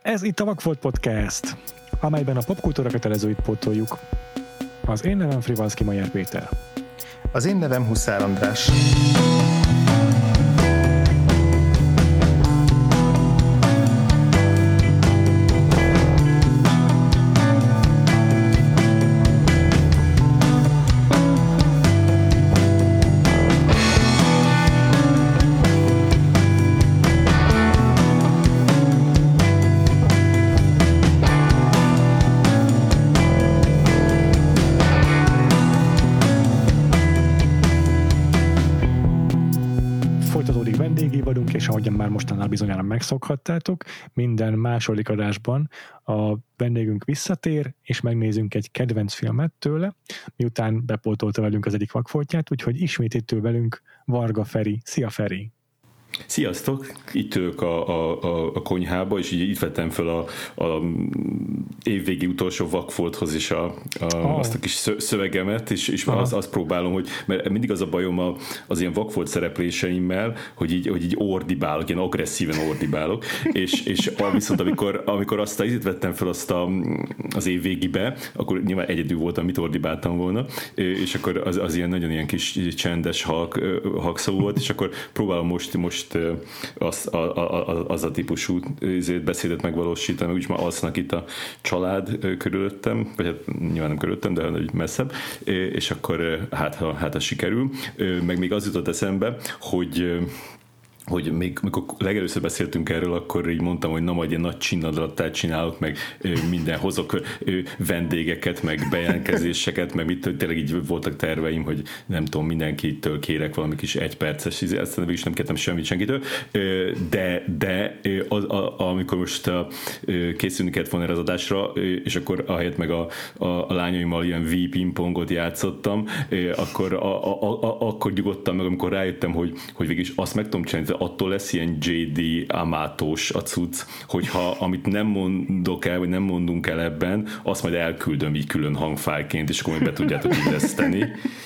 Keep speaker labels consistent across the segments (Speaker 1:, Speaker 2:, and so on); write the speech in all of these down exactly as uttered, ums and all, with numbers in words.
Speaker 1: Ez itt a Vakfolt Podcast, amelyben a popkultúra kötelezőit pótoljuk. Az én nevem Frivalszki Majer Péter.
Speaker 2: Az én nevem Huszár András.
Speaker 1: És ahogyan már mostanában bizonyára megszokhattátok, minden második adásban a vendégünk visszatér, és megnézünk egy kedvenc filmet tőle, miután bepótolta velünk az egyik vakfoltját, úgyhogy ismét itt ül velünk Varga Feri. Szia, Feri!
Speaker 3: Sziasztok! Itt ülök a, a, a konyhába, és így itt vettem fel a, a évvégi utolsó vakfolthoz is a, a, oh. azt a kis szövegemet, és, és azt, azt próbálom, hogy mert mindig az a bajom a, az ilyen vakfolt szerepléseimmel, hogy így, hogy így ordibálok, ilyen agresszíven ordibálok, és, és viszont amikor, amikor azt itt vettem fel azt a, az évvégibe, akkor nyilván egyedül voltam, mit ordibáltam volna, és akkor az, az ilyen nagyon ilyen kis csendes halk, halkszó volt, és akkor próbálom most, most az a, a, az a típusú beszédet megvalósítani, úgyis már alsznak itt a család körülöttem, vagy hát nyilván nem körülöttem, de messzebb, és akkor hát ha, hát ha sikerül. Meg még az jutott eszembe, hogy hogy még amikor legelőször beszéltünk erről, akkor így mondtam, hogy na majd ilyen nagy csinadlattát csinálok, meg minden hozok vendégeket, meg bejelentkezéseket, meg mit, tényleg így voltak terveim, hogy nem tudom, mindenkitől kérek valami kis egyperces, ezt is nem kértem semmit senkitől, de, de az, a, amikor most készülni kellett volna az adásra, és akkor ahelyett meg a, a, a lányaimmal ilyen V-pingpongot játszottam, akkor, a, a, a, akkor nyugodtam meg, amikor rájöttem, hogy, hogy végig azt meg tudom csinálni, attól lesz ilyen jé dé Amátós a cucc, hogyha amit nem mondok el, vagy nem mondunk el ebben, azt majd elküldöm így külön hangfájlként, és akkor majd be tudjátok illeszteni.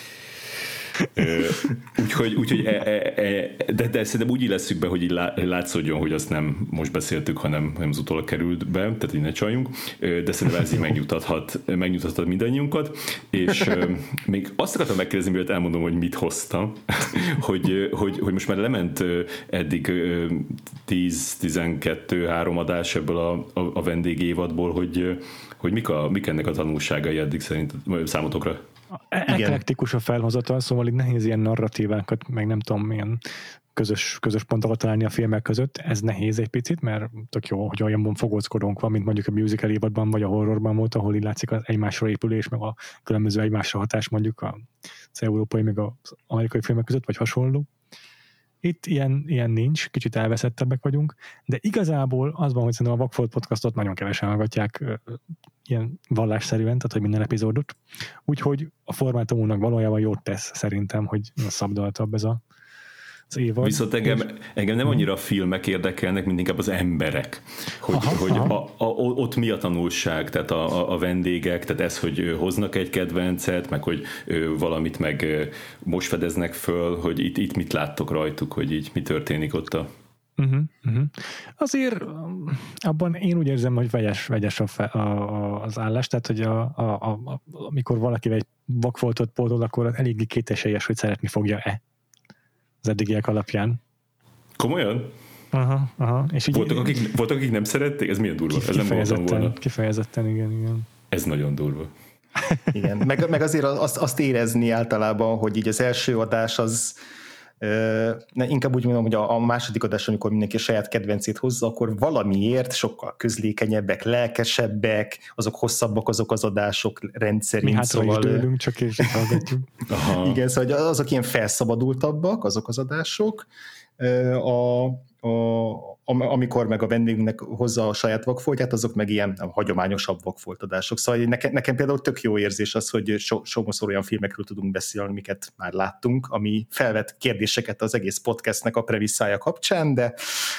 Speaker 3: úgyhogy, úgyhogy e, e, e, de, de szerintem úgy illeszük be, hogy így látszódjon, hogy azt nem most beszéltük, hanem, hanem az utólag került be, tehát így ne csaljunk, de szerintem ez így megnyugtathat, megnyugtathat mindannyiunkat, és még azt akartam megkérdezni, mielőtt elmondom, hogy mit hoztam, hogy, hogy, hogy most már lement eddig tíz-tizenkettő három adás ebből a, a, a vendégévadból, hogy, hogy mik, a, mik ennek a tanulságai eddig szerint számotokra?
Speaker 1: Eklektikus a felhozatal, szóval itt nehéz ilyen narratívákat, meg nem tudom, milyen közös, közös pontokat találni a filmek között. Ez nehéz egy picit, mert tök jó, hogy olyanban fogózkodónk van, mint mondjuk a musical évadban, vagy a horrorban volt, ahol így látszik az egymásra épülés, meg a különböző egymásra hatás mondjuk az európai, meg az amerikai filmek között, vagy hasonló. Itt ilyen, ilyen nincs, kicsit elveszettebbek vagyunk, de igazából az van, hogy szerintem a Vakfolt Podcastot nagyon kevesen hallgatják ilyen vallásszerűen, tehát hogy minden epizódot. Úgyhogy a formátumunknak valójában jót tesz szerintem, hogy szabdaltabb ez a az évad.
Speaker 3: Viszont engem, engem nem annyira a filmek érdekelnek, mint inkább az emberek. Hogy, aha, hogy aha. A, a, ott mi a tanulság, tehát a, a vendégek, tehát ez, hogy hoznak egy kedvencet, meg hogy valamit meg most fedeznek föl, hogy itt, itt mit láttok rajtuk, hogy így mi történik ott a...
Speaker 1: Uh-huh, uh-huh. Azért abban én úgy érzem, hogy vegyes, vegyes a fe, a, a, az állás, tehát hogy a, a, a, amikor valakivel egy vakfoltot pótol, akkor eléggé kétesélyes, hogy szeretni fogja-e az eddigiek alapján.
Speaker 3: Komolyan?
Speaker 1: Aha, aha. És így
Speaker 3: voltak, akik, voltak, akik nem szerették? Ez milyen durva? Ez nem voltam volna.
Speaker 1: Kifejezetten, igen, igen.
Speaker 3: Ez nagyon durva.
Speaker 2: Igen, meg, meg azért azt, azt érezni általában, hogy így az első adás az Ne, inkább úgy mondom, hogy a, a második adás, amikor mindenki a saját kedvencét hozza, akkor valamiért sokkal közlékenyebbek, lelkesebbek, azok hosszabbak azok az adások rendszerint.
Speaker 1: Mi hátra szóval, is dőlünk, csak és hallgatjuk.
Speaker 2: Igen, szóval azok ilyen felszabadultabbak, azok az adások. A, a, amikor meg a vendégünknek hozza a saját vakfoltját, azok meg ilyen hagyományosabb vakfoltadások. Szóval nekem, nekem például tök jó érzés az, hogy so, sokszor olyan filmekről tudunk beszélni, amiket már láttunk, ami felvet kérdéseket az egész podcastnek a premisszája kapcsán, de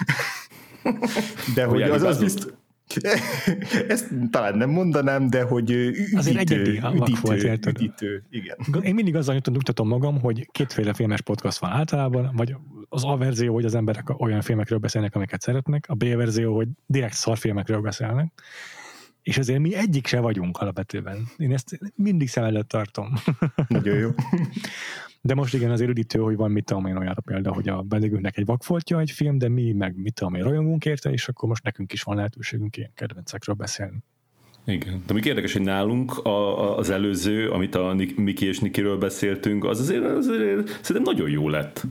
Speaker 2: de hogy az, az bizt... Ezt talán nem mondanám, de hogy üdítő,
Speaker 1: azért egyedi a vakfolt,
Speaker 2: üdítő, igen.
Speaker 1: Én mindig azzal nyugtatom magam, hogy kétféle filmes podcast van általában, vagy az A verzió, hogy az emberek olyan filmekről beszélnek, amiket szeretnek, a B verzió, hogy direkt szarfilmekről beszélnek, és azért mi egyik se vagyunk alapvetően. Én ezt mindig szem előtt tartom.
Speaker 2: Nagyon jó.
Speaker 1: De most igen, azért üdítő, hogy van mit tudom én olyan példa, hogy a vendégünknek egy vakfoltja egy film, de mi meg mit tudom én rajongunk érte, és akkor most nekünk is van lehetőségünk ilyen kedvencekről beszélni.
Speaker 3: Igen. De még érdekes, hogy nálunk a, a, az előző, amit a Miki és Nikiről beszéltünk, az azért, azért szerintem nagyon jó lett.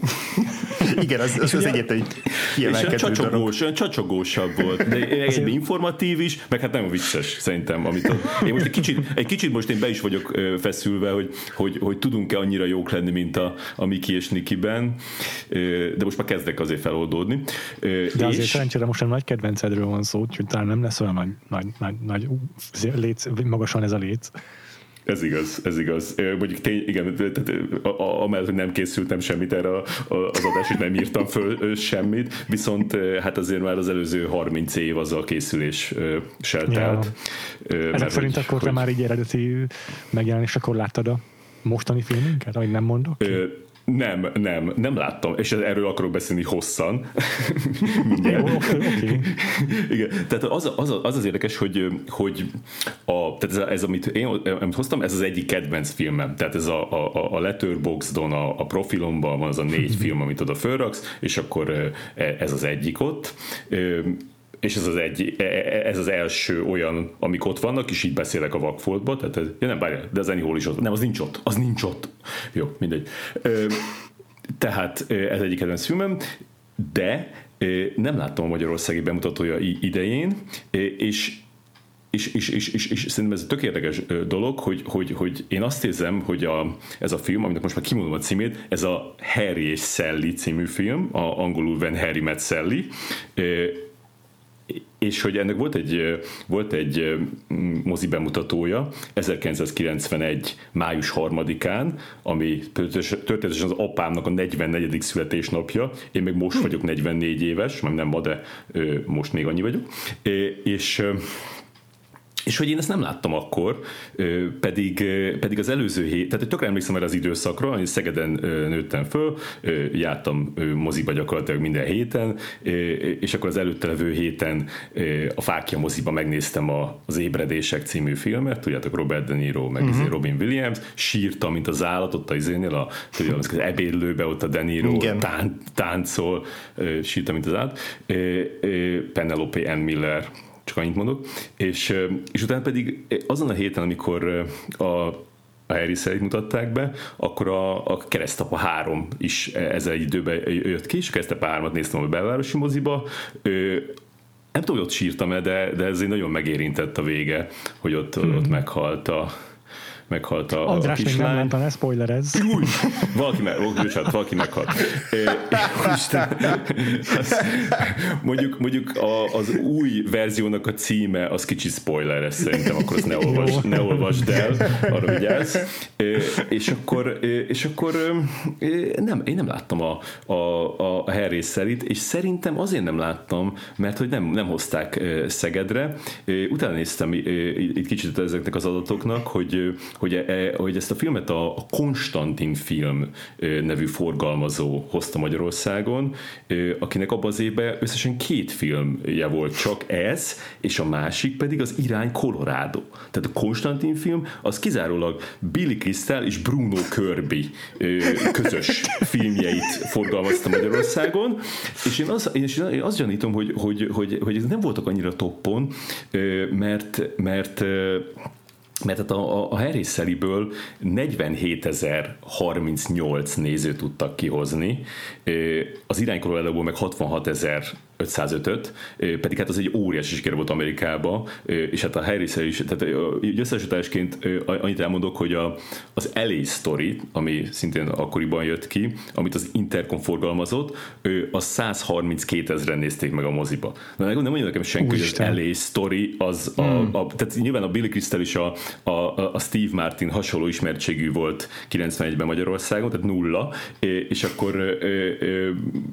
Speaker 2: Igen, az, az, az egyetlen
Speaker 3: kiemelkedő csacsogós, olyan csacsogósabb volt, de egy informatív is, meg hát nem vicces szerintem. Amit a, én most egy kicsit, egy kicsit most én be is vagyok feszülve, hogy, hogy, hogy tudunk-e annyira jók lenni, mint a, a Miki és Nikiben, de most már kezdek azért feloldódni.
Speaker 1: De és... azért szerencsére most egy nagy kedvencedről van szó, úgyhogy talán nem lesz olyan nagy, nagy, nagy, nagy léc, magasan ez a léc.
Speaker 3: Ez igaz, ez igaz. Mondjuk tény, igen, tehát amellett, hogy nem készültem semmit erre az adás, és nem írtam föl semmit, viszont hát azért már az előző harminc év az a készülés seltelt.
Speaker 1: Ja. Ezek szerint hogy, akkor te hogy... már így eredeti megjelenésekor láttad a mostani filmünket, ahogy nem mondok? Ö,
Speaker 3: Nem, nem, nem láttam, és erről akarok beszélni hosszan.
Speaker 1: Jó, oké, oké.
Speaker 3: Igen, tehát az az, az, az érdekes, hogy, hogy a, tehát ez, ez, amit én amit hoztam, ez az egyik kedvenc filmem. Tehát ez a, a, a Letterboxdon, a, a profilomban van az a négy film, amit oda fölraksz, és akkor ez az egyik ott. És ez az, egy, ez az első olyan, amik ott vannak, és így beszélek a vakfoltba, tehát ez, ja nem, bárjál, de az Annie Hall is ott. Nem, az nincs ott, az nincs ott. Jó, mindegy. Tehát ez egyik kedvenc filmem, de nem láttam a magyarországi bemutatója idején, és És, és, és, és, és szerintem ez egy tök érdekes dolog, hogy, hogy, hogy én azt érzem, hogy a, ez a film, aminek most már kimondom a címét, ez a Harry és Sally című film, a angolul When Harry Met Sally, és hogy ennek volt egy, volt egy mozi bemutatója ezerkilencszázkilencvenegy. május harmadikán, ami történetesen az apámnak a negyvennegyedik születésnapja, én még most vagyok negyvennégy éves, nem ma, de most még annyi vagyok, és És hogy én ezt nem láttam akkor, pedig, pedig az előző hét, tehát tökre emlékszem erre az időszakra, hogy Szegeden nőttem föl, jártam moziba gyakorlatilag minden héten, és akkor az előtte levő héten a Fáklya moziba megnéztem az Ébredések című filmet, tudjátok, Robert De Niro, meg uh-huh. Robin Williams, sírtam, mint az állat ott a izénél, a, tudjátok, az ebédlőbe ott a De Niro tán, táncol, sírtam, mint az állat, Penelope Ann Miller, csak annyit mondok, és, és utána pedig azon a héten, amikor a, a Harry Sally mutatták be, akkor a, a Keresztapa három is ezzel egy időben jött ki, és a Keresztapa hármat néztem a belvárosi moziba. Nem tudom, hogy ott sírtam -e, de, de ez nagyon megérintett a vége, hogy ott, hmm. ott meghalt a meghalt a,
Speaker 1: András
Speaker 3: a kislány.
Speaker 1: még nem mondta, ne spoilerezz.
Speaker 3: Új, valaki, me, bocsánat, valaki meghalt. mondjuk mondjuk a, az új verziónak a címe az kicsi spoiler, ez szerintem, akkor azt ne olvasd, ne olvasd el, arra vigyázz. És akkor, és akkor nem, én nem láttam a, a, a Harry Sally-t, és szerintem azért nem láttam, mert hogy nem, nem hozták Szegedre. Utána néztem itt kicsit ezeknek az adatoknak, hogy Hogy, hogy ezt a filmet a Konstantin film nevű forgalmazó hozta Magyarországon, akinek abban az évben összesen két filmje volt, csak ez, és a másik pedig az Irány Colorado. Tehát a Konstantin film az kizárólag Billy Crystal és Bruno Kirby közös filmjeit forgalmazta Magyarországon, és én, az, és én azt gyanítom, hogy, hogy, hogy, hogy ez nem voltak annyira toppon, mert, mert mert a, a Harry Sally-ből negyvenhétezer-harmincnyolc nézőt tudtak kihozni, az Irány Colorado-ból meg hatvanhatezer-ötszázötöt, pedig hát az egy óriási siker volt Amerikába, és hát a Harry Sally is, tehát összesítésként annyit elmondok, hogy a, az el á Story, ami szintén akkoriban jött ki, amit az Intercom forgalmazott, az százharminckétezren nézték meg a moziba. Na, nem mondja nekem senki, hogy az el á Story az, a, hmm. a, tehát nyilván a Billy Crystal is a A, a Steve Martin hasonló ismertségű volt kilencvenegyben Magyarországon, tehát nulla, és akkor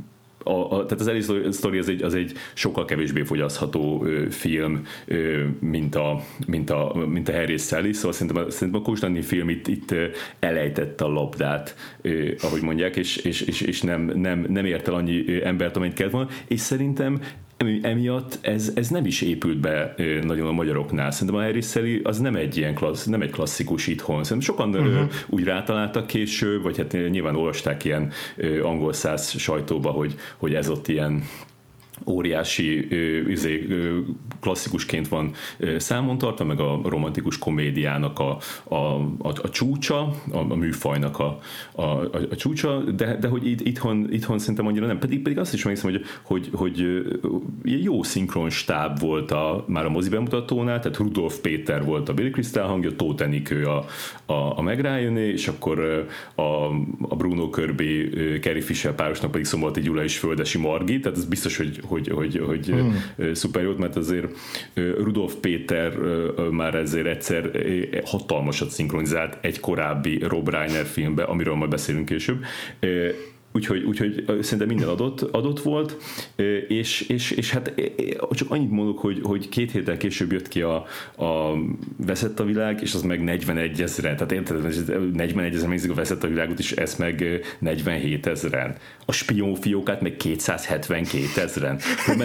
Speaker 3: a, a, tehát az Ellie Story az egy, az egy sokkal kevésbé fogyasztható ö, film, ö, mint, a, mint, a, mint a Harry és Sally, szóval szerintem, szerintem a Kóstani film itt, itt elejtette a labdát, ö, ahogy mondják, és, és, és, és nem, nem, nem ért el annyi embert, amennyit kellett volna, és szerintem emiatt ez, ez nem is épült be nagyon a magyaroknál. Szerintem a Harry Sally az nem egy ilyen klassz, nem egy klasszikus itthon. Szerintem sokan uh-huh. úgy rátaláltak később, vagy hát nyilván olvasták ilyen angol száz sajtóba, hogy, hogy ez ott ilyen óriási izé, klasszikusként van számon tartva, meg a romantikus komédiának a, a, a, a csúcsa, a, a műfajnak a, a, a, a csúcsa, de, de hogy itt, itthon, itthon szerintem annyira nem. Pedig, pedig azt is meghiszem, hogy, hogy, hogy jó szinkron stáb volt a, már a mozi bemutatónál, tehát Rudolf Péter volt a Billy Crystal hangja, Tóth Enikő a, a, a Meg Ryan-é, és akkor a, a Bruno Kirby, Carrie Fisher párosnak pedig Szombalti Gyula és Földesi Margit, tehát ez biztos, hogy hogy, hogy, hogy mm. szuper jót, mert azért Rudolf Péter már ezért egyszer hatalmasat szinkronizált egy korábbi Rob Reiner filmbe, amiről majd beszélünk később. Úgyhogy, úgyhogy szerintem minden adott, adott volt, és, és, és hát csak annyit mondok, hogy, hogy két héttel később jött ki a, a Veszett a világ, és az meg negyvenegy ezeren, tehát érted, negyvenegy ezeren megnézik a Veszett a világot, és ez meg negyvenhét ezeren. A Spionfiókát meg kétszázhetvenkét ezeren.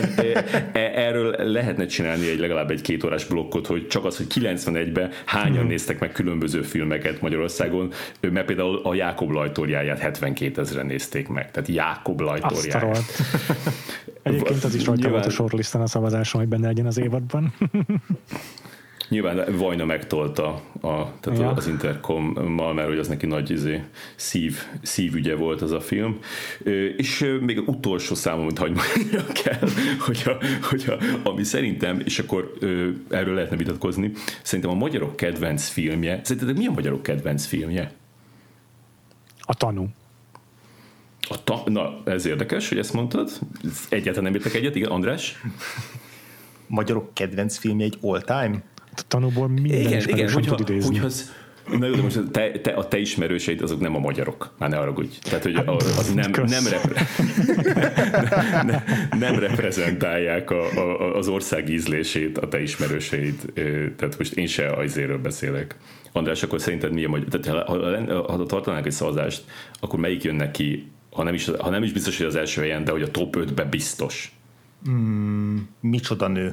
Speaker 3: Erről lehetne csinálni egy legalább egy két órás blokkot, hogy csak az, hogy kilencvenegyben hányan hmm. néztek meg különböző filmeket Magyarországon, mert például a Jákob Lajtorjáját hetvenkét ezeren nézték meg, tehát Jákob Lajtorjáját.
Speaker 1: Egyébként az is rajta nyilván... volt a sorlistán a szavazáson, hogy benne legyen az évadban.
Speaker 3: Nyilván Vajna megtolta a, tehát ja. az Intercommal, mert hogy az neki nagy izé, szív, szívügye volt az a film. És még az utolsó számom, amit hagy mondjak kell, hogyha, hogyha, ami szerintem, és akkor erről lehetne vitatkozni, szerintem a magyarok kedvenc filmje, szerintetek mi a magyarok kedvenc filmje?
Speaker 1: A Tanú.
Speaker 3: A ta- Na, ez érdekes, hogy ezt mondtad. Egyáltalán nem értek egyet, igen, András?
Speaker 2: Magyarok kedvenc filmje egy all-time?
Speaker 1: A Tanúból minden ismerősen tud idézni.
Speaker 3: Hogyha az, na jó, de most te, te, a te ismerőseid azok nem a magyarok. Már ne haragudj. Tehát, hogy az nem, nem, repre, nem, nem reprezentálják a, a, az ország ízlését a te ismerőseid. Tehát most én se azéről beszélek. András, akkor szerinted mi a magyar? Tehát ha, ha, ha tartanánk egy szavazást, akkor melyik jön neki, ha nem, is, ha nem is biztos, hogy az első helyen, de hogy a top ötbe biztos?
Speaker 2: Mm, micsoda nő?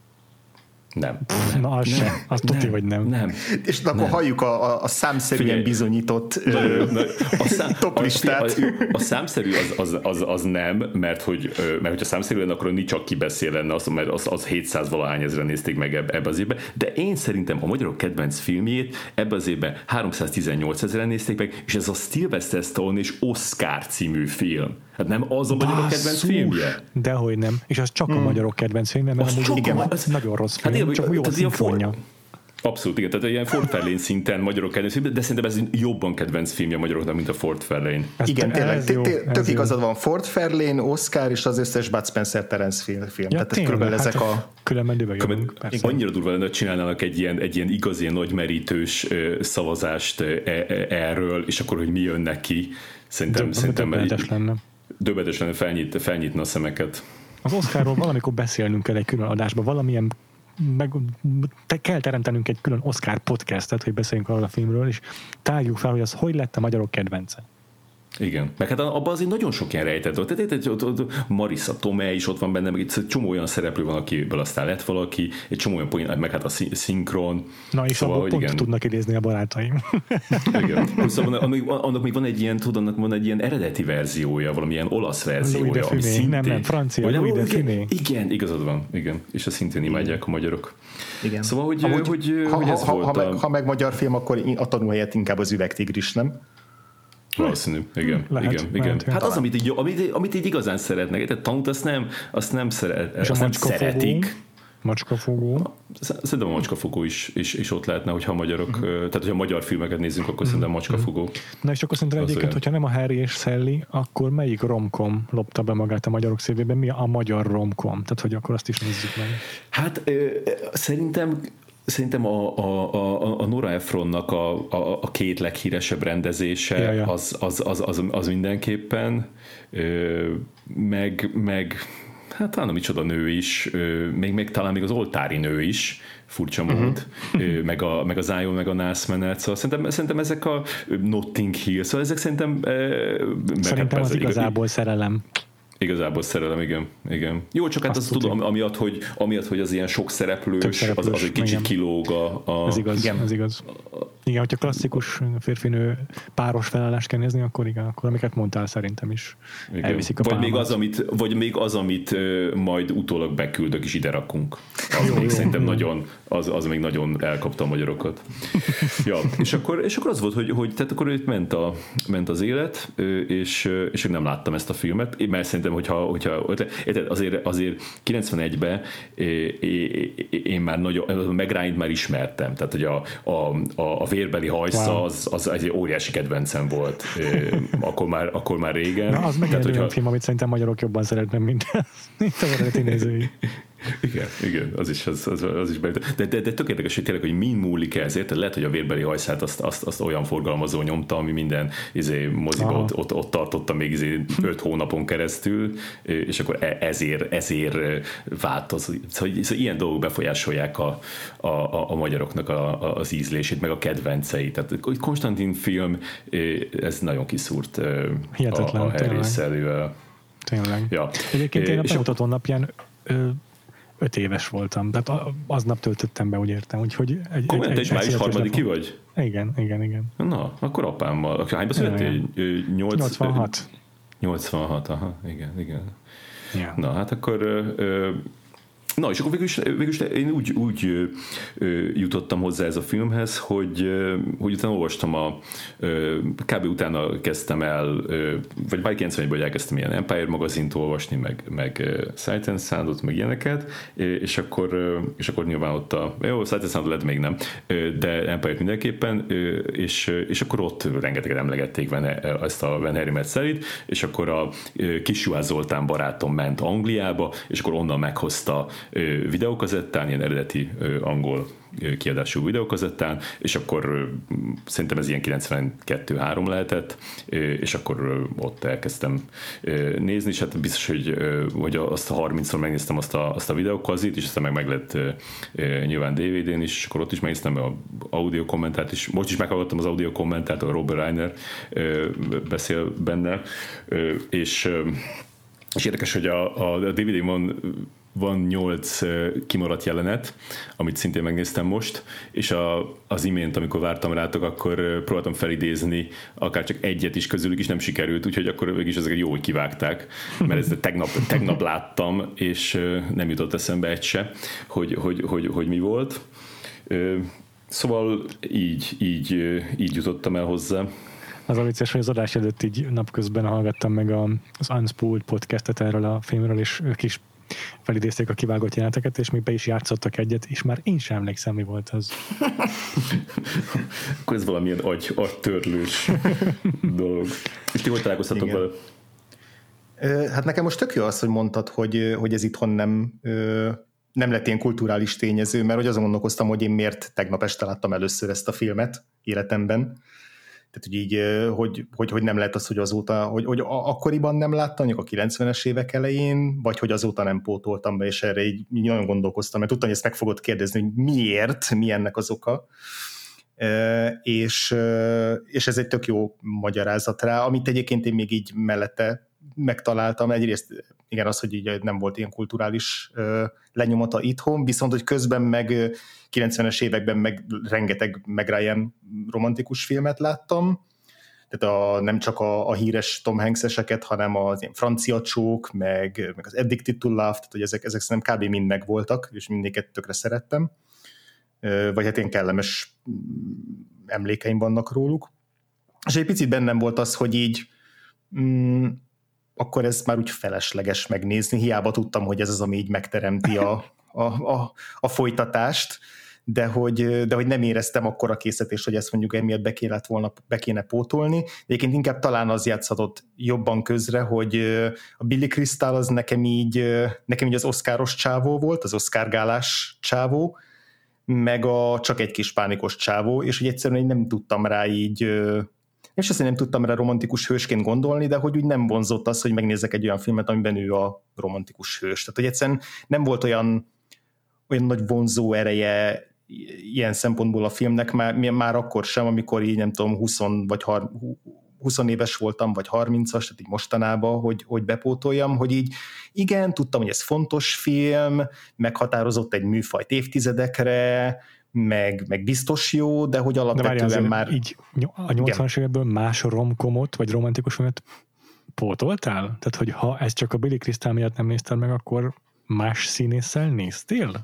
Speaker 3: Nem.
Speaker 1: Na, az
Speaker 3: nem.
Speaker 1: se. Azt tudja, hogy nem.
Speaker 3: Nem.
Speaker 2: És akkor nem. halljuk a, a, a számszerűen Figyelj. bizonyított na, ö, na, a szám, toplistát.
Speaker 3: A, a, a számszerű az, az, az, az nem, mert hogy mert hogyha számszerű lenne, akkor nincs aki beszél lenne, az, mert az, az hétszáz valahány ezeren nézték meg ebbe, ebbe az évben. De én szerintem a magyarok kedvenc filmjét ebbe az évben háromszáztizennyolc ezeren nézték meg, és ez a Sylvester Stallone és Oscar című film. Hát nem az a magyarok kedvenc filmje?
Speaker 1: Dehogy nem. És az csak hmm. a magyarok kedvenc filmje, mert amúgy igen, az nagyon rossz film, hát csak jó a szinkronja.
Speaker 3: Abszolút, igen. Tehát ilyen Ford Fairlane szinten magyarok kedvenc film, de szerintem ez jobban kedvenc filmje magyaroknak, mint a Ford Fairlane.
Speaker 2: Igen, tényleg. Tök igazad van. Ford Fairlane, Oscar és az összes Bud Spencer Terence film. Ja,
Speaker 1: Tehát ez körülbelül hát ezek a... Különben dövegünk.
Speaker 3: Annyira durva lenne, hogy csinálnának egy ilyen, egy ilyen igazi, nagy merítős szavazást erről, és akkor, hogy mi jön neki. Szerintem...
Speaker 1: Döbbenetes lenne.
Speaker 3: Döbbenetes lenne, felnyit, felnyitna a szemeket.
Speaker 1: Az Oscarról valamikor beszélnünk kell egy külön adásban, valamilyen meg te kell teremtenünk egy külön Oscar podcastet, hogy beszéljünk arról a filmről, és tárgyuk fel, hogy az hogy lett a magyarok kedvence.
Speaker 3: Igen. Meg hát abban azért nagyon sok ilyen rejtett volt. Tehát ott, ott Marissa Tomei is ott van benne, meg egy csomó olyan szereplő van, akiből aztán lett valaki, egy csomó olyan poén, meg hát a szinkron.
Speaker 1: Na és szóval, abban pont igen. tudnak idézni a barátaim.
Speaker 3: Igen. Szóval annak, annak még van egy ilyen, tudod, annak van egy ilyen eredeti verziója, valamilyen olasz verziója, ami szintén...
Speaker 1: Nem, nem, francia, Louis de Funès.
Speaker 3: Igen, igazad van, igen. És azt szintén imádják a magyarok.
Speaker 2: Igen.
Speaker 3: Szóval, hogy,
Speaker 2: Amúgy,
Speaker 3: hogy,
Speaker 2: ha,
Speaker 3: hogy ez
Speaker 2: ha,
Speaker 3: volt
Speaker 2: ha,
Speaker 3: a...
Speaker 2: meg, ha meg magyar film, akkor a Tanú helyett inkább az Üvegtigris, nem?
Speaker 3: Valószínű, igen,
Speaker 1: lehet,
Speaker 3: igen,
Speaker 1: lehet,
Speaker 3: igen.
Speaker 1: lehet.
Speaker 3: Hát az, amit így, amit, amit így igazán szeretnek, tehát Tanút azt nem, azt nem, szeret,
Speaker 1: és
Speaker 3: azt nem szeretik.
Speaker 1: Macskafogó.
Speaker 3: Szerintem a Macskafogó is, is, is ott lehetne, hogyha magyarok, uh-huh. tehát hogyha magyar filmeket nézzünk, akkor uh-huh. szerintem Macskafogó.
Speaker 1: Na és akkor szerintem egyébként, olyan. hogyha nem a Harry és Sally, akkor melyik romkom lopta be magát a magyarok szívében? Mi a magyar romkom? Tehát, hogy akkor azt is nézzük meg.
Speaker 3: Hát ö, szerintem Szerintem a, a, a, a Nora Ephronnak a, a, a két leghíresebb rendezése ja, ja. Az, az, az, az, az mindenképpen, meg, meg hát talán a micsoda nő is, még, még talán még az oltári nő is, furcsa mód, uh-huh. meg, a, meg az Zion, meg a nászmenet, szóval szerintem, szerintem ezek a Notting Hill, szóval ezek szerintem...
Speaker 1: Szerintem az igazából szerelem.
Speaker 3: Igazából szerelem, igen. igen. Jó, csak hát azt, azt tudom, amiatt hogy, amiatt, hogy az ilyen sok szereplős, szereplős az, az egy kicsit kilóg a... a...
Speaker 1: Ez igaz, igen. ez igaz. Igen, hogyha klasszikus férfinő páros felállást kell nézni, akkor igen, akkor amiket mondtál szerintem is igen. elviszik a
Speaker 3: vagy
Speaker 1: pálmát.
Speaker 3: még, az, amit, vagy még az, amit uh, majd utólag beküldök és ide rakunk. Az jó, még jó, szerintem jó. nagyon, az, az még nagyon elkapta a magyarokat. ja, és akkor, és akkor az volt, hogy, hogy tehát akkor itt ment, a, ment az élet, és, és nem láttam ezt a filmet, mert szerintem, hogyha, hogyha azért, azért kilencvenegyben én már nagyon, meg Ryan-t már ismertem, tehát hogy a, a, a vérbeli hajsza wow. az, az egy óriási kedvencem volt akkor már, akkor már régen.
Speaker 1: Na, az meg egy olyan film, amit szerintem magyarok jobban szeretnek, mint, mint az eredeti nézői.
Speaker 3: Igen, igen, az is, az, az, az is beütött. De, de, de tök érdekes, hogy tényleg, hogy min múlik ez, érted? Lehet, hogy a vérbeli hajszát azt, azt, azt olyan forgalmazó nyomta, ami minden izé, moziba ott, ott, ott tartotta még izé, öt hónapon keresztül, és akkor ezért, ezért változik. Szóval, szóval ilyen dolgok befolyásolják a, a, a, a magyaroknak a, az ízlését, meg a kedvenceit. Tehát Konstantin film, ez nagyon kiszúrt
Speaker 1: hihetetlen,
Speaker 3: a, a herrészelővel.
Speaker 1: Tényleg. Ja. Egyébként én a bemutató napján öt éves voltam, tehát aznap töltöttem be, úgy értem. Úgyhogy egy,
Speaker 3: Komment, egy, egy május harmadiki vagy?
Speaker 1: Igen, igen, igen.
Speaker 3: Na, akkor apámmal. Hányba születtél?
Speaker 1: nyolcvanhat.
Speaker 3: nyolcvanhat, aha, igen, igen.
Speaker 1: Ja.
Speaker 3: Na, hát akkor... Ö, Na, és akkor végülis, végülis én úgy, úgy ö, ö, jutottam hozzá ez a filmhez, hogy, ö, hogy utána olvastam a ö, kb. Utána kezdtem el, ö, vagy bár kilencvenegyből elkezdtem ilyen Empire magazint olvasni, meg, meg Sight and Soundot, meg ilyeneket, és akkor, ö, és akkor nyilván ott a, jó, Sight and Sound lett még nem, de Empire mindenképpen, ö, és, és akkor ott rengeteget emlegették Van, ezt a Van Herrimet szerint, és akkor a Kis Juhász Zoltán barátom ment Angliába, és akkor onnan meghozta videókazettán, ilyen eredeti angol kiadású videókazettán, és akkor szerintem ez ilyen kilencvenkettő három lehetett, és akkor ott elkezdtem nézni, és hát biztos, hogy, hogy azt a harmincszor megnéztem azt a, azt a videókazit, és aztán meg meg lett nyilván dé vé dén is, és akkor ott is megnéztem az audio kommentárt is, most is meghallgattam az audio kommentárt, a Robert Reiner beszél benne, és, és érdekes, hogy a, a dé vé dén van van nyolc kimaradt jelenet, amit szintén megnéztem most, és a, az imént, amikor vártam rátok, akkor próbáltam felidézni akár csak egyet is közülük, is nem sikerült, úgyhogy akkor végig is ezeket jó, hogy kivágták, mert ezt tegnap, tegnap láttam, és nem jutott eszembe egy se, hogy, hogy, hogy, hogy mi volt. Szóval így, így, így jutottam el hozzá.
Speaker 1: Az a vicces, hogy az adás előtt így napközben hallgattam meg az Unspooled podcastet erről a filmről, és ők is felidézték a kivágott jeleneteket, és még be is játszottak egyet, és már én sem emlékszem, mi volt az.
Speaker 3: Akkor ez valamilyen agy, agytörlős dolog. És ti hogy találkoztatok vele?
Speaker 2: Hát nekem most tök jó az, hogy mondtad, hogy, hogy ez itthon nem, nem lett ilyen kulturális tényező, mert hogy azon gondolkoztam, hogy én miért tegnap este láttam először ezt a filmet életemben. Tehát, hogy így, hogy, hogy, hogy nem lehet az, hogy azóta, hogy, hogy akkoriban nem láttam, mondjuk a kilencvenes évek elején, vagy hogy azóta nem pótoltam be, és erre így, így nagyon gondolkoztam, mert tudtam, hogy ezt meg fogod kérdezni, hogy miért, mi ennek az oka. E, és, és ez egy tök jó magyarázat rá, amit egyébként én még így mellette megtaláltam. Egyrészt igen, az, hogy így nem volt ilyen kulturális uh, lenyomata itthon, viszont hogy közben meg uh, kilencvenes években meg rengeteg meg Ryan romantikus filmet láttam, tehát a, nem csak a, a híres Tom Hanks-eseket, hanem az ilyen francia csók, meg, meg az Addicted to Love, tehát hogy ezek, ezek szerintem kb. Mind meg voltak, és mindéket tökre szerettem. Uh, vagy hát ilyen kellemes emlékeim vannak róluk. És egy picit bennem volt az, hogy így mm, akkor ez már úgy felesleges megnézni. Hiába tudtam, hogy ez az, ami így megteremti a, a, a, a folytatást, de hogy, de hogy nem éreztem akkora készítést, hogy ezt mondjuk emiatt be kéne, volna, be kéne pótolni. Egyébként inkább talán az játszhatott jobban közre, hogy a Billy Crystal az nekem így, nekem így az oszkáros csávó volt, az oszkárgálás csávó, meg a Csak egy kis pánikos csávó, és hogy egyszerűen nem tudtam rá így, és azt nem tudtam rá romantikus hősként gondolni, de hogy úgy nem vonzott az, hogy megnézzek egy olyan filmet, amiben ő a romantikus hős. Tehát, hogy egyszerűen nem volt olyan, olyan nagy vonzó ereje ilyen szempontból a filmnek, már, már akkor sem, amikor így nem tudom, húsz vagy húsz éves voltam, vagy harmincas, tehát így mostanában, hogy, hogy bepótoljam, hogy így igen, tudtam, hogy ez fontos film, meghatározott egy műfajt évtizedekre, meg, meg biztos jó, de hogy alapvetően de már...
Speaker 1: Így a nyolcvanas évekből más romkomot, vagy romantikus filmet pótoltál? Tehát, hogy ha ezt csak a Billy Crystal miatt nem nézted meg, akkor más színésszel néztél?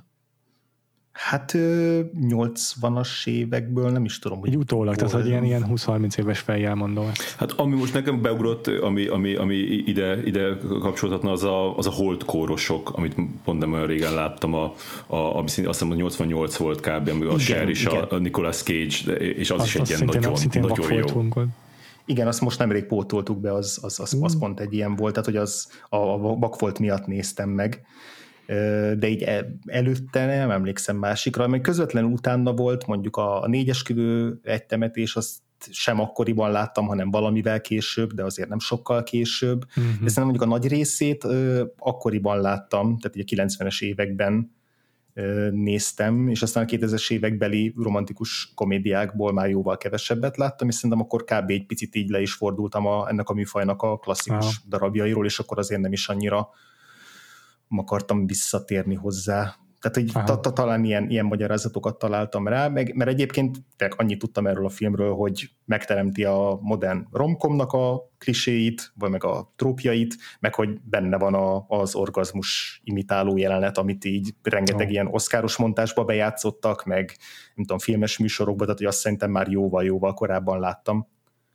Speaker 2: Hát nyolcvanas évekből nem is tudom, hogy...
Speaker 1: Így utólag, tehát hogy ilyen, ilyen húsz-harminc éves fejjel mondom ezt.
Speaker 3: Hát ami most nekem beugrott, ami, ami, ami ide, ide kapcsoltatna, az a, az a holdkórosok, amit pont nem olyan régen láttam, a, a, ami azt hiszem a nyolcvannyolc volt kb., ami a Cher és a, a Nicolas Cage, és az, az is egy ilyen nagyon, nagyon jó.
Speaker 2: Igen, azt most nemrég pótoltuk be, az, az, az, az pont egy ilyen volt, tehát hogy az a, a Vakfolt miatt néztem meg, de így előtte nem emlékszem másikra, mert közvetlenül utána volt mondjuk a, a négyesküvő egy temetés, azt sem akkoriban láttam, hanem valamivel később, de azért nem sokkal később. Uh-huh. De szerintem mondjuk a nagy részét ö, akkoriban láttam, tehát így a kilencvenes években ö, néztem, és aztán a kétezres évekbeli romantikus komédiákból már jóval kevesebbet láttam, és szerintem akkor kb. Egy picit így le is fordultam a, ennek a műfajnak a klasszikus uh-huh. darabjairól, és akkor azért nem is annyira akartam visszatérni hozzá. Tehát, hogy ta, ta, talán ilyen, ilyen magyarázatokat találtam rá, meg, mert egyébként annyit tudtam erről a filmről, hogy megteremti a modern romkomnak a kliséit, vagy meg a trópjait, meg hogy benne van a, az orgazmus imitáló jelenet, amit így rengeteg oh. ilyen oszkáros montásba bejátszottak, meg nem tudom, filmes műsorokba, tehát hogy azt szerintem már jóval-jóval korábban láttam.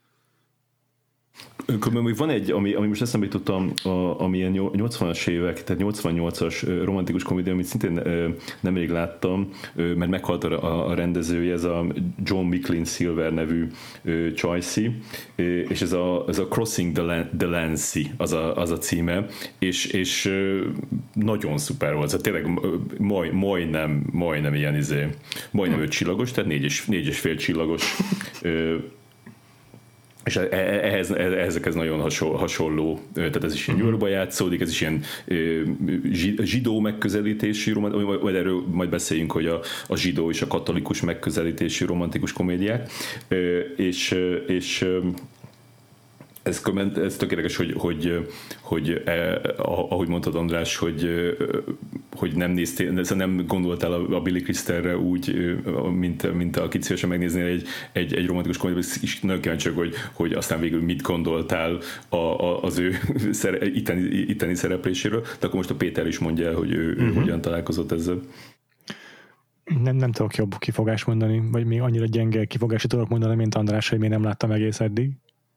Speaker 3: Még van egy, ami, ami most eszembe jutottam, ami ilyen nyolcvanas évek, tehát nyolcvannyolcas romantikus komédia, amit szintén nemrég láttam, mert meghalt a, a rendezője, ez a John Micklin Silver nevű csajci, és ez a, ez a Crossing the Delancey az a, az a címe, és, és nagyon szuper volt, tehát tényleg majd, majdnem, majdnem ilyen izé, majdnem öt csillagos, tehát négy és, négy és fél csillagos és ehhez, ehhez ez nagyon hasonló, tehát ez is ilyen New Yorkban játszódik, ez is ilyen zsidó megközelítésű, majd erről majd beszéljünk, hogy a, a zsidó és a katolikus megközelítésű romantikus komédiák, és, és ez, ez tökéletes, hogy, hogy, hogy ahogy mondtad András, hogy, hogy nem néztél, nem gondoltál a Billy Crystalre úgy, mint, mint akit szívesen megnéznél egy, egy, egy romantikus komédiát, és nagyon kíváncsi, hogy, hogy aztán végül mit gondoltál a, a, az ő szere, itteni, itteni szerepléséről, de akkor most a Péter is mondja el, hogy ő, uh-huh. ő hogyan találkozott ezzel.
Speaker 1: Nem, nem tudok jobb kifogást mondani, vagy még annyira gyenge kifogást tudok mondani, mint András, hogy még nem láttam egész eddig.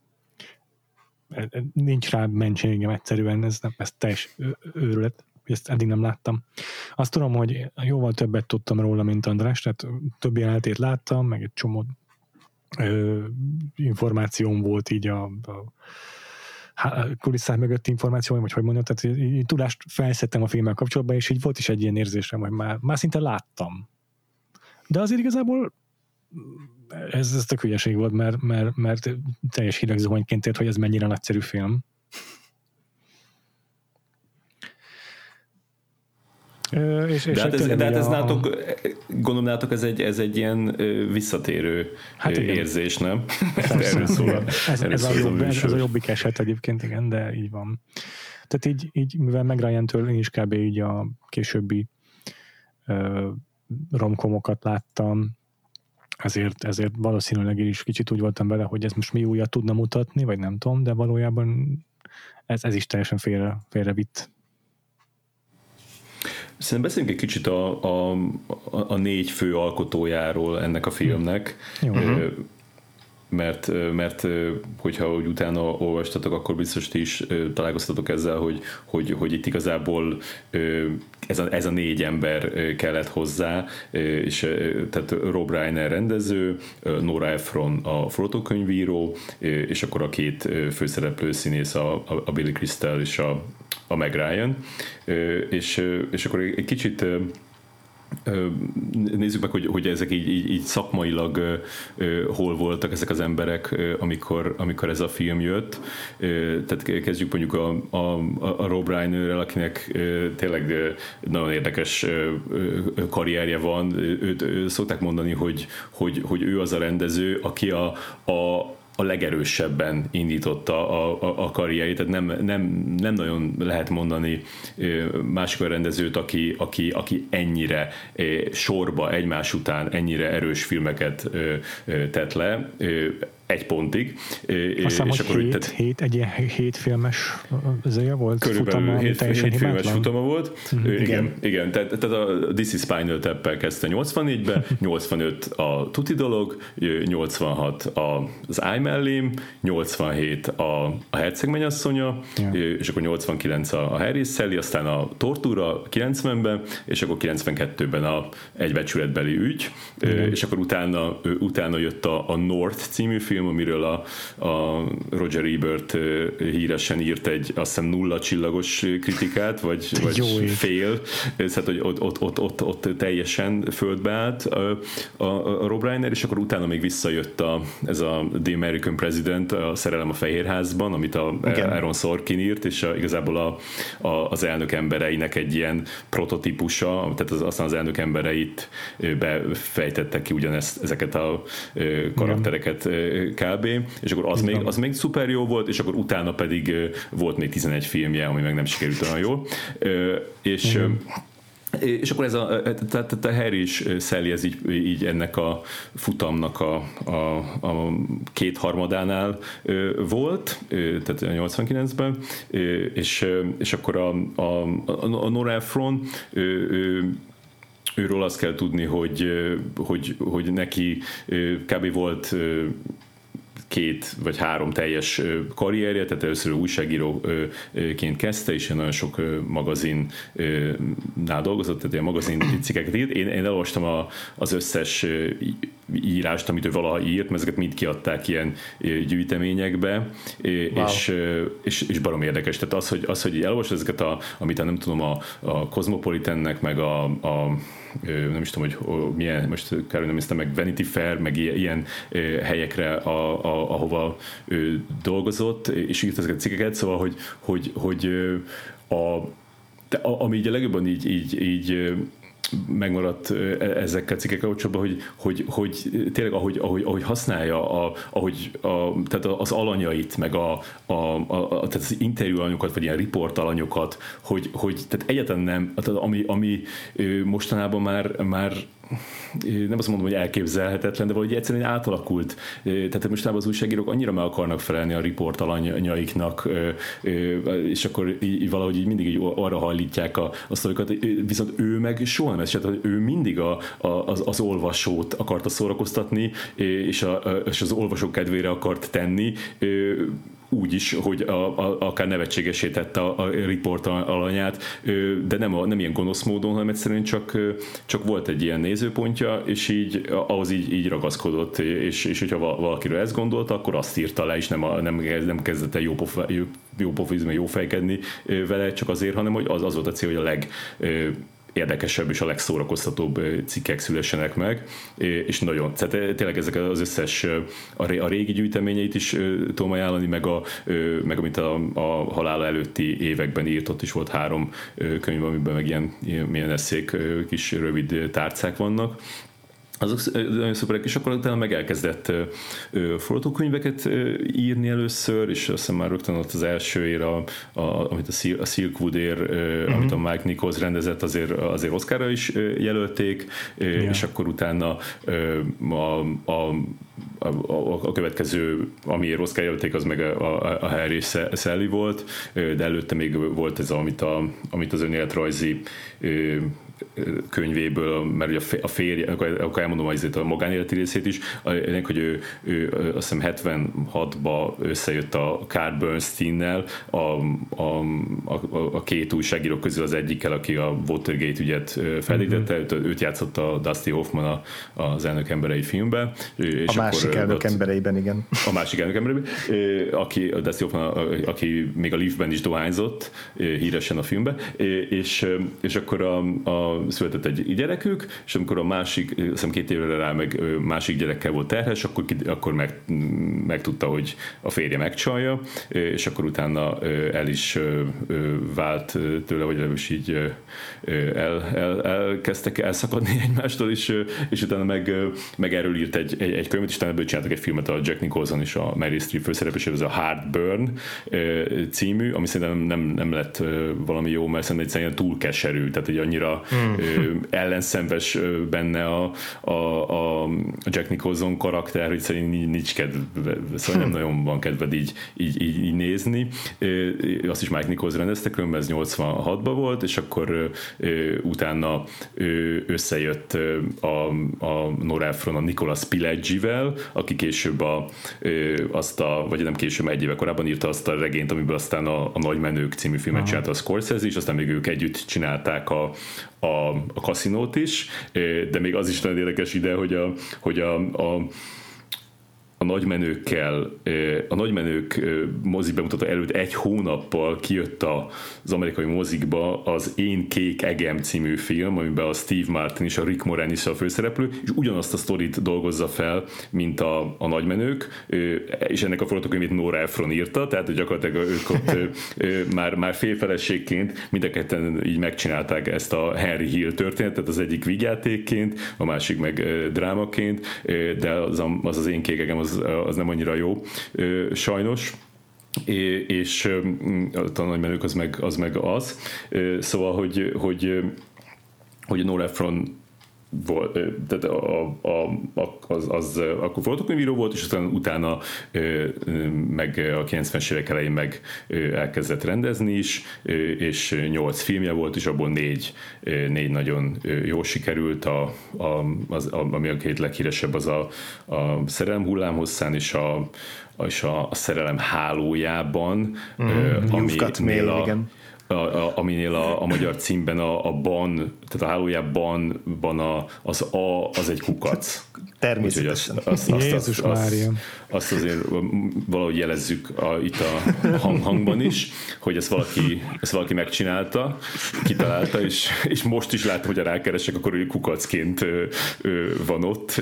Speaker 1: Nincs rá mentségem egyszerűen, ez, ez teljes őrület, ezt eddig nem láttam. Azt tudom, hogy jóval többet tudtam róla, mint András, tehát több jelenetét láttam, meg egy csomó ö, információm volt így a, a kulisszák mögötti információ, vagy hogy mondjam, tehát így, így tudást felszedtem a filmmel kapcsolatban, és így volt is egy ilyen érzésem, hogy már, már szinte láttam. De azért igazából ez, ez tök hülyeség volt, mert, mert, mert teljes hidegzuhanyként ért, hogy ez mennyire nagyszerű film.
Speaker 3: És, és de hát ez, de hát ez a... nátok, gondolom nátok ez egy, ez egy ilyen visszatérő hát érzés, nem? Erről szól.
Speaker 1: Ez, ez, a jobb, ez, ez a jobbik eset egyébként, igen, de így van. Tehát így, így mivel meg Ryan-től én is kb. Így a későbbi uh, romkomokat láttam, ezért, ezért valószínűleg is kicsit úgy voltam vele, hogy ez most mi újat tudna mutatni, vagy nem tudom, de valójában ez, ez is teljesen félre, félrevitt.
Speaker 3: Szerintem beszéljünk egy kicsit a, a, a, a négy fő alkotójáról ennek a filmnek. Jó. Mert, mert hogyha úgy utána olvastatok, akkor biztos ti is találkoztatok ezzel, hogy, hogy, hogy itt igazából ez a, ez a négy ember kellett hozzá, és tehát Rob Reiner rendező, Nora Ephron a forgatókönyvíró, és akkor a két főszereplő színész, a, a Billy Crystal és a, a Meg Ryan, és, és akkor egy kicsit nézzük meg, hogy, hogy ezek így, így, így szakmailag hol voltak ezek az emberek, amikor, amikor ez a film jött. Tehát kezdjük mondjuk a, a, a Rob Reiner-rel, akinek tényleg nagyon érdekes karrierje van. Őt szokták mondani, hogy, hogy, hogy ő az a rendező, aki a, a a legerősebben indította a, a, a karrierjét, tehát nem, nem, nem nagyon lehet mondani másik olyan rendezőt, aki, aki, aki ennyire sorba egymás után ennyire erős filmeket tett le, egy pontig.
Speaker 1: Aztán, és akkor hét, tehát, hét, egy ilyen hét filmes zéje volt?
Speaker 3: Körülbelül futama, hét, hét filmes futama volt.
Speaker 1: Mm-hmm.
Speaker 3: Igen, igen. igen. Tehát, tehát a This is Spinal Tap-el kezdte nyolcvannégyben, nyolcvanöt a Tuti dolog, nyolcvanhat az Áj mellém, nyolcvanhét a, a Herceg mennyasszonya, yeah. és akkor nyolcvankilenc a Harry és Sally, aztán a Tortúra kilencvenben, és akkor kilencvenkettőben a Egybecsületbeli ügy, mm-hmm. és akkor utána, utána jött a, a North című film, amiről a, a Roger Ebert híresen írt egy azt hiszem nulla csillagos kritikát, vagy, vagy fél, tehát hogy ott, ott, ott, ott, ott teljesen földbe állt a, a, a Rob Reiner, és akkor utána még visszajött a, ez a The American President, a Szerelem a Fehérházban, amit a Igen. Aaron Sorkin írt, és a, igazából a, a, az elnök embereinek egy ilyen prototípusa, tehát az, aztán az elnök embereit befejtettek ki ugyanezt, ezeket a karaktereket kb. És akkor az még, az még szuper jó volt, és akkor utána pedig volt még tizenegy filmje, ami meg nem sikerült olyan jól. És mm. És akkor ez a, tehát a Harry és Sally ez így, így ennek a futamnak a, a, a kétharmadánál volt, tehát a nyolcvankilencben, és, és akkor a, a, a Nora Ephron őről azt kell tudni, hogy, hogy, hogy neki kb. Volt két vagy három teljes karrierje, tehát először újságíróként kezdte, és nagyon sok magazinnál dolgozott, tehát ilyen magazin cikkeket írt. Én, én elolvastam a, az összes írást, amit ő valaha írt, mert ezeket mind kiadták ilyen gyűjteményekbe, wow. és, és, és barom érdekes. Tehát az, hogy, az, hogy elolvasod ezeket, a, amit a, nem tudom, a, a Cosmopolitannek, meg a, a nem is tudom, hogy milyen, most kár, nem néztem meg, Vanity Fair, meg ilyen helyekre, a, a, ahova ő dolgozott, és írt ezeket a cikkeket, szóval, hogy, hogy, hogy a, de ami így a legjobban így, így, így megmaradt ezekkel a cikkekkel kapcsolatban, hogy, hogy, hogy tényleg ahogy, ahogy, ahogy használja a, ahogy a, tehát az alanyait, meg a, a, a, tehát az interjú alanyokat, vagy ilyen report alanyokat, hogy, hogy tehát egyáltalán nem, tehát ami, ami mostanában már, már nem azt mondom, hogy elképzelhetetlen, de valahogy egyszerűen átalakult. Tehát mostában az újságírók annyira meg akarnak felelni a riport alanyaiknak, és akkor így, valahogy így mindig így arra hajlítják a, a sztorikat, viszont ő meg soha nem ezt, tehát ő mindig a, a, az, az olvasót akarta szórakoztatni, és, a, és az olvasók kedvére akart tenni, úgy is, hogy a, a, akár nevetségesé tette a, a riport alanyát, de nem, a, nem ilyen gonosz módon, hanem egyszerűen csak, csak volt egy ilyen nézőpontja, és így ahhoz így, így ragaszkodott, és, és hogyha valakiről ezt gondolta, akkor azt írta le, és nem, a, nem, nem kezdett el jó, pofa, jó, jó pofizmi, jó fejkedni vele, csak azért, hanem hogy az, az volt a cél, hogy a leg érdekesebb és a legszórakoztatóbb cikkek szülessenek meg, és nagyon, tehát tényleg ezek az összes a régi gyűjteményeit is tudom ajánlani, meg, a, meg amit a, a halála előtti években írt, ott is volt három könyv, amiben meg ilyen, ilyen eszék, kis rövid tárcák vannak. Azok nagyon szuperek, és akkor utána meg elkezdett uh, forgatókönyveket uh, írni először, és azt hiszem már rögtön ott az első ér, a, a, amit a, Sil- a Silkwood ér, uh, uh-huh. amit a Mike Nichols rendezett, azért, azért Oscarra is uh, jelölték, uh, yeah. és akkor utána uh, a, a A, a, a következő, amiért Oscar jelölték, az meg a, a, a Harry Sally volt, de előtte még volt ez, amit, a, amit az önéletrajzi könyvéből, mert ugye a férje, akkor elmondom azért a magánéleti részét is, ennek, hogy ő, ő azt hiszem hetvenhatban összejött a Carl Bernstein-nel, a, a, a, a két újságíró közül az egyikkel, aki a Watergate ügyet felítette, mm-hmm. őt játszott a Dusty Hoffman a, az Elnök emberei filmben. És
Speaker 2: a másik akkor, elnök ott, embereiben, igen.
Speaker 3: A másik elnök embereiben, aki, a Dusty Hoffman, aki még a Leafben is dohányzott, híresen a filmben, és, és akkor a, a a, született egy gyerekük, és amikor a másik, azt hiszem két évre rá meg másik gyerekkel volt terhes, akkor, akkor meg, megtudta, hogy a férje megcsalja, és akkor utána el is vált tőle, vagy legalábbis így el, el, elkezdtek elszakadni egymástól, és, és utána meg, meg erről írt egy, egy, egy könyvet, és utána ebből csináltak egy filmet, a Jack Nicholson és a Meryl Streep főszereplésével, ez a Heartburn című, ami szerintem nem, nem lett valami jó, mert szerintem egyszerűen túl keserű, tehát hogy annyira mm. ellenszenves benne a, a, a Jack Nicholson karakter, hogy szerintem nincs kedve, szóval nem nagyon van kedved így, így, így, így nézni. Azt is Mike Nichols rendezte, különben ez nyolcvanhatban volt, és akkor utána összejött a, a Nora Ephron a Nicolas Pileggi-vel, aki később a, azt a, vagy nem később, egy éve korábban írta azt a regényt, amiből aztán a, a Nagy Menők című filmet Aha. csinálta a Scorsese is, aztán még ők együtt csinálták a, a, a Cassinót is, de még az is nagyon érdekes ide, hogy a, hogy a, a a nagymenőkkel, a nagymenők mozi bemutató előtt egy hónappal kijött az amerikai mozikba az Én kék egem című film, amiben a Steve Martin és a Rick Moranis a főszereplő, és ugyanazt a sztorit dolgozza fel, mint a, a nagymenők, és ennek a forgatókönyvét Nora Ephron írta, tehát gyakorlatilag ők ott már, már félfeleségként mind a ketten így megcsinálták ezt a Henry Hill történetet, az egyik vígjátékként, a másik meg drámaként, de az az, az Én kék egem az az nem annyira jó, sajnos. És a nagymenők az meg az. Meg az. Szóval, hogy, hogy, hogy Nora Ephron volt, tehát a, a, az, az akkor forgatókönyvíró volt, és aztán utána meg a kilencvenes évek elején meg elkezdett rendezni is, és nyolc filmje volt, és abból négy, négy nagyon jól sikerült, a, a, az, ami a két leghíresebb az a, a Szerelem hullámhosszán, és a, és a, a Szerelem hálójában,
Speaker 2: mm,
Speaker 3: aminél a, A, a, aminél a, a magyar címben a, a ban, tehát a hálójában ban a, az A az egy kukac.
Speaker 2: Természetesen.
Speaker 3: Azt, azt, azt,
Speaker 1: Jézus
Speaker 3: azt,
Speaker 1: Mária.
Speaker 3: Azt azért valahogy jelezzük a, itt a hang, hangban is, hogy ezt valaki, ezt valaki megcsinálta, kitalálta, és, és most is látom, hogy a rákeresek, akkor ő kukacként van ott.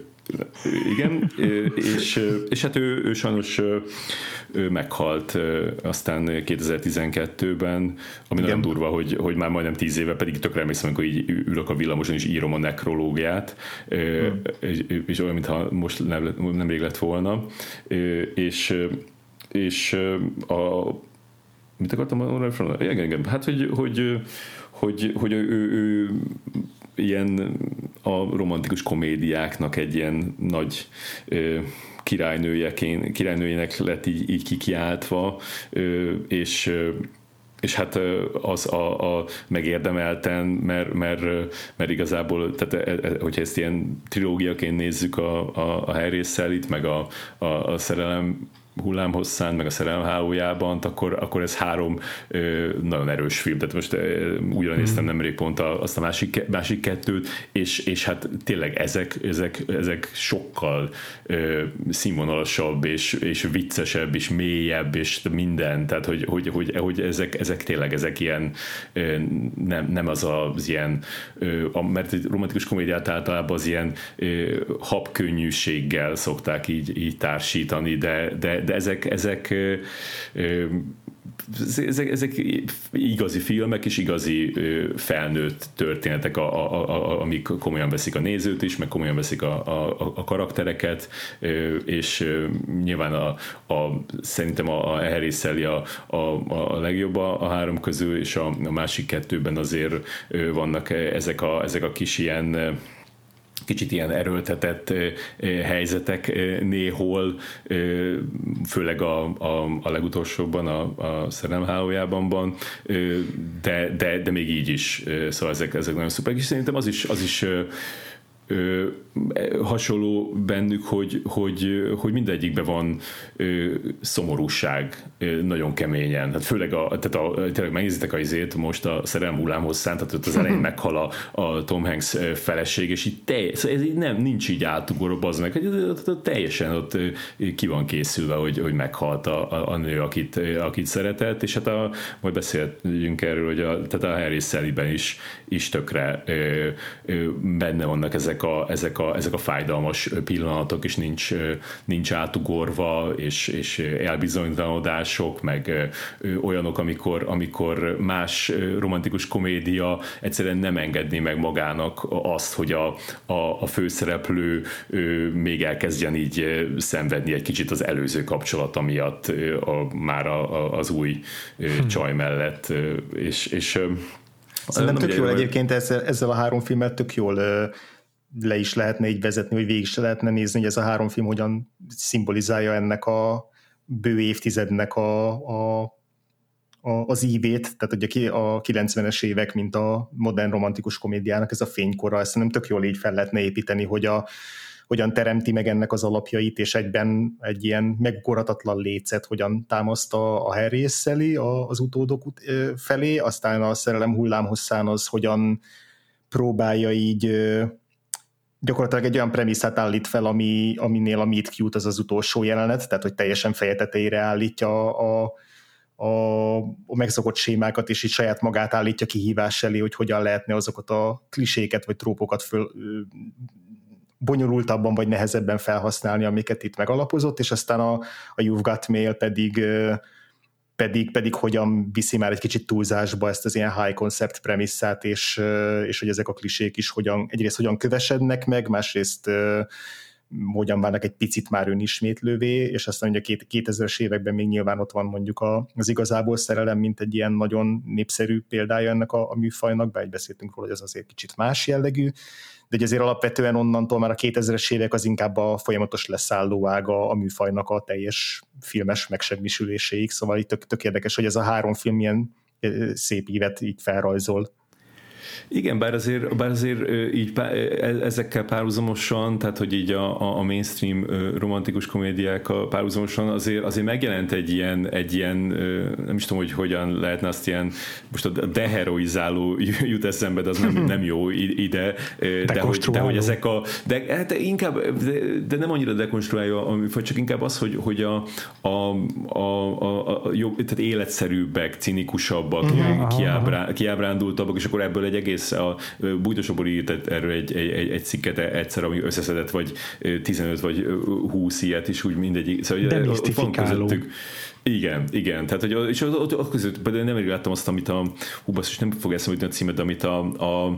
Speaker 3: Igen, és, és hát ő, ő sajnos ő meghalt aztán kétezer-tizenkettőben, ami Igen. nagyon durva, hogy, hogy már majdnem tíz éve, pedig tökre emlékszem, amikor így ülök a villamoson és írom a nekrológiát, hmm. és, és olyan, mintha most nem, nemrég lett volna, és, és a mit akartam mondani? Igen, igen, hát hogy, hogy, hogy, hogy ő, ő, ő ilyen a romantikus komédiáknak egy ilyen nagy ö, királynőjeként, királynőjének lett így, így kikiáltva, ö, és és hát az a, a megérdemelten, mert, mert, mert igazából, tehát, hogyha ezt ilyen trilógiaként nézzük a, a, a Harry-szel itt, meg a, a, a Szerelem hullámhosszán, meg a Szerelem hálójában, akkor, akkor ez három ö, nagyon erős film. Tehát most ö, újra néztem mm. nemrég pont a, azt a másik, másik kettőt, és, és hát tényleg ezek, ezek, ezek sokkal ö, színvonalasabb, és, és viccesebb, és mélyebb, és minden. Tehát, hogy, hogy, hogy, hogy ezek, ezek tényleg ezek ilyen ö, nem, nem az az ilyen ö, a, mert egy romantikus komédiát általában az ilyen ö, habkönnyűséggel szokták így, így társítani, de, de de ezek, ezek, ezek, ezek igazi filmek és igazi felnőtt történetek, a, a, a, amik komolyan veszik a nézőt is, meg komolyan veszik a, a, a karaktereket, és nyilván a, a, szerintem a, a Harry-szel a, a, a legjobb a, a három közül, és a, a másik kettőben azért vannak ezek a, ezek a kis ilyen kicsit ilyen erőltetett helyzetek néhol, főleg a, a, a legutolsóban, a, a Szerelem hálójában, de, de, de még így is, szóval ezek, ezek nagyon szuper, és szerintem az is, az is ö, hasonló bennük, hogy, hogy, hogy mindegyikben van ö, szomorúság ö, nagyon keményen. Hát főleg a, tehát a, tényleg megnézitek a izét, most a Szerelem hullámhoz szánt, tehát az elején meghal a, a Tom Hanks feleség, és így teljes, ez így nem, nincs így átugorva az meg, hogy teljesen ott ki van készülve, hogy, hogy meghalt a, a, a nő, akit, akit szeretett, és hát a, majd beszéltünk erről, hogy a, tehát a Harry Sally-ben is, is tökre ö, ö, benne vannak ezek a, ezek a, ezek a fájdalmas pillanatok, és nincs, nincs átugorva, és, és elbizonytalanodások, meg ö, olyanok, amikor, amikor más romantikus komédia egyszerűen nem engedné meg magának azt, hogy a, a, a főszereplő ö, még elkezdjen így szenvedni egy kicsit az előző kapcsolata miatt ö, a, már a, a, az új ö, hmm. csaj mellett, ö, és, és
Speaker 2: szerintem tök jól egyébként ezzel, ezzel a három filmmel tök jól le is lehetne így vezetni, vagy végig is lehetne nézni, hogy ez a három film hogyan szimbolizálja ennek a bő évtizednek a, a, a, az ívét, tehát ugye a kilencvenes évek, mint a modern romantikus komédiának ez a fénykora, ezt nem tök jól így fel lehetne építeni, hogy a, hogyan teremti meg ennek az alapjait, és egyben egy ilyen megugorhatatlan lécet, hogyan támaszta a Harry és Sally az utódok felé, aztán a Szerelem hullámhosszán az hogyan próbálja így gyakorlatilag egy olyan premisszát állít fel, ami, aminél a meet cute az az utolsó jelenet, tehát hogy teljesen feje tetejére állítja a, a, a megszokott sémákat, és így saját magát állítja kihívás elé, hogy hogyan lehetne azokat a kliséket vagy trópokat föl bonyolultabban vagy nehezebben felhasználni, amiket itt megalapozott, és aztán a, a You've Got Mail pedig, pedig, pedig hogyan viszi már egy kicsit túlzásba ezt az ilyen high concept premisszát, és, és hogy ezek a klisék is hogyan, egyrészt hogyan kövesednek meg, másrészt hogyan válnak egy picit már önismétlővé, és aztán ugye a kétezres években még nyilván ott van mondjuk az Igazából szerelem, mint egy ilyen nagyon népszerű példája ennek a, a műfajnak, bár beszéltünk róla, hogy ez azért kicsit más jellegű, de azért alapvetően onnantól már a kétezres évek az inkább a folyamatos leszálló ága a műfajnak a teljes filmes megsemmisüléséig, szóval itt tök, tök érdekes, hogy ez a három film milyen szép ívet így felrajzol.
Speaker 3: Igen, bár azért, bár azért így pá, ezekkel párhuzamosan, tehát hogy így a, a mainstream romantikus komédiákkal párhuzamosan azért, azért megjelent egy ilyen, egy ilyen, nem is tudom, hogy hogyan lehetne azt ilyen, most a deheroizáló jut eszembe, de az nem, nem jó ide, de hogy, de hogy ezek a, de hát inkább, de, de nem annyira dekonstruálja, vagy csak inkább az, hogy, hogy a, a, a, a, a jobb, tehát életszerűbbek, cinikusabbak, uh-huh, kiábrá, kiábrándultabbak, és akkor ebből egy egész, a Bújtosokból írt erről egy, egy, egy cikket egyszer, ami összeszedett, vagy tizenöt vagy húsz ilyet is, úgy mindegyik. Szóval
Speaker 1: demisztifikáló.
Speaker 3: Igen, igen. Tehát, hogy, és ott, ott között például nem elég láttam azt, amit a hú, basszus, nem fog eszembe jutni a címet, de amit a, a,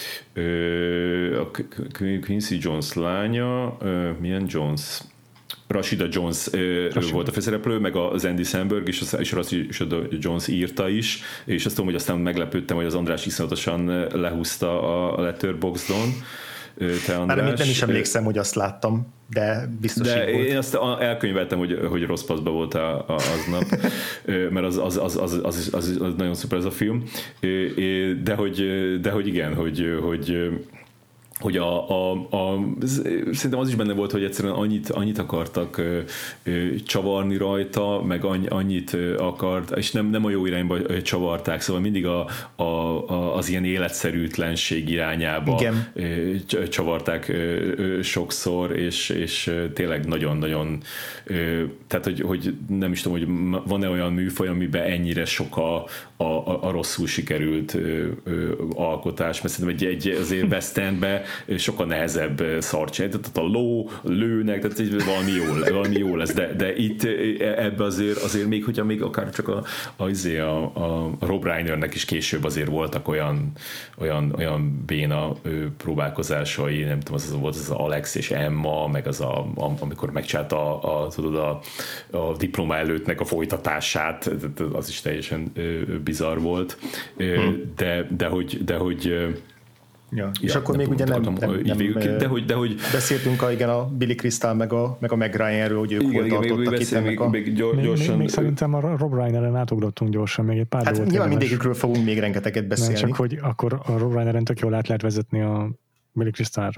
Speaker 3: a Quincy Jones lánya, milyen Jones? Rashida Jones Rashida. volt a főszereplő, meg az Andy Samberg, és, az, és Rashida Jones írta is, és azt tudom, hogy aztán meglepődtem, hogy az András iszonyatosan lehúzta a Letterboxdon. Te, András.
Speaker 2: Már nem is emlékszem, hogy azt láttam, de biztos
Speaker 3: de
Speaker 2: így volt.
Speaker 3: Én azt elkönyveltem, hogy, hogy rossz paszba volt a, a, aznap, mert az, az, az, az, az, az, az nagyon szuper ez a film, de hogy, de hogy igen, hogy, hogy hogy a, a, a, szerintem az is benne volt, hogy egyszerűen annyit, annyit akartak ö, ö, csavarni rajta, meg annyit akart, és nem, nem a jó irányba csavarták, szóval mindig a, a, a, az ilyen életszerűtlenség irányába ö, csavarták ö, ö, sokszor, és, és tényleg nagyon-nagyon ö, tehát, hogy, hogy nem is tudom, hogy van-e olyan műfaj, amiben ennyire sok a, a, a rosszul sikerült ö, ö, alkotás, mert szerintem egy, egy azért West Endbe sokkal nehezebb szart csinálni, tehát a ló, lőnek, tehát valami jó, valami jó lesz, de, de itt ebbe azért, azért még, hogyha még akár csak a, a, a, a Rob Reinernek is később azért voltak olyan, olyan, olyan béna próbálkozásai, nem tudom, az volt az Alex és Emma, meg az a, amikor megcsinálta a, a, tudod, a, a diploma előttnek a folytatását, az is teljesen bizarr volt, de, de hogy, de hogy
Speaker 2: Ja, és ja, akkor még ugye nem, nem, nem
Speaker 3: de hogy, de hogy
Speaker 2: beszéltünk a, igen, a Billy Crystal meg a, meg a Meg Ryan-ről, hogy ők igen, hol tartottak itt ennek a...
Speaker 1: Még, gyorsan, még, még szerintem a Rob Reiner-en átugrottunk gyorsan, még egy pár
Speaker 2: hát nyilván mindegyikről fogunk még rengeteget beszélni.
Speaker 1: Nem, csak hogy akkor a Rob Reiner-en tök jól át lehet vezetni a Billy Crystalra.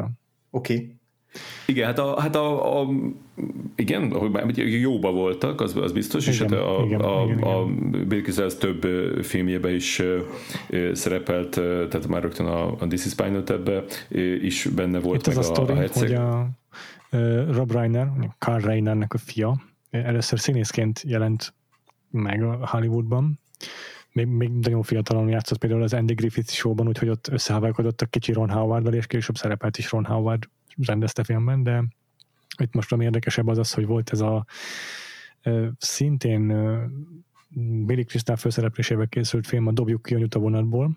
Speaker 2: Oké. Okay.
Speaker 3: Igen, hát a, hát a, a igen, hogy jóba voltak, az, az biztos, igen, és hát a, igen, a, igen, a, a Bill Crystal több filmjében is szerepelt, tehát már rögtön a, a This is Spinal Tap-ben is benne volt.
Speaker 1: Itt meg az a, a sztori, a hogy a uh, Rob Reiner, Carl Reinernek a fia, először színészként jelent meg a Hollywoodban, még, még nagyon fiatalon játszott például az Andy Griffith Show-ban, úgyhogy ott összehaverkodott a kicsi Ron Howard-dal, és később szerepelt is Ron Howard rendezte filmben, de itt most ami érdekesebb az az, hogy volt ez a uh, szintén uh, Billy Crystal főszereplésével készült film, a Dobjuk ki a nyuta vonatból,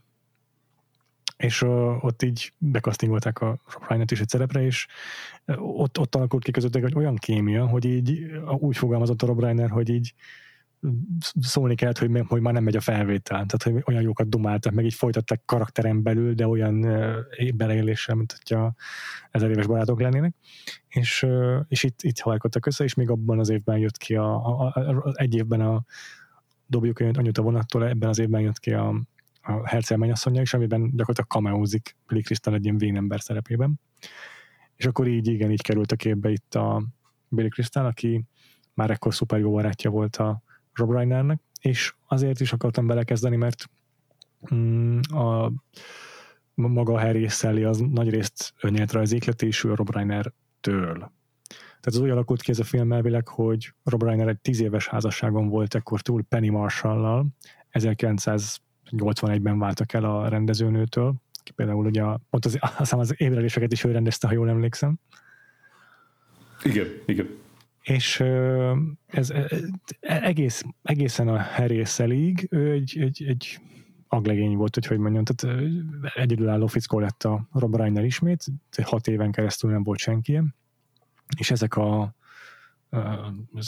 Speaker 1: és uh, ott így bekasztingolták a Rob Reinert is egy szerepre, és uh, ott, ott alakult ki közöttek egy olyan kémia, hogy így uh, úgy fogalmazott a Rob Reiner, hogy így szólni kellett, hogy, hogy már nem megy a felvétel. Tehát, hogy olyan jókat dumáltak, meg így folytatták karakteren belül, de olyan uh, beleéléssel, mint hogyha ezer éves barátok lennének. És, uh, és itt, itt halálkodtak össze, és még abban az évben jött ki a, a, a, a egy évben a Dobjuk a nyuta vonattól, ebben az évben jött ki a, a Herceg mennyasszonya is, amiben gyakorlatilag cameózik Billy Crystal egy ilyen vénember szerepében. És akkor így, igen, így került a képbe itt a Billy Crystal, aki már ekkor szuper jó barátja volt a Rob Reinernek, és azért is akartam belekezdeni, mert mm, a maga Harry Sally az nagyrészt önéletrajzi ihletésű a Rob Reiner-től. Tehát az úgy alakult ki ez a film elvileg, hogy Rob Reiner egy tíz éves házasságon volt ekkor túl Penny Marshall-lal, ezerkilencszáznyolcvanegyben váltak el a rendezőnőtől, ki például ugye a, pont az, aztán az ébreléseket is ő rendezte, ha jól emlékszem.
Speaker 3: Igen, igen.
Speaker 1: És ez, ez egész, egészen a Harry Selig ő egy, egy, egy aglegény volt, hogy hogy mondjam, tehát egyedülálló fickó lett a Rob Reiner ismét, hat éven keresztül nem volt senki, és ezek a az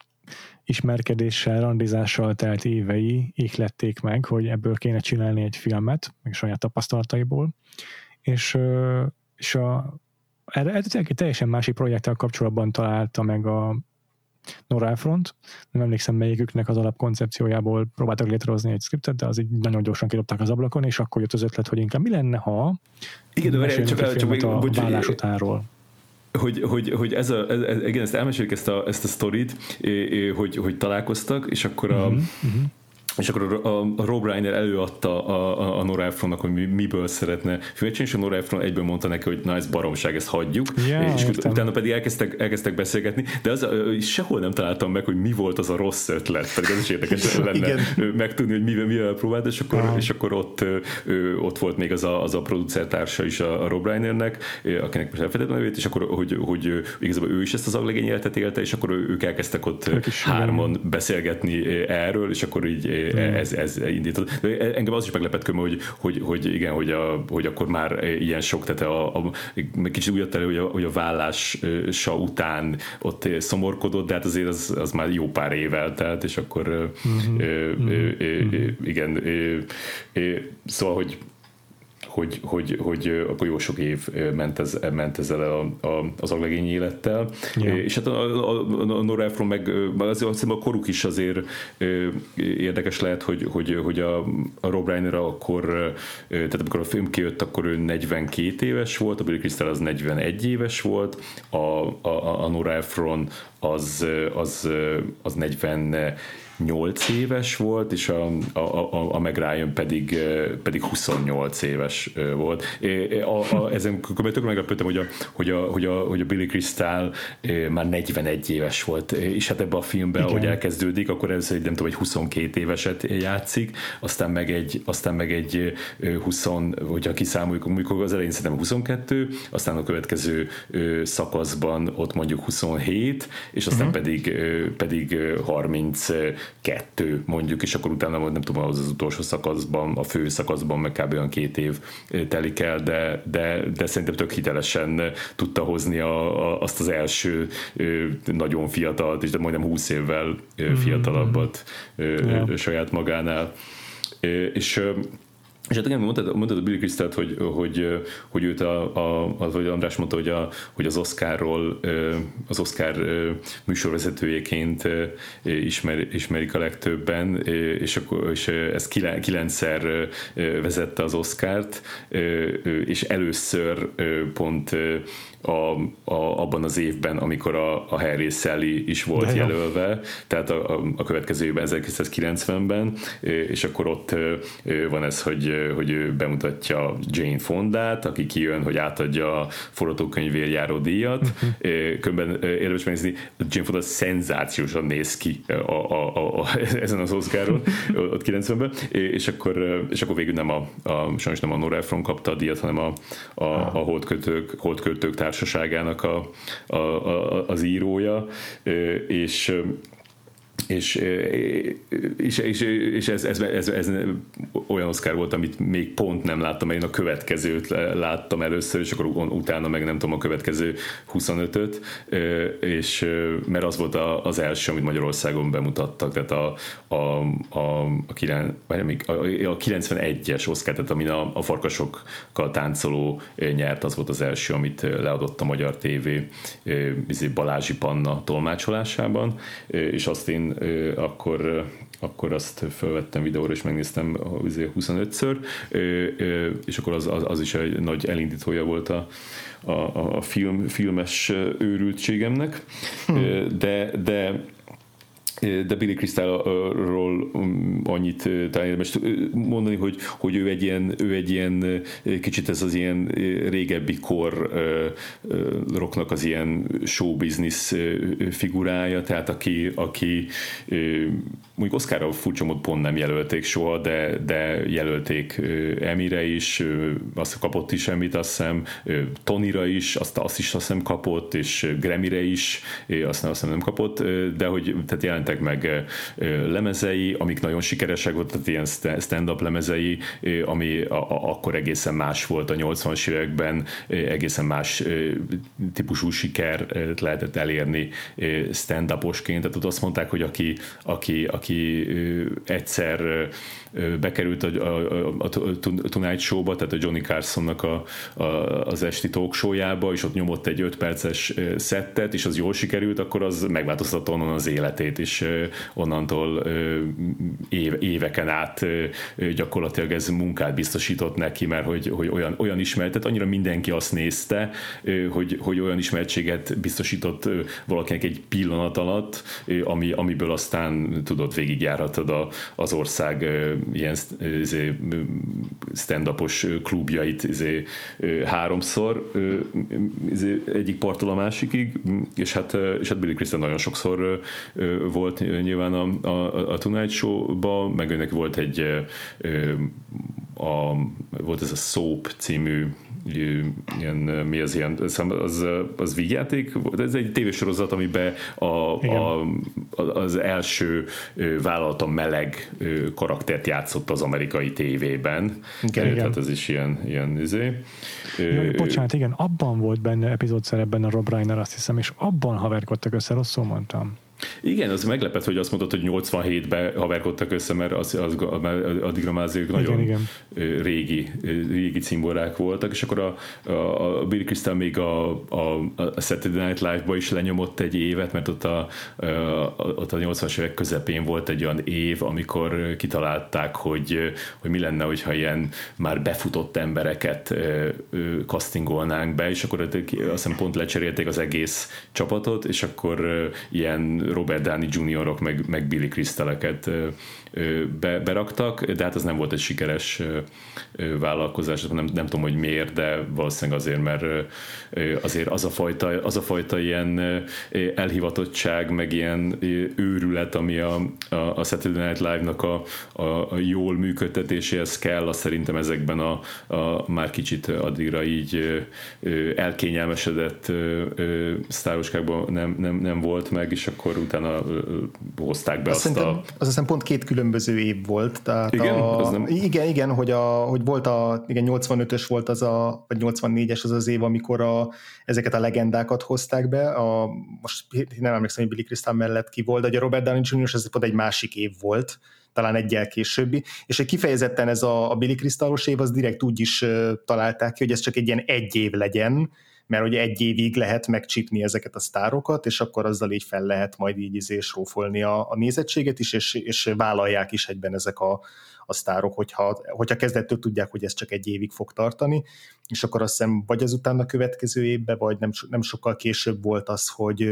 Speaker 1: ismerkedéssel, randizással telt évei ihlették meg, hogy ebből kéne csinálni egy filmet, meg saját tapasztalataiból, és, és a erre egy teljesen másik projekttel kapcsolatban találta meg a Nora Ephron-t. Nem emlékszem melyiküknek az alapkoncepciójából próbáltak létrehozni egy skriptet, de az így nagyon gyorsan kidobták az ablakon, és akkor jött az ötlet, hogy inkább mi lenne, ha
Speaker 3: igen, de várjál, csak, csak még,
Speaker 1: a vállás utánról.
Speaker 3: Hogy, hogy, hogy ez a, ez, igen, ezt elmeséljük ezt a, ezt a sztorit, hogy, hogy találkoztak, és akkor a uh-huh, uh-huh. és akkor a, a Rob Reiner előadta a, a, a Nora Ephronnak, hogy mi, miből szeretne filmet, és a Nora Ephron egyből mondta neki, hogy na ez baromság, ezt hagyjuk, ja, és értem. Utána pedig elkezdtek, elkezdtek beszélgetni, de az, sehol nem találtam meg, hogy mi volt az a rossz ötlet, pedig az is érdekes lenne megtudni, hogy mivel, mivel próbált, és akkor, és akkor ott, ott volt még az a, az a producertársa is a, a Rob Reinernek, akinek most elfelejtettem a nevét, és akkor, hogy, hogy igazából ő is ezt az aglegény életet élte, és akkor ők elkezdtek ott hárman igen. beszélgetni erről, és akkor így Ez, ez indított. De engem az is meglepett köm, hogy, hogy, hogy igen, hogy, a, hogy akkor már ilyen sok, tehát a, a, kicsit úgy jött elő, hogy a, hogy a vállása után ott szomorkodott, de hát azért az, az már jó pár év eltelt, és akkor mm-hmm. ö, ö, ö, ö, igen, ö, ö, szóval, hogy Hogy, hogy, hogy akkor jó sok év ment, ez, ment ezzel a, a, az aglegény élettel. Yeah. És hát a, a, a Nora Ephron meg azért azt hiszem a koruk is azért érdekes lehet, hogy, hogy, hogy a, a Rob Reiner akkor, tehát amikor a film kijött, akkor ő negyvenkét éves volt, a Billy Crystal az negyvenegy éves volt, a, a, a Nora Ephron az, az, az negyvennyolc éves volt, és a, a, a, a Meg Ryan pedig, pedig huszonnyolc éves volt. A, a, ezen tökre meglepődtem, hogy a, hogy, a, hogy, a, hogy a Billy Crystal már negyvenegy éves volt, és hát ebben a filmben, igen. ahogy elkezdődik, akkor ez egy, nem tudom, egy huszonkét éveset játszik, aztán meg egy, aztán meg egy húsz, hogyha kiszámoljuk, amikor az elején szerintem huszonkettő, aztán a következő szakaszban ott mondjuk huszonhét, és aztán uh-huh. pedig, pedig harminckettő mondjuk, és akkor utána nem tudom, az, az utolsó szakaszban, a fő szakaszban meg kb. Olyan két év telik el, de, de, de szerintem tök hitelesen tudta hozni a, a, azt az első nagyon fiatalt, és de majdnem húsz évvel fiatalabbat mm-hmm. saját magánál. És És hát igen, mondtad, mondtad a Billy Crystal-t, hogy, hogy, hogy őt a, a, az, hogy András mondta, hogy, a, hogy az Oscarról, az Oscar műsorvezetőjeként ismer, ismerik a legtöbben, és, akkor, és ez kilencszer vezette az Oscart, és először pont A, a, abban az évben, amikor a, a Harry Sally is volt jelölve, tehát a, a következő évben, ezerkilencszázkilencvenben, és akkor ott van ez, hogy, hogy ő bemutatja Jane Fondát, aki kijön, hogy átadja a forgatókönyvért járó díjat. Uh-huh. Különben érdemes megnézni, Jane Fonda szenzációsan néz ki a, a, a, a, ezen az Oscaron, ott kilencvenben, és akkor, és akkor végül nem a, a sajnos nem a Nora Ephron kapta a díjat, hanem a, a, a Holdköltők, Holdköltők társaságának a, a, a, az írója, és és, és, és, és ez, ez, ez, ez olyan Oscar volt, amit még pont nem láttam, én a következőt láttam először, és akkor utána meg nem tudom a következő huszonötöt, és mert az volt az első, amit Magyarországon bemutattak, tehát a, a, a, a, a kilencvenegyes Oscar, tehát amin a, a farkasokkal táncoló nyert, az volt az első, amit leadott a Magyar tévé Balázsi Panna tolmácsolásában, és azt én akkor, akkor azt felvettem videóra, és megnéztem huszonötször, és akkor az, az, az is egy nagy elindítója volt a, a, a film, filmes őrültségemnek, de, de de Billy Crystalról annyit talán érdemes mondani, hogy, hogy ő, egy ilyen, ő egy ilyen kicsit ez az ilyen régebbi kor rocknak az ilyen show business figurája, tehát aki, aki mondjuk Oscarra furcsa mód pont nem jelölték soha, de, de jelölték Emmy-re is, azt kapott is Emmy-t, azt hiszem, Tonyra is, azt, azt is azt hiszem kapott, és Grammy-re is, azt nem, azt nem kapott, de hogy tehát jelent meg lemezei, amik nagyon sikeresek voltak, ilyen stand-up lemezei, ami a, a, akkor egészen más volt a nyolcvanas években, egészen más típusú sikert lehetett elérni stand-uposként, tehát azt mondták, hogy aki, aki, aki egyszer bekerült a, a, a, a Tonight Show-ba, tehát a Johnny Carsonnak a, a, az esti talk show-jába, és ott nyomott egy öt perces szettet, és az jól sikerült, akkor az megváltoztatta onnan az életét, és onnantól év, éveken át gyakorlatilag ez munkát biztosított neki, mert hogy, hogy olyan, olyan ismertet, annyira mindenki azt nézte, hogy, hogy olyan ismertséget biztosított valakinek egy pillanat alatt, ami, amiből aztán tudod, végigjárhatod a, az ország ilyen stand-upos klubjait háromszor egyik parttól a másikig, és hát, és hát Billy Crystal nagyon sokszor volt nyilván a, a, a Tonight Show-ba, meg önnek volt egy a, volt ez a Soap című ilyen, mi az ilyen, az, az vígjáték, ez egy tévésorozat, amiben a, a, az első vállalta meleg karaktert játszott az amerikai tévében. Igen, tehát igen. Ez is ilyen, ilyen izé.
Speaker 1: Ja, bocsánat, igen, abban volt benne epizódszerepben a Rob Reiner, azt hiszem, és abban haverkodtak össze, rosszul mondtam.
Speaker 3: Igen, az meglepett, hogy azt mondtad, hogy nyolcvanhétben haverkodtak össze, mert az, az, addigra már azért nagyon igen, igen. régi, régi cimborák voltak, és akkor a, a, a Billy Crystal még a, a, a Saturday Night Live-ba is lenyomott egy évet, mert ott a, a, ott a nyolcvanas évek közepén volt egy olyan év, amikor kitalálták, hogy, hogy mi lenne, hogyha ilyen már befutott embereket castingolnánk be, és akkor azt hiszem pont lecserélték az egész csapatot, és akkor ilyen Robert Downey juniorok meg, meg Billy Crystaleket be, beraktak, de hát az nem volt egy sikeres vállalkozás, nem, nem tudom, hogy miért, de valószínűleg azért, mert azért az a fajta, az a fajta ilyen elhivatottság, meg ilyen őrület, ami a, a Saturday Night Live-nak a, a, a jól működtetéséhez kell, az szerintem ezekben a, a már kicsit addigra így elkényelmesedett sztároskákban nem, nem, nem volt meg, és akkor utána hozták be azt, azt a...
Speaker 2: Azt hiszem pont két különböző év volt. Tehát
Speaker 3: igen?
Speaker 2: A,
Speaker 3: nem...
Speaker 2: igen, igen, hogy, a, hogy volt a igen, nyolcvanötös volt az a, vagy nyolcvannégyes az az év, amikor a, ezeket a legendákat hozták be. A, most nem emlékszem, hogy Billy Crystal mellett ki volt, de a Robert Downey junior az pont egy másik év volt. talán egyel későbbi, és egy kifejezetten ez a, a Billy Crystal-os év, az direkt úgy is uh, találták ki, hogy ez csak egy ilyen egy év legyen, mert ugye egy évig lehet megcsípni ezeket a sztárokat, és akkor azzal így fel lehet majd így izé srófolni a, a nézettséget is, és, és vállalják is egyben ezek a, a sztárok, hogyha, hogyha kezdettől tudják, hogy ez csak egy évig fog tartani, és akkor azt hiszem vagy az utána következő évben, vagy nem, nem sokkal később volt az, hogy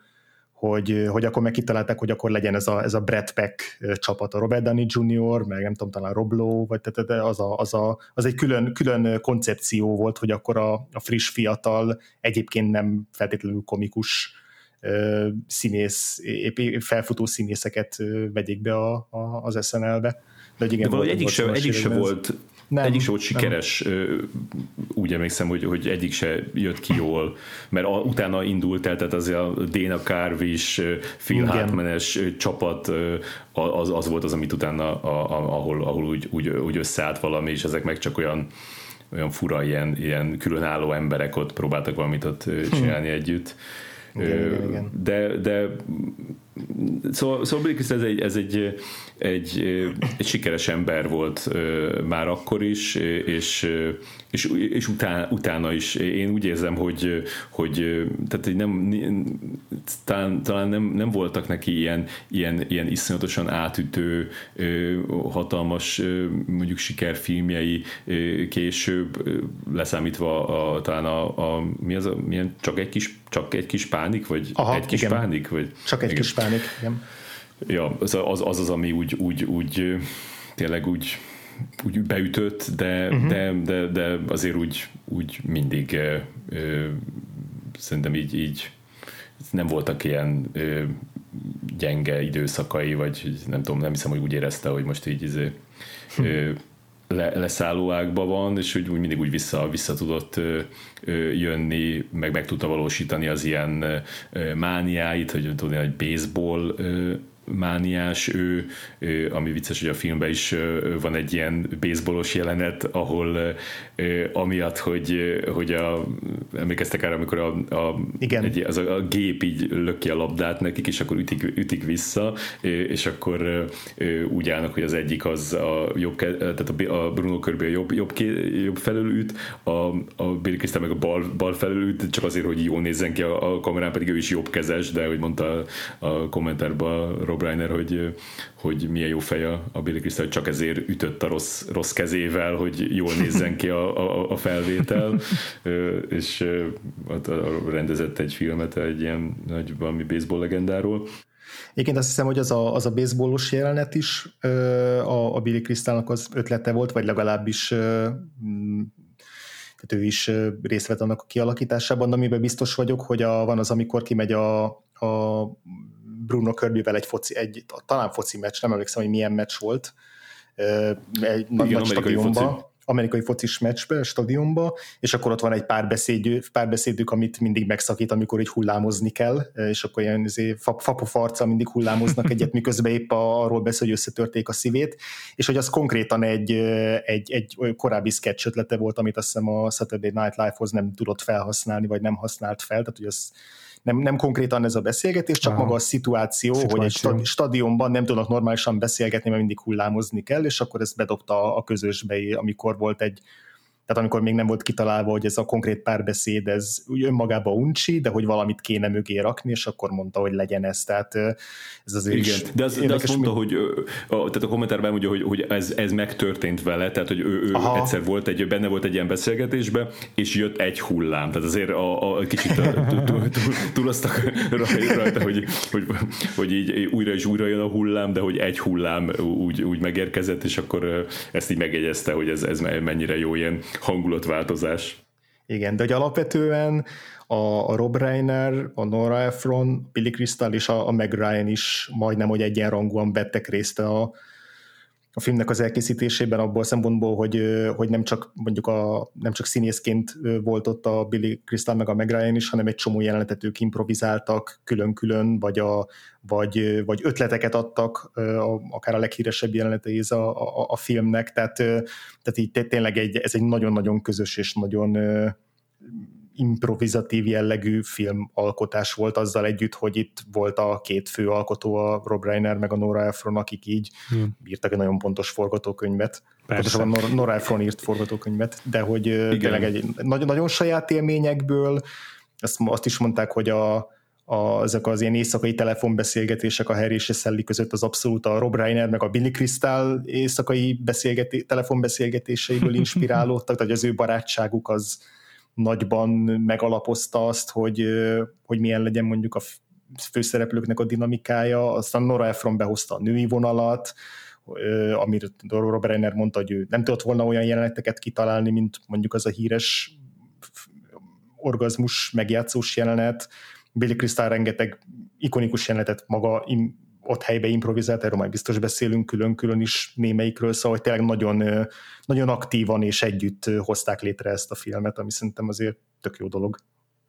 Speaker 2: Hogy, hogy akkor meg kitalálták, hogy akkor legyen ez a, ez a Brad Pitt csapat, a Robert Downey junior, meg nem tudom, talán Rob Lowe, vagy tehát az, a, az, a, az egy külön, külön koncepció volt, hogy akkor a, a friss, fiatal, egyébként nem feltétlenül komikus uh, színész, épp felfutó színészeket uh, vegyék be a, a, az es en el-be. De, igen,
Speaker 3: De valahogy egyik se, egyik se volt... Nem, egyik se volt sikeres, nem. Úgy emlékszem, hogy, hogy egyik se jött ki jól, mert a, utána indult el, tehát az a Dana Carvey-s, Phil Hartman-es csapat, az, az volt az, amit utána, a, a, ahol, ahol úgy, úgy, úgy összeállt valami, és ezek meg csak olyan, olyan fura, ilyen, ilyen különálló emberek ott próbáltak valamit ott csinálni hmm. együtt. Igen, igen, igen. De, de szóval, szóval Billy Crystal ez, egy, ez egy, egy, egy sikeres ember volt már akkor is, és, és, és utána, utána is. Én úgy érzem, hogy, hogy tehát nem, talán, talán nem, nem voltak neki ilyen, ilyen, ilyen iszonyatosan átütő, hatalmas mondjuk sikerfilmjei később, leszámítva a, talán a, a mi az a, milyen, csak egy kis csak egy kis pánik, vagy Aha, egy kis igen. pánik? Vagy,
Speaker 2: csak egy igen. kis pánik, igen.
Speaker 3: Ja, az az, az, ami úgy, úgy, úgy tényleg úgy, úgy beütött, de, uh-huh. de, de, de azért úgy, úgy mindig ö, ö, szerintem így, így nem voltak ilyen ö, gyenge időszakai, vagy nem tudom, nem hiszem, hogy úgy érezte, hogy most így izé, ö, Le, leszálló ágban van, és úgy, úgy mindig úgy vissza, vissza tudott ö, ö, jönni, meg meg tudta valósítani az ilyen ö, mániáit, hogy tudni, hogy baseball ö, mániás ő, ő, ami vicces, hogy a filmben is ö, van egy ilyen baseballos jelenet, ahol ö, amiatt, hogy, hogy a, emlékeztek arra, amikor a, a, egy, az a, a gép így löki a labdát nekik, és akkor ütik, ütik vissza, és akkor ö, úgy állnak, hogy az egyik az a jobb, tehát a Bruno Kirby a jobb, jobb, jobb felől üt, a, a Billy Crystal meg a bal, bal felől üt, csak azért, hogy jól nézzen ki a, a kamerán, pedig ő is jobbkezes, de hogy mondta a, a kommentárban Rob Reiner, hogy, hogy milyen jó fej a, a Billy Crystal, hogy csak ezért ütött a rossz, rossz kezével, hogy jól nézzen ki a, a, a felvétel, és rendezett egy filmet egy ilyen nagy valami baseball legendáról.
Speaker 2: Egyébként azt hiszem, hogy az a, az a baseballos jelenet is a, a Billy Crystalnak az ötlete volt, vagy legalábbis tehát ő is részt vett annak a kialakításában, amiben biztos vagyok, hogy a, van az, amikor kimegy a, a Bruno Kirbyvel egy foci, egy, talán foci meccs, nem emlékszem, hogy milyen meccs volt, egy nagy, nagy stadionba, amerikai focis meccsbe, stadionba, és akkor ott van egy párbeszédük, párbeszédük, amit mindig megszakít, amikor így hullámozni kell, és akkor ilyen fapofarccal mindig hullámoznak egyet, miközben épp arról beszél, hogy összetörték a szívét, és hogy az konkrétan egy, egy, egy korábbi sketch ötlete volt, amit azt hiszem a Saturday Night Live-hoz nem tudott felhasználni, vagy nem használt fel, tehát hogy az Nem, nem konkrétan ez a beszélgetés, csak Aha. maga a szituáció, szituáció, hogy egy stad, stadionban nem tudnak normálisan beszélgetni, mert mindig hullámozni kell, és akkor ezt bedobta a közösbe, amikor volt egy, tehát amikor még nem volt kitalálva, hogy ez a konkrét párbeszéd, ez úgy önmagában uncsi, de hogy valamit kéne mögé rakni, és akkor mondta, hogy legyen ez, tehát ez azért
Speaker 3: Igen,
Speaker 2: is
Speaker 3: de, az, de azt mondta, mi... hogy a, tehát a kommentárban mondja, hogy, hogy ez, ez megtörtént vele, tehát hogy ő, ő egyszer volt egy, benne volt egy ilyen beszélgetésben, és jött egy hullám, tehát azért a, a kicsit túloztak rajta, hogy, hogy, hogy így újra és újra jön a hullám, de hogy egy hullám úgy, úgy megérkezett, és akkor ezt így megjegyezte, hogy ez, ez mennyire jó ilyen hangulatváltozás.
Speaker 2: Igen, de hogy alapvetően a, a Rob Reiner, a Nora Ephron, Billy Crystal és a, a Meg Ryan is majdnem, hogy egyenrangúan vettek részt a, a filmnek az elkészítésében abból a szempontból, hogy, hogy nem csak mondjuk a, nem csak színészként volt ott a Billy Crystal meg a Meg Ryan is, hanem egy csomó jelenetet ők improvizáltak külön-külön, vagy, a, vagy, vagy ötleteket adtak, akár a leghíresebb jeleneteihez a, a, a filmnek, tehát, tehát így tényleg egy, ez egy nagyon-nagyon közös és nagyon improvizatív jellegű filmalkotás volt azzal együtt, hogy itt volt a két fő alkotó, a Rob Reiner meg a Nora Ephron, akik így hmm. bírtak egy nagyon pontos forgatókönyvet. Pontosabban Nora, Nora Ephron írt forgatókönyvet, de hogy tényleg egy nagyon, nagyon saját élményekből, azt, azt is mondták, hogy a A, ezek az ilyen éjszakai telefonbeszélgetések a Harry és a Sally között az abszolút a Rob Reiner meg a Billy Crystal éjszakai beszélgeté- telefonbeszélgetéseiből inspirálódtak, tehát az ő barátságuk az nagyban megalapozta azt, hogy, hogy milyen legyen mondjuk a főszereplőknek a dinamikája. Aztán Nora Ephron behozta a női vonalat, amire Rob Reiner mondta, hogy ő nem tudott volna olyan jeleneteket kitalálni, mint mondjuk az a híres orgazmus megjátszós jelenet. Billy Crystal rengeteg ikonikus jelenetet maga im, ott helybe improvizált, erről majd biztos beszélünk külön-külön is némelyikről, szóval hogy tényleg nagyon, nagyon aktívan és együtt hozták létre ezt a filmet, ami szerintem azért tök jó dolog.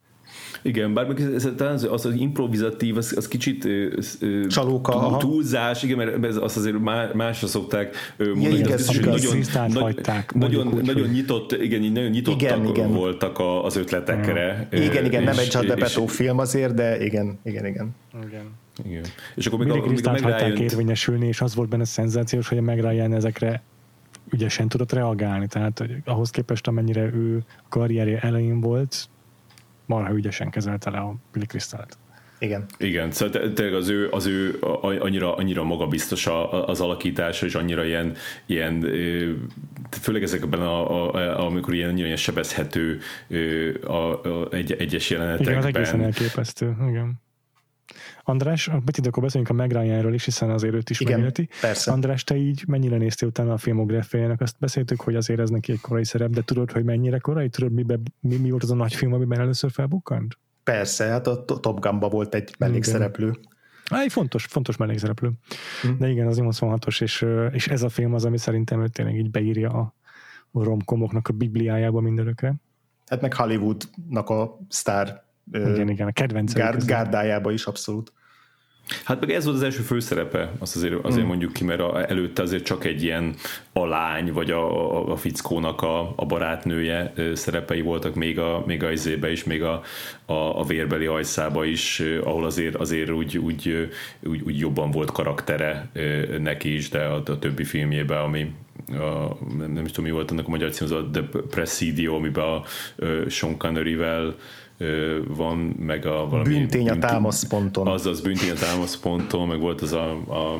Speaker 3: Igen, bár ez, az, az, az improvizatív, az, az kicsit
Speaker 2: Csalóka,
Speaker 3: túl, túlzás, igen, mert ez, azt azért másra szokták mondani,
Speaker 2: ja, igen,
Speaker 3: az biztos, hogy nagyon,
Speaker 1: hagyták,
Speaker 3: nagyon, úgy, nagyon nyitott, igen, nagyon nyitottak igen, igen. voltak az ötletekre.
Speaker 2: Igen, igen, igen, nem egy Judd Apatow film azért, de igen, igen, igen.
Speaker 1: igen.
Speaker 3: igen. És akkor még
Speaker 1: Billy
Speaker 3: a, még a
Speaker 1: hagyták rájönt... érvényesülni, és az volt benne szenzációs, hogy a Meg Ryan ezekre ügyesen tudott reagálni, tehát hogy ahhoz képest, amennyire ő karrierje elején volt, marha ügyesen kezelte le a Billy Crystal-t.
Speaker 2: Igen.
Speaker 3: Igen, szóval tényleg az ő, az ő annyira, annyira magabiztos az alakítása, és annyira ilyen, ilyen főleg ezekben, a, a, amikor ilyen, ilyen sebezhető a, a, egy, egyes jelenetekben.
Speaker 1: Igen, az egészen elképesztő. Igen. András, Betty, akkor beszéljünk a Meg Ryanről is, hiszen azért őt is megéleti. András, te így mennyire néztél utána a filmográfiájának? Azt beszéltük, hogy azért ez neki egy korai szerep, de tudod, hogy mennyire korai? Tudod, mi, be, mi, mi volt az a nagy film, amiben először felbukkant?
Speaker 2: Persze, hát a Top Gunban volt egy mellékszereplő.
Speaker 1: Á, egy fontos, fontos mellékszereplő. Hmm. De igen, az nyolcvanhatos, és, és ez a film az, ami szerintem ő tényleg így beírja a romkomoknak a bibliájába mindenökre.
Speaker 2: Hát meg Hollywoodnak a sztár
Speaker 1: igen, igen, a kedvenc
Speaker 2: gárd, gárdájába is abszolút.
Speaker 3: Hát meg ez volt az első főszerepe, azt azért, azért mm. mondjuk ki, mert a, előtte azért csak egy ilyen alány, vagy a, a, a fickónak a, a barátnője szerepei voltak még a, még a izébe is, még a, a, a vérbeli hajszába is, ahol azért, azért úgy, úgy, úgy, úgy jobban volt karaktere neki is, de a, a többi filmjében, ami a, nem, nem is tudom, mi volt annak a magyar cím, az a The Presidio, amiben a, a Sean Connery-vel van, meg a valami...
Speaker 2: Bűntény a támaszponton.
Speaker 3: Azaz, bűntény a támaszponton, meg volt az a, a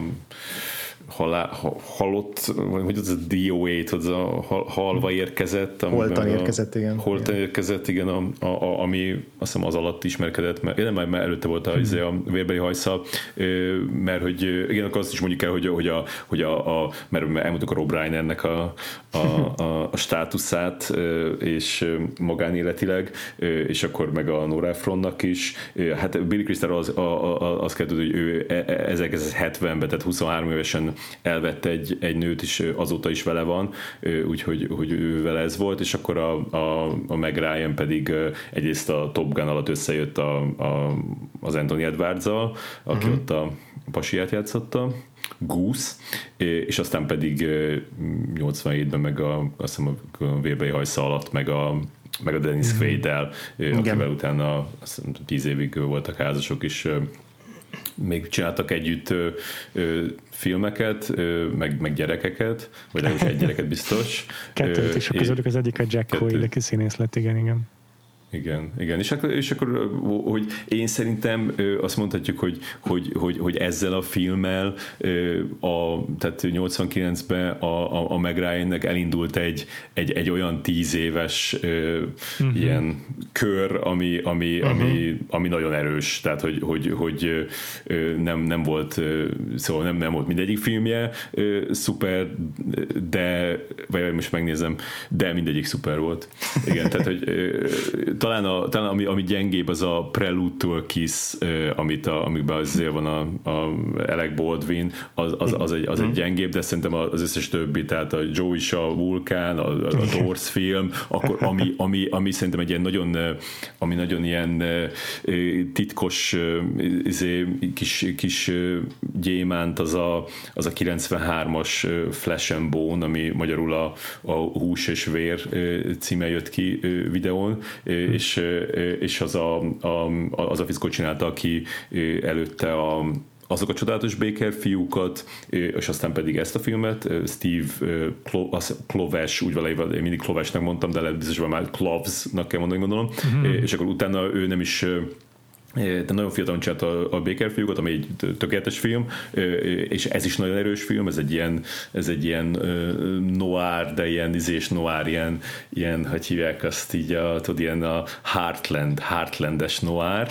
Speaker 3: halá, halott, hogy az a D O hét, az a halva érkezett.
Speaker 2: Holtan érkezett, igen.
Speaker 3: Holtan érkezett, igen, a, a, a, ami azt hiszem az alatt ismerkedett, mert nem, már előtte volt a, hmm. a vérbeli hajszal, mert hogy igen, akkor azt is mondjuk el, hogy, hogy, a, hogy a, a, mert elmondtuk a Rob Reinernek a, a, a, a státuszát, és magánéletileg, és akkor meg a Nora Ephronnak is. Hát Billy Crystal az, az kell tudni, hogy ő ezerkilencszázhetvenben, tehát huszonhárom évesen elvette egy, egy nőt, és azóta is vele van, úgyhogy hogy ő vele ez volt, és akkor a, a, a Meg Ryan pedig egyrészt a Top Gun alatt összejött a, a, az Anthony Edwards-al, aki uh-huh. ott a pasiát játszotta, Goose, és aztán pedig nyolcvanhétben meg a, azt hiszem a vérbeli hajsza alatt meg a meg a Dennis uh-huh. Quaid-el, akivel utána azt hiszem, tíz évig voltak házasok, és még csináltak együtt ö, ö, filmeket, ö, meg, meg gyerekeket, vagy legalábbis egy gyereket biztos.
Speaker 1: Kettőt, és a közülük az egyik a Jack Coyle, aki színész lett, igen, igen.
Speaker 3: Igen, igen. És akkor, és akkor hogy én szerintem azt mondhatjuk, hogy, hogy, hogy, hogy ezzel a filmmel a, tehát nyolcvankilencben a, a, a Meg Ryannek elindult egy, egy, egy olyan tíz éves uh-huh. ilyen kör, ami, ami, uh-huh. ami, ami nagyon erős. Tehát, hogy, hogy, hogy nem, nem volt szóval nem, nem volt mindegyik filmje szuper, de vagy most megnézem, de mindegyik szuper volt. Igen, tehát, hogy talán, a, talán ami, ami gyengébb, az a Prelude to a Kiss, amit a, amikben azért van a, a Alec Baldwin, az, az, az, egy, az egy gyengébb, de szerintem az összes többi, tehát a Joe is a Vulkán, a, a Doors film, akkor ami, ami, ami szerintem egy ilyen nagyon, ami nagyon ilyen titkos kis, kis gyémánt, az a, az a kilencvenhármas Flesh and Bone, ami magyarul a, a Hús és Vér címe jött ki videón, és, és az a, a, az a fickó csinálta, aki előtte a azok a csodálatos Baker fiúkat, és aztán pedig ezt a filmet, Steve Kloves, úgy valahogy én mindig Klovesnek mondtam, de lehet biztosan már Klovesnak kell mondani, gondolom, mm-hmm. és akkor utána ő nem is de nagyon fiatalon csinálta a Baker fiúkat, ami egy tökéletes film, és ez is nagyon erős film, ez egy ilyen, ez egy ilyen noir, de ilyen izés noir, ilyen, ilyen, hogy hívják azt így, a, tudod, ilyen a Heartland, Heartlandes noir,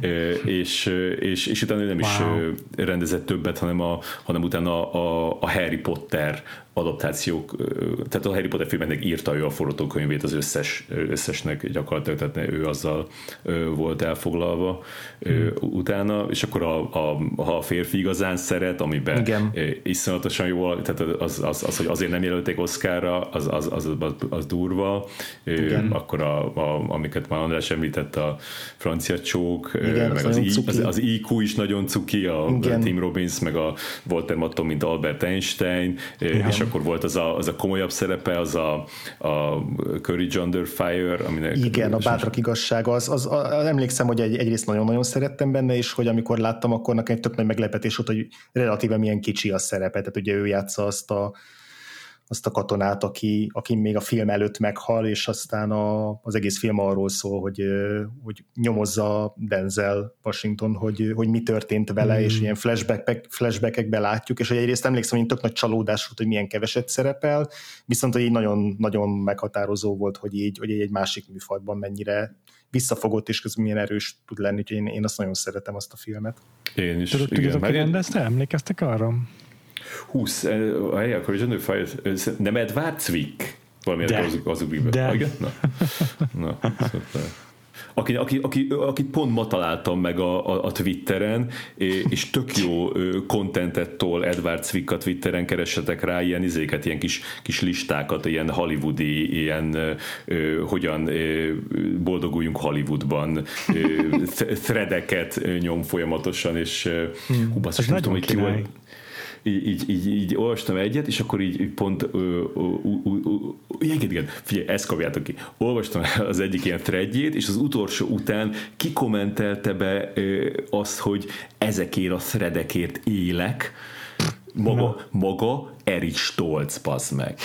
Speaker 3: és, és, és utána nem is wow. rendezett többet, hanem, a, hanem utána a, a Harry Potter adaptációk, tehát a Harry Potter filmeknek írta ő a forgatókönyvét az összes, összesnek gyakorlatilag, tehát ő azzal volt elfoglalva hmm. utána, és akkor a, a, ha a férfi igazán szeret, amiben igen. iszonyatosan jó, tehát az, az, az, hogy azért nem jelölték Oscarra, az, az, az, az, az durva, igen. akkor a, a, amiket már András említett, a francia csók, igen, meg az, az, az, az í kú is nagyon cuki, a igen. Tim Robbins, meg a Walter Matthau, mint Albert Einstein, igen. és akkor volt az a, az a komolyabb szerepe, az a, a Courage Under Fire, aminek...
Speaker 2: Igen, a Bátrak igazsága. Az, az, az, emlékszem, hogy egy, egyrészt nagyon-nagyon szerettem benne, és hogy amikor láttam, akkor nekem egy tök nagy meglepetés volt, hogy relatíve milyen kicsi a szerepe. Tehát ugye ő játsza azt a, azt a katonát, aki, aki még a film előtt meghal, és aztán a, az egész film arról szól, hogy, hogy nyomozza Denzel Washington, hogy, hogy mi történt vele, mm. és ilyen flashback, flashbackekbe látjuk, és hogy egyrészt emlékszem, hogy tök nagy csalódás volt, hogy milyen keveset szerepel, viszont hogy így nagyon, nagyon meghatározó volt, hogy így, hogy egy másik műfajban mennyire visszafogott, és közben milyen erős tud lenni, úgyhogy én, én azt nagyon szeretem, azt a filmet.
Speaker 3: Én is.
Speaker 1: Tudod, tudod, aki rendezte? Emlékeztek arra?
Speaker 3: húsz, a helye, akkor General Fire, nem Edward Zwick? Valami az, az ugrik be.
Speaker 1: De.
Speaker 3: Igen? Na, na szuper. Aki, aki, aki, akit pont ma találtam meg a, a, a Twitteren, és tök jó contentet tol Edward Zwick a Twitteren, keressetek rá ilyen izéket, ilyen kis, kis listákat, ilyen hollywoodi, ilyen ö, hogyan ö, boldoguljunk Hollywoodban, ö, threadeket nyom folyamatosan, és hmm. hú, basszus, nem tudom, hogy ki volt. Így, így, így, így olvastam egyet, és akkor így pont ö, ö, ö, ö, igen, igen, figyelj, ezt kapjátok ki. Olvastam az egyik ilyen threadjét, és az utolsó után kikommentelte be ö, azt, hogy ezekért a threadekért élek, maga, maga Eric Stolz, bassz meg.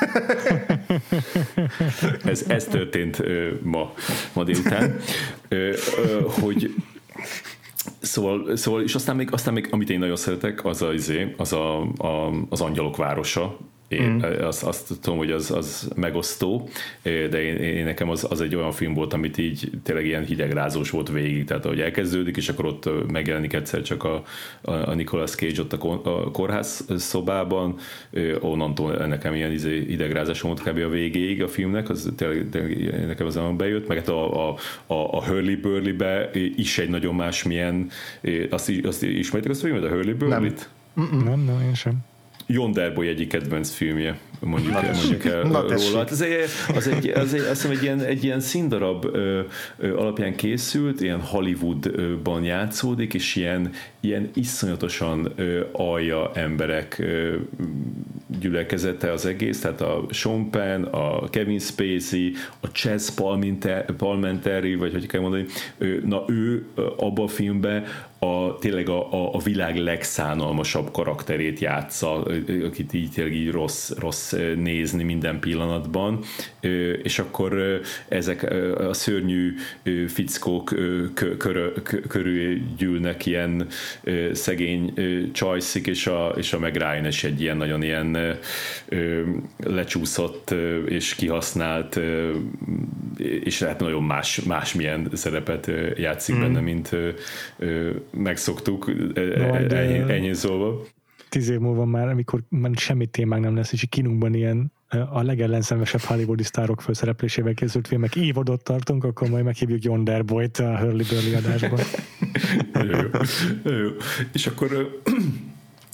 Speaker 3: ez, ez történt ö, ma, ma délután, ö, ö, hogy Szóval, szóval, és aztán még, aztán még, amit én nagyon szeretek, az, a, az, a, a, az Angyalok városa. Én mm. azt, azt tudom, hogy az, az megosztó, de én, én nekem az, az egy olyan film volt, amit így tényleg ilyen hidegrázós volt végig, tehát ahogy elkezdődik, és akkor ott megjelenik egyszer csak a, a Nicolas Cage ott a kórház szobában, onnantól nekem ilyen hidegrázás volt kb. A végéig a filmnek, az tényleg, tényleg nekem az nem bejött, meg a, a, a, a Hurly-Burly-be is egy nagyon másmilyen, azt, azt ismeritek azt a filmet, a Hurly-Burly-t?
Speaker 1: Nem, nem, nem, én sem.
Speaker 3: Yonderboy egyik kedvenc filmje, mondjuk, el, mondjuk el Na, róla. Hát az, egy, az, egy, az egy, azt hiszem, egy ilyen, egy ilyen színdarab ö, ö, alapján készült, ilyen Hollywoodban játszódik, és ilyen, ilyen iszonyatosan ö, alja emberek ö, gyülekezete az egész, tehát a Sean Penn, a Kevin Spacey, a Chaz Palminteri, vagy hogy kell mondani, ö, na ő abban a filmben a, tényleg a, a, a világ legszánalmasabb karakterét játsza, akit így tényleg így rossz, rossz nézni minden pillanatban, és akkor ezek a szörnyű fickók körül gyűlnek ilyen szegény csajszik, és a, és a Meg Ryan is egy ilyen nagyon ilyen lecsúszott és kihasznált, és hát nagyon más, másmilyen szerepet játszik mm. benne, mint megszoktuk, ennyi, ennyi szólva.
Speaker 1: Tíz év múlva már, amikor már semmi témánk nem lesz, és kínunkban ilyen a legellenszenvesebb hollywoodi sztárok főszereplésével készült filmek évadot tartunk, akkor majd meghívjuk Yonderboyt a Hurly-Burly adásban.
Speaker 3: jó, jó. jó. És akkor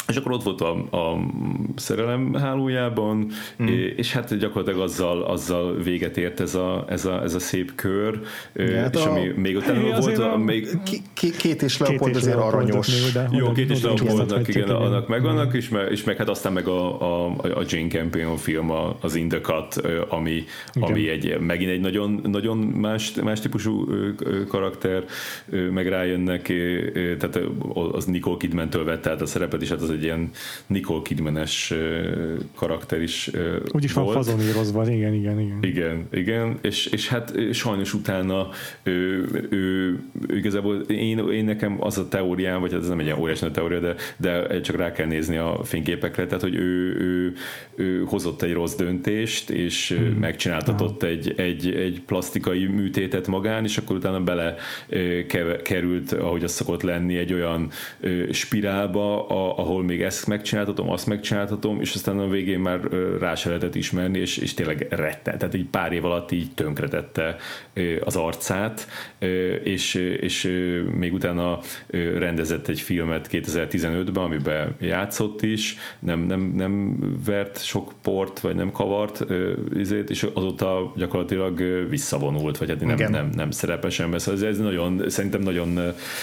Speaker 3: És akkor ott volt a, a szerelem hálójában, mm. és hát gyakorlatilag azzal, azzal véget ért ez a, ez a, ez a szép kör, ja, hát és a, ami még utána hey, volt, a, még...
Speaker 2: K- két és Leopold azért aranyos.
Speaker 3: Még, jó, két és Leopoldnak, igen, annak megvannak, és, me, és meg hát aztán meg a, a, a Jane Campion film, az In the Cut, ami, ami egy, megint egy nagyon, nagyon más, más típusú karakter, meg rájönnek, tehát az Nicole Kidman-től vett át a szerepet, és hát az egy ilyen Nicole Kidman-es karakter is
Speaker 1: úgyis van fazonírozva, igen, igen, igen.
Speaker 3: Igen, igen, és, és hát sajnos utána ő, ő, ő igazából én, én nekem az a teóriám, vagy ez nem egy ilyen óriási teória, de, de csak rá kell nézni a fényképekre, tehát hogy ő, ő, ő hozott egy rossz döntést, és hmm. megcsináltatott egy, egy, egy plastikai műtétet magán, és akkor utána bele került, ahogy az szokott lenni, egy olyan spirálba, ahol még ezt megcsináltatom, azt megcsináltatom, és aztán a végén már rá se lehetett ismerni, és, és tényleg rettent. Tehát egy pár év alatt így tönkretette az arcát, és, és még utána rendezett egy filmet kétezer-tizenötben, amiben játszott is, nem, nem, nem vert sok port, vagy nem kavart, és azóta gyakorlatilag visszavonult, vagy hát nem, nem, nem szerepesen, mert ez, ez nagyon, szerintem nagyon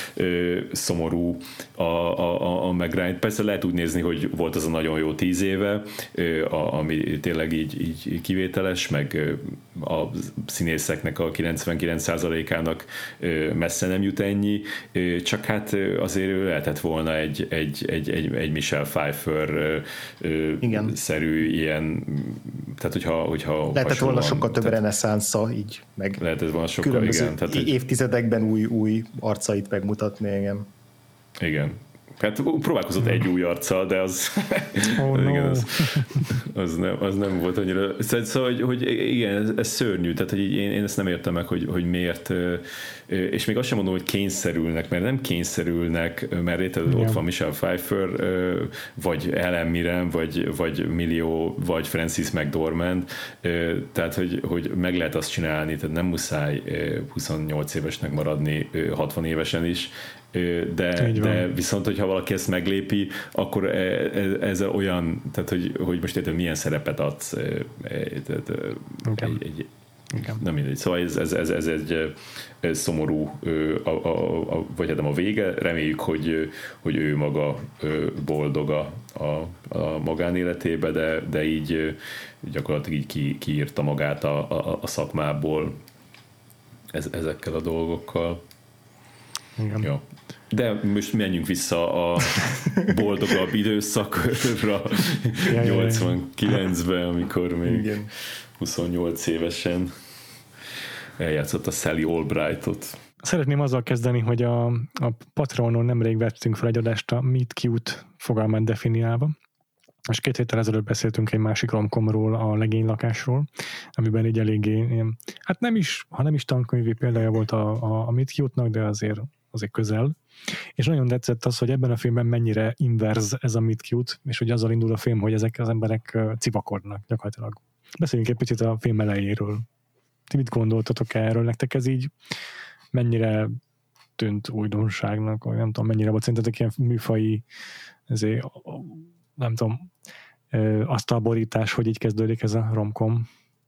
Speaker 3: szomorú a, a, a Meg Ryan. Persze lehet úgy nézni, hogy volt az a nagyon jó tíz éve, ami tényleg így, így kivételes, meg a színészeknek a kilencvenkilenc százalékának messze nem jut ennyi, csak hát azért lehetett volna egy, egy, egy, egy, egy Michelle Pfeiffer igen. szerű ilyen, tehát hogyha, hogyha
Speaker 2: lehetett volna sokkal több reneszánsza így, meg
Speaker 3: lehetett volna sokkal, igen.
Speaker 2: Tehát, évtizedekben új, új arcait megmutatni, igen.
Speaker 3: Igen. Hát próbálkozott egy új arccal, de az,
Speaker 1: oh, no.
Speaker 3: igen, az, az, nem, az nem volt annyira. Szóval, hogy, hogy igen, ez, ez szörnyű, tehát hogy én, én ezt nem értem meg, hogy, hogy miért, és még azt sem mondom, hogy kényszerülnek, mert nem kényszerülnek, mert érted, ott van Michelle Pfeiffer, vagy Helen Mirren, vagy, vagy Millió, vagy Frances McDormand, tehát hogy, hogy meg lehet azt csinálni, tehát nem muszáj huszonnyolc évesnek maradni hatvan évesen is, de, de viszont, hogyha valaki ezt meglépi, akkor ezzel olyan, tehát hogy, hogy most értem, milyen szerepet adsz, tehát, egy, egy, nem mindegy. Szóval ez, ez, ez, ez egy ez szomorú, a, a, a, vagy hát nem a vége, reméljük, hogy, hogy ő maga boldog a, a, a magánéletébe, de, de így gyakorlatilag így ki, kiírta magát a, a, a szakmából ez, ezekkel a dolgokkal.
Speaker 1: Igen.
Speaker 3: Jó. De most menjünk vissza a boldogabb időszakra, nyolcvankilencben, amikor még igen. huszonnyolc évesen eljátszott a Sally Albrightot.
Speaker 1: Szeretném azzal kezdeni, hogy a, a Patreonon nemrég vettünk fel egy adást a Meet Cute fogalmát definiálva, és két héttel ezelőtt beszéltünk egy másik romkomról, a Legénylakásról, amiben így eléggé, ilyen, hát nem is, ha nem is tankönyvi példája volt a, a, a Meet Cute-nak, de azért, azért közel. És nagyon tetszett az, hogy ebben a filmben mennyire inverz ez a Meet Cute, és hogy azzal indul a film, hogy ezek az emberek civakodnak gyakorlatilag. Beszéljünk egy picit a film elejéről. Ti mit gondoltatok erről? Nektek ez így mennyire tűnt újdonságnak, vagy nem tudom, mennyire volt szerintetek ilyen műfai, ezért, nem tudom, asztalborítás, hogy így kezdődik ez a romkom?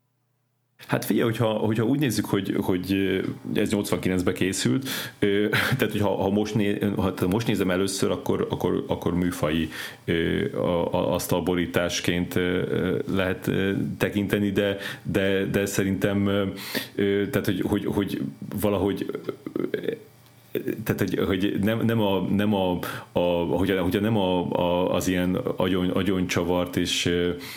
Speaker 3: Hát figyelj, hogyha, hogyha úgy nézzük, hogy, hogy ez nyolcvankilencben készült, tehát hogyha ha most, né, ha most nézem először, akkor, akkor, akkor műfai asztalborításként lehet tekinteni, de, de, de szerintem tehát, hogy, hogy, hogy valahogy tehát, hogy, hogy nem, nem, a, nem a, a hogyha, hogyha nem a, a, az ilyen agyon, agyoncsavart és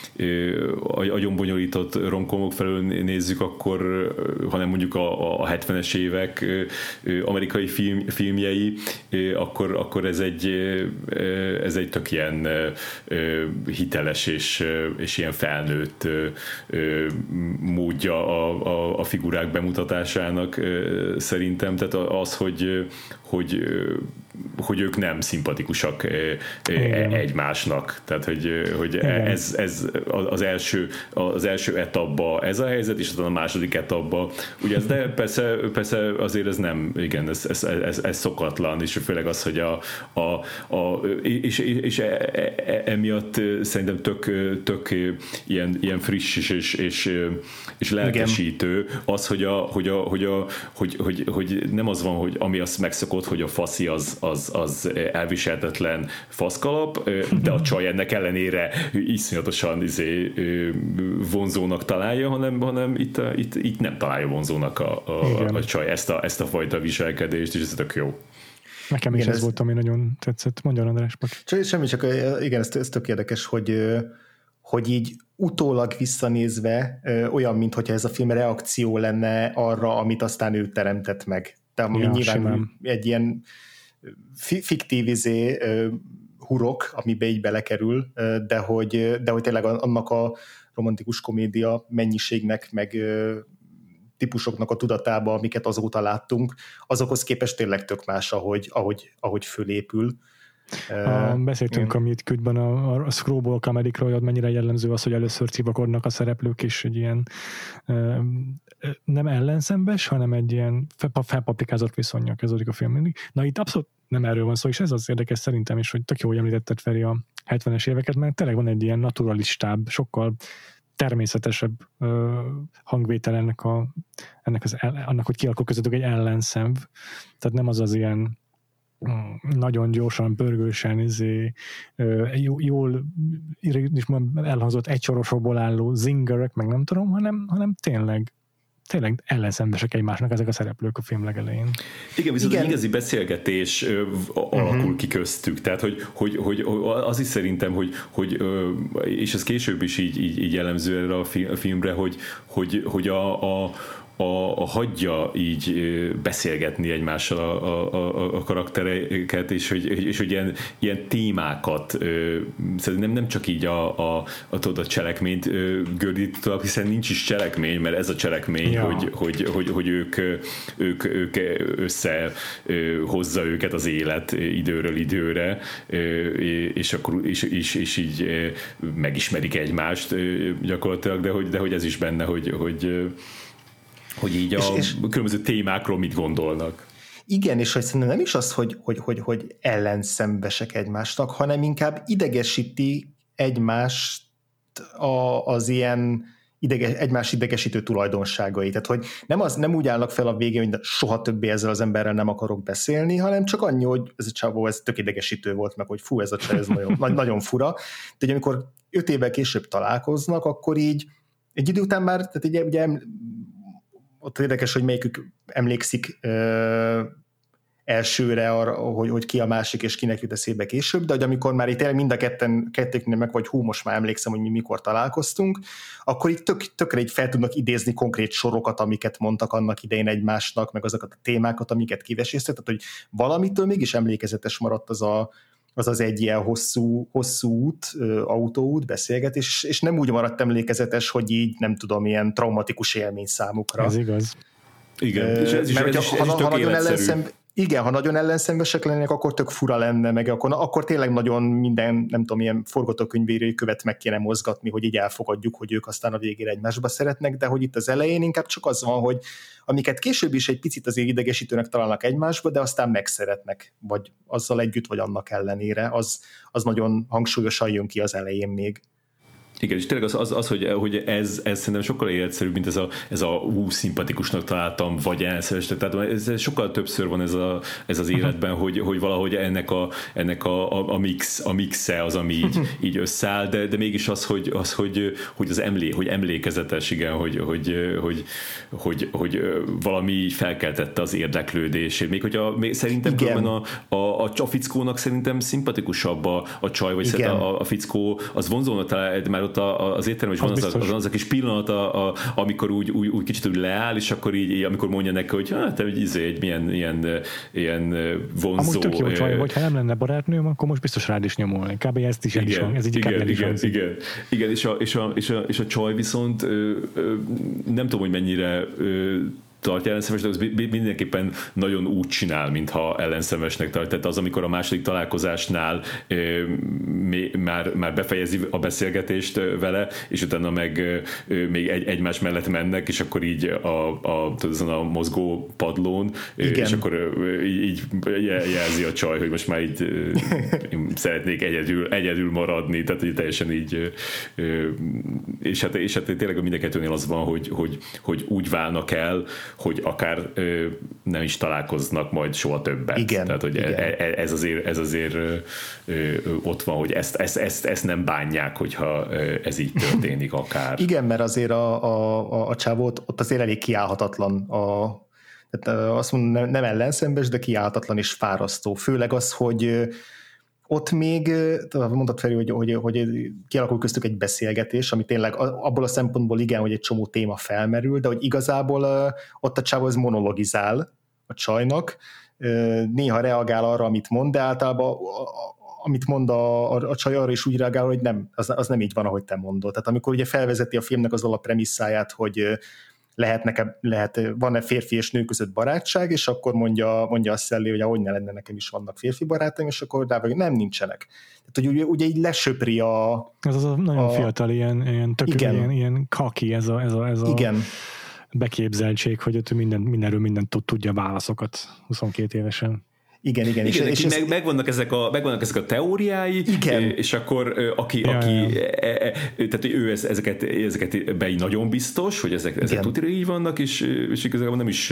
Speaker 3: agyonbonyolított romkomok felől nézzük, akkor, hanem mondjuk a, a hetvenes évek amerikai film, filmjei, akkor, akkor ez egy ez egy tök ilyen hiteles és, és ilyen felnőtt módja a, a, a figurák bemutatásának szerintem. Tehát az, hogy hogy hogy ők nem szimpatikusak
Speaker 1: Igen.
Speaker 3: egymásnak. Tehát, hogy, hogy ez, ez az, első, az első etapban ez a helyzet, és aztán a második etapban. Ugye ez, de persze, persze azért ez nem, igen, ez, ez, ez, ez szokatlan, és főleg az, hogy a, a, a és, és emiatt szerintem tök, tök ilyen, ilyen friss és, és, és, és lelkesítő az, hogy, a, hogy, a, hogy, a, hogy, hogy, hogy nem az van, hogy ami azt megszokott, hogy a faszi az, az, az elviselhetetlen faszkalap, de a csaj ennek ellenére iszonyatosan izé, vonzónak találja, hanem, hanem itt, itt, itt nem találja vonzónak a, a, a csaj ezt a, ezt a fajta viselkedést, és ez tök jó.
Speaker 1: Nekem is igen, ez, ez volt, ami nagyon tetszett. Mondja, András, bocs.
Speaker 2: Semmi, csak igen, ez, ez tök érdekes, hogy, hogy így utólag visszanézve olyan, mintha ez a film reakció lenne arra, amit aztán ő teremtett meg. De ami ja, nyilván simán. Egy ilyen fiktív izé, hurok, amibe így belekerül, de hogy, de hogy tényleg annak a romantikus komédia mennyiségnek, meg típusoknak a tudatába, amiket azóta láttunk, azokhoz képest tényleg tök más, ahogy, ahogy, ahogy fölépül.
Speaker 1: A, beszéltünk a Meet Cute-ban a, a screwball comedy-ról, hogy mennyire jellemző az, hogy először civakodnak a szereplők, és egy ilyen nem ellenszembes, hanem egy ilyen felpaprikázott viszonnyal kezdődik a film mindig. Na itt abszolút nem erről van szó, és ez az érdekes szerintem is, hogy tök jó, hogy említetted, Feri, a hetvenes éveket, mert tényleg van egy ilyen naturalistább, sokkal természetesebb uh, hangvétel ennek, a, ennek az, annak, hogy kialakul közöttük egy ellenszemv. Tehát nem az az ilyen nagyon gyorsan, pörgősen izé, jól elhangzott egysorosokból álló zingerek, meg nem tudom, hanem, hanem tényleg tényleg ellenszembesek egymásnak ezek a szereplők a film legelején.
Speaker 3: Igen, viszont Igen. igazi beszélgetés ö, alakul uh-huh. ki köztük, tehát hogy, hogy, hogy az is szerintem, hogy, hogy és ez később is így, így, így jellemző erre a filmre, hogy, hogy, hogy a, a A, a hagyja így beszélgetni egymással a, a, a karaktereket, és hogy, és hogy ilyen, ilyen témákat, szerintem nem csak így a, a, a, a, a cselekményt gördít tovább, hiszen nincs is cselekmény, mert ez a cselekmény, ja. hogy, hogy, hogy, hogy ők, ők, ők összehozza őket az élet időről időre, és, akkor, és, és, és így megismerik egymást gyakorlatilag, de hogy, de hogy ez is benne, hogy, hogy hogy így a és, és különböző témákról mit gondolnak.
Speaker 2: Igen, és hogy szerintem nem is az, hogy, hogy, hogy, hogy ellenszembesek egymásnak, hanem inkább idegesíti egymást a, az ilyen idege, egymás idegesítő tulajdonságai. Tehát, hogy nem, az, nem úgy állnak fel a végén, hogy soha többé ezzel az emberrel nem akarok beszélni, hanem csak annyi, hogy ez a csávó, ez tök idegesítő volt, meg hogy fú, ez a csaj, ez nagyon, nagyon fura. De hogy amikor öt évvel később találkoznak, akkor így egy idő után már, tehát ugye, ugye ott érdekes, hogy melyikük emlékszik ö, elsőre arra, hogy, hogy ki a másik, és kinek jut eszébe később, de hogy amikor már itt mind a ketten, kettőknél meg vagy hú, most már emlékszem, hogy mi mikor találkoztunk, akkor itt tök, tökre így fel tudnak idézni konkrét sorokat, amiket mondtak annak idején egymásnak, meg azokat a témákat, amiket kiveséztek, tehát hogy valamitől mégis emlékezetes maradt az a az az egy ilyen hosszú, hosszú út, autóút, beszélgetés, és nem úgy maradt emlékezetes, hogy így nem tudom, ilyen traumatikus élmény számukra.
Speaker 1: Ez igaz.
Speaker 3: Igen, uh, és ez is, ez is, ez is tök életszerű.
Speaker 2: Igen, ha nagyon ellenszembesek lennének, akkor tök fura lenne, meg akkor, akkor tényleg nagyon minden, nem tudom, ilyen forgatókönyvírói követ meg kéne mozgatni, hogy így elfogadjuk, hogy ők aztán a végére egymásba szeretnek, de hogy itt az elején inkább csak az van, hogy amiket később is egy picit azért idegesítőnek találnak egymásba, de aztán megszeretnek, vagy azzal együtt, vagy annak ellenére, az, az nagyon hangsúlyosan jön ki az elején még.
Speaker 3: Igen, és tényleg az, az, az hogy, hogy ez, ez szerintem sokkal életszerűbb, mint ez a, ez a ú, szimpatikusnak találtam, vagy elszeres. Tehát ez sokkal többször van ez, a, ez az életben, hogy, hogy valahogy ennek, a, ennek a, a, a, mix, a mixe az, ami így, így összeáll, de, de mégis az, hogy, az, hogy, hogy az emlé, hogy emlékezetes, igen, hogy, hogy, hogy, hogy, hogy valami felkeltette az érdeklődését. Még hogy a, még szerintem a, a, a, a fickónak szerintem szimpatikusabb a, a csaj, vagy a, a fickó az vonzónak talál, már ott az étterem is van az, az, az, az a kis pillanat, a, a, amikor úgy, úgy, úgy kicsit úgy leáll, és akkor így, amikor mondja neki, hogy hát te egy, egy milyen ilyen, ilyen vonzó.
Speaker 1: Amúgy tök jó csaj, vagy ha nem lenne barátnőm, akkor most biztos rád is nyomolni. Kb. Ezt is, igen, is van. Ez így
Speaker 3: igen,
Speaker 1: igen,
Speaker 3: igen, igen, igen, és a, és, a, és, a, és a csaj viszont ö, ö, nem tudom, hogy mennyire ö, tartja ellenszemes, de az mindenképpen nagyon úgy csinál, mintha ellenszemesnek tart. Tehát az, amikor a második találkozásnál ö, m- már, már befejezi a beszélgetést vele, és utána meg ö, még egy, egymás mellett mennek, és akkor így a, a, a, a mozgó padlón, ö, és akkor ö, így, így jelzi a csaj, hogy most már így ö, szeretnék egyedül, egyedül maradni, tehát hogy teljesen így ö, és hát, és hát tényleg mind a kettőnél az van, hogy, hogy, hogy úgy válnak el, hogy akár ö, nem is találkoznak majd soha többet.
Speaker 2: Igen,
Speaker 3: tehát, hogy
Speaker 2: igen.
Speaker 3: ez azért, ez azért ö, ö, ott van, hogy ezt, ezt, ezt, ezt nem bánják, hogyha ez így történik akár.
Speaker 2: Igen, mert azért a, a, a, a csávót ott azért elég kiállhatatlan a, tehát azt mondom, nem, nem ellenszembes, de kiállhatatlan és fárasztó. Főleg az, hogy ott még, mondtad Feri, hogy, hogy, hogy kialakul köztük egy beszélgetés, ami tényleg abból a szempontból igen, hogy egy csomó téma felmerül, de hogy igazából ott a csávó ez monologizál a csajnak, néha reagál arra, amit mond, de általában amit mond a, a, a csaj arra is úgy reagál, hogy nem, az, az nem így van, ahogy te mondod. Tehát amikor ugye felvezeti a filmnek az alappremisszáját, hogy lehet nekem, lehet, van-e férfi és nő között barátság, és akkor mondja, mondja a Sally, hogy ahogy ne lenne, nekem is vannak férfi barátaim, és akkor rá vagy, nem, nincsenek. Tehát, hogy ugye, ugye így lesöpri a...
Speaker 1: Ez az a nagyon
Speaker 2: a,
Speaker 1: fiatal, ilyen, ilyen tök, ilyen, ilyen kaki, ez a, ez a, ez a
Speaker 2: igen.
Speaker 1: beképzeltség, hogy ott minden, mindenről mindent tudja válaszokat huszonkét évesen.
Speaker 2: Igen, igen.
Speaker 3: igen és, és
Speaker 2: meg,
Speaker 3: meg, megvannak, ezek a, megvannak ezek a teóriái,
Speaker 2: igen.
Speaker 3: és akkor aki,
Speaker 1: ja,
Speaker 3: aki
Speaker 1: ja.
Speaker 3: E, e, tehát ő ez, ezeket, ezeket be nagyon biztos, hogy ezek, ezek tudira így vannak, és, és igazából nem is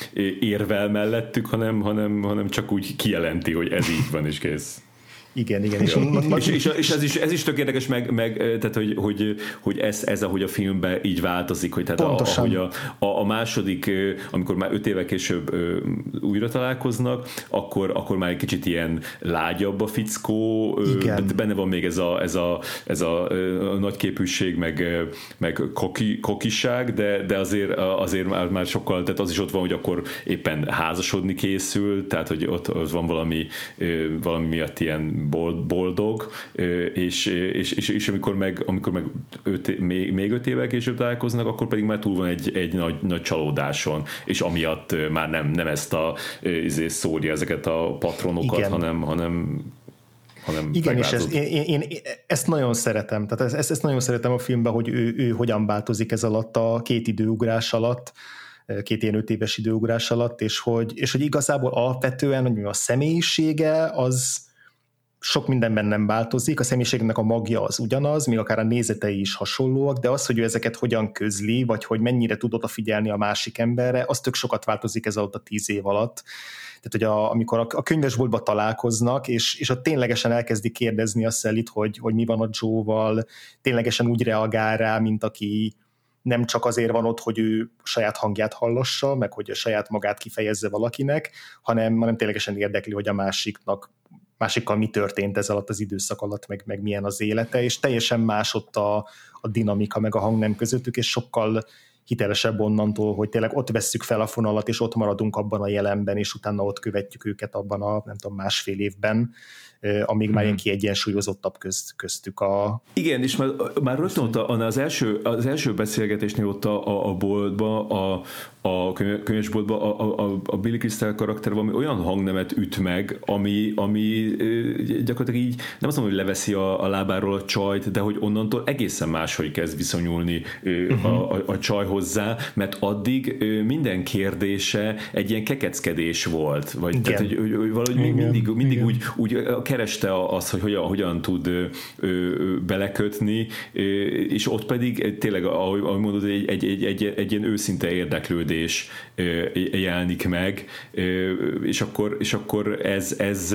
Speaker 3: érvel mellettük, hanem, hanem, hanem csak úgy kijelenti, hogy ez így van, és kész.
Speaker 2: Igen, igen. És,
Speaker 3: ja. és, és, és ez, is, ez is tök érdekes, meg, meg tehát, hogy, hogy, hogy ez, ez, ahogy a filmben így változik, hogy tehát a, ahogy a, a, a második, amikor már öt éve később újra találkoznak, akkor, akkor már egy kicsit ilyen lágyabb a fickó, igen. Benne van még ez a, ez a, ez a, a nagyképűség, meg, meg koki, kokiság, de, de azért, azért már, már sokkal, tehát az is ott van, hogy akkor éppen házasodni készül, tehát hogy ott, ott van valami, valami miatt ilyen boldog, és, és, és, és amikor meg, amikor meg öt, még, még öt évvel később találkoznak, akkor pedig már túl van egy, egy nagy, nagy csalódáson, és amiatt már nem, nem ezt a izé, szórja ezeket a patronokat, igen. hanem, hanem hanem
Speaker 2: igen, és ez, én, én, én ezt nagyon szeretem, tehát ezt, ezt nagyon szeretem a filmben, hogy ő, ő hogyan változik ez alatt a két időugrás alatt, két ilyen öt éves időugrás alatt, és hogy, és hogy igazából alapvetően hogy a személyisége az sok mindenben nem változik, a személyiségnek a magja az ugyanaz, még akár a nézetei is hasonlóak, de az, hogy ő ezeket hogyan közli, vagy hogy mennyire tud odafigyelni a másik emberre, az tök sokat változik ez alatt a tíz év alatt. Tehát, hogy a, amikor a, a könyvesboltba találkoznak, és, és ott ténylegesen elkezdi kérdezni a Sally-t, hogy, hogy mi van a Joe-val, ténylegesen úgy reagál rá, mint aki nem csak azért van ott, hogy ő saját hangját hallassa, meg hogy a saját magát kifejezze valakinek, hanem, hanem ténylegesen érdekli, hogy a másiknak másikkal mi történt ez alatt az időszak alatt, meg, meg milyen az élete, és teljesen más ott a, a dinamika, meg a hangnem közöttük, és sokkal hitelesebb onnantól, hogy tényleg ott vesszük fel a fonalat, és ott maradunk abban a jelenben, és utána ott követjük őket abban a, nem tudom, másfél évben, amíg hmm. már ilyen kiegyensúlyozottabb közt, köztük a...
Speaker 3: Igen, és már, már rögtön ott az első, az első beszélgetésnél ott a, a, a boltba, a, a könyvesboltban a, a, a Billy Crystal karakter valami olyan hangnemet üt meg, ami, ami gyakorlatilag így, nem azt mondom, hogy leveszi a, a lábáról a csajt, de hogy onnantól egészen máshogy kezd viszonyulni uh-huh. a, a, a csaj hozzá, mert addig minden kérdése egy ilyen kekeckedés volt, vagy igen. tehát, hogy, hogy, hogy valahogy igen. mindig, mindig úgy, úgy kereste az, hogy hogyan, hogyan tud ö, ö, belekötni, ö, és ott pedig tényleg, ahogy, ahogy mondod, egy, egy, egy, egy, egy ilyen őszinte érdeklődés ö, jelenik meg, ö, és, akkor, és akkor ez, ez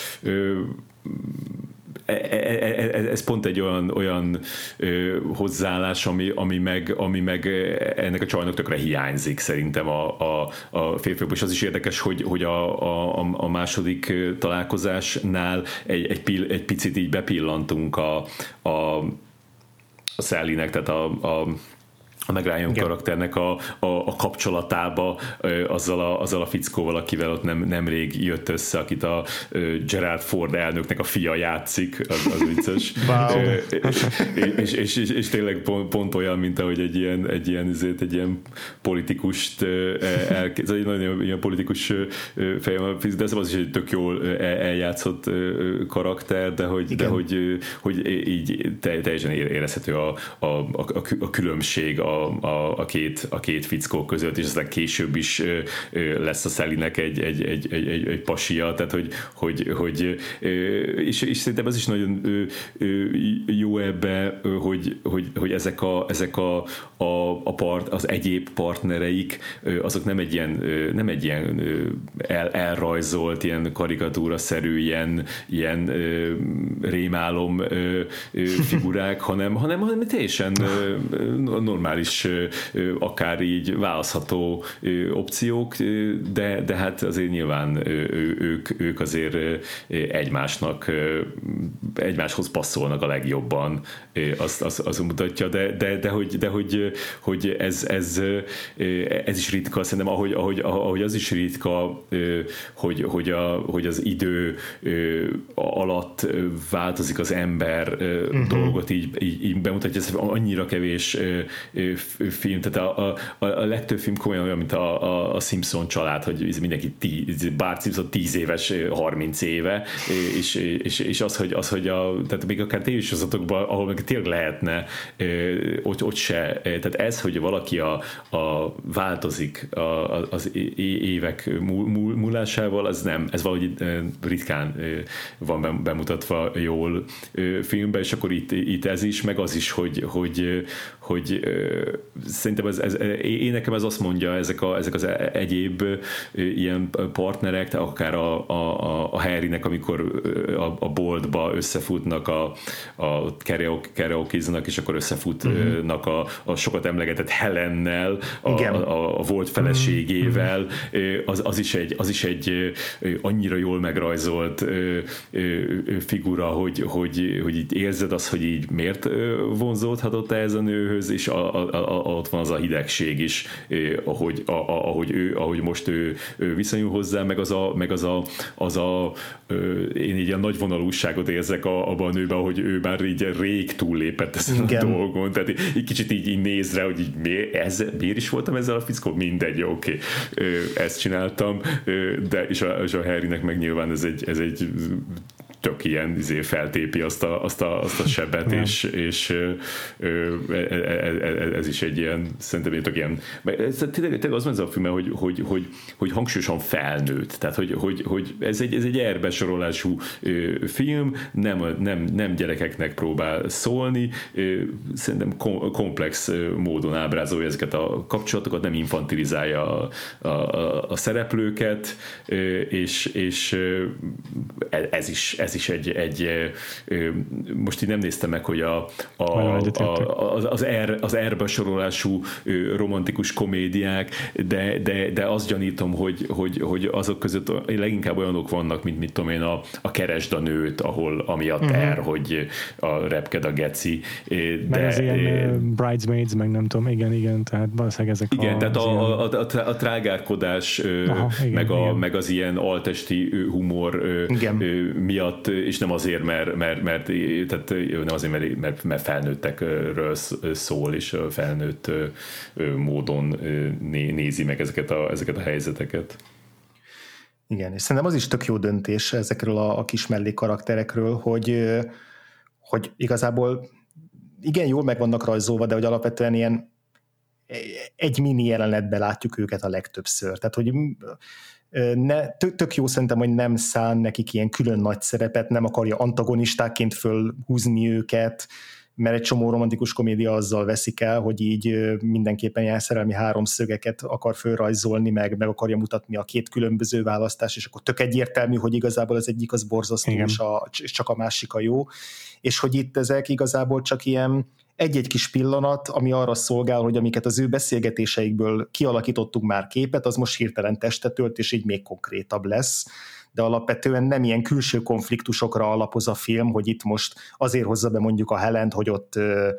Speaker 3: ö, ez pont egy olyan, olyan ö, hozzáállás, ami, ami, meg, ami meg ennek a csajnak tökre hiányzik szerintem a, a, a férfiakból, és az is érdekes, hogy, hogy a, a, a második találkozásnál egy, egy, pill, egy picit így bepillantunk a, a, a Sally-nek, tehát a, a a meg Ryan karakternek a, a, a kapcsolatába azzal a, azzal a fickóval, akivel ott nem, nemrég jött össze, akit a Gerald Ford elnöknek a fia játszik, az, az vicces.
Speaker 2: Wow.
Speaker 3: és, és, és, és tényleg pont, pont olyan, mint ahogy egy ilyen, egy ilyen, ezért, egy ilyen politikust elkezd, egy nagyon ilyen politikus fejem, de ez az is egy tök jól eljátszott karakter, de hogy, de hogy, hogy így teljesen érezhető a, a, a, a különbség a A, a, két, a két fickó között, és aztán később is ö, ö, lesz a Sally-nek egy, egy, egy, egy, egy, egy pasia, tehát hogy, hogy, hogy ö, és, és szerintem az is nagyon ö, ö, jó ebbe, ö, hogy, hogy, hogy ezek, a, ezek a, a, a part, az egyéb partnereik, ö, azok nem egy ilyen, ö, nem egy ilyen ö, el, elrajzolt, ilyen karikatúraszerű, ilyen, ilyen ö, rémálom ö, ö, figurák, hanem, hanem, hanem teljesen ö, normális is akár így választható opciók, de, de hát azért nyilván ők, ők azért egymásnak egymáshoz passzolnak a legjobban, azt, azt, azt mutatja, de, de, de, hogy, de hogy, hogy ez, ez, ez is ritka, szerintem ahogy, ahogy, ahogy az is ritka, hogy, hogy, a, hogy az idő alatt változik az ember uh-huh. dolgot így, így, így bemutatja, ez annyira kevés film, tehát a, a, a legtöbb film komolyan olyan, mint a, a, a Simpson család, hogy mindenki tíz, Bart Simpson tíz éves, harminc éve, és, és, és az, hogy, az, hogy a, tehát még akár tévésorozatokban, ahol meg tényleg lehetne, ott, ott se, tehát ez, hogy valaki a, a változik a, az évek múlásával, az nem, ez valahogy ritkán van bemutatva jól filmben, és akkor itt, itt ez is, meg az is, hogy, hogy, hogy szerintem ez, ez, én nekem ez azt mondja, ezek, a, ezek az egyéb ilyen partnerek, akár a, a, a Harrynek, amikor a, a boltba összefutnak, a, a karaoke-znak, és akkor összefutnak uh-huh. a, a sokat emlegetett Helennel, a, a, a volt feleségével, uh-huh. az, az, is egy, az is egy annyira jól megrajzolt figura, hogy, hogy, hogy így érzed azt, hogy így miért vonzódhatott ez a nőhöz, és a, a, a, ott van az a hidegség is, ahogy, a, a, ahogy, ő, ahogy most ő, ő viszonyul hozzá, meg az a, meg az a, az a én így a nagy vonalúságot érzek a, abban a nőben, hogy ő már így rég túllépett ezen Igen. a dolgon, tehát így kicsit így, így néz rá, hogy így miért, ez, miért is voltam ezzel a fickó? Mindegy, oké, okay. ezt csináltam, de és a, és a Harrynek meg nyilván ez egy, ez egy tök ilyen izé, feltépi azt a, azt a, azt a sebet, és, és ez is egy ilyen, szerintem tök ilyen, tényleg az van ez a film, hogy, hogy, hogy, hogy hangsúlyosan felnőtt, tehát hogy, hogy, hogy ez egy, ez egy erbesorolású film, nem, nem, nem gyerekeknek próbál szólni, szerintem komplex módon ábrázolja ezeket a kapcsolatokat, nem infantilizálja a, a, a szereplőket, és, és ez is ez is egy, egy most így nem néztem meg, hogy a, a, a, az, er, az erbe sorolású romantikus komédiák, de, de, de azt gyanítom, hogy, hogy, hogy azok között leginkább olyanok vannak, mint mit tudom én, a, a Keresd a nőt, ahol amiatt uh-huh. er, hogy a repked a geci. De,
Speaker 1: meg az ilyen uh, Bridesmaids, meg nem tudom, igen, igen, tehát valószínűleg ezek
Speaker 3: igen,
Speaker 1: a...
Speaker 3: tehát a, a, a, a trágárkodás, Aha, igen, meg, a,
Speaker 1: igen.
Speaker 3: meg az ilyen altesti humor igen. miatt, és nem azért, mert, mert, mert, tehát nem azért, mert, mert, mert felnőttekről szól, és felnőtt módon nézi meg ezeket a, ezeket a helyzeteket.
Speaker 2: Igen, és szerintem az is tök jó döntés ezekről a, a kis mellékkarakterekről, hogy, hogy igazából igen, jól meg vannak rajzolva, de hogy alapvetően ilyen egy mini jelenetben látjuk őket a legtöbbször. Tehát, hogy ne, tök, tök jó szerintem, hogy nem szán nekik ilyen külön nagy szerepet, nem akarja antagonistákként fölhúzni őket, mert egy csomó romantikus komédia azzal veszik el, hogy így mindenképpen ilyen szerelmi háromszögeket akar fölrajzolni, meg, meg akarja mutatni a két különböző választás, és akkor tök egyértelmű, hogy igazából az egyik az borzasztó, és, a, és csak a másik a jó, és hogy itt ezek igazából csak ilyen egy-egy kis pillanat, ami arra szolgál, hogy amiket az ő beszélgetéseikből kialakítottunk már képet, az most hirtelen testet ölt, és így még konkrétabb lesz. De alapvetően nem ilyen külső konfliktusokra alapoz a film, hogy itt most azért hozza be mondjuk a Helent, hogy ott,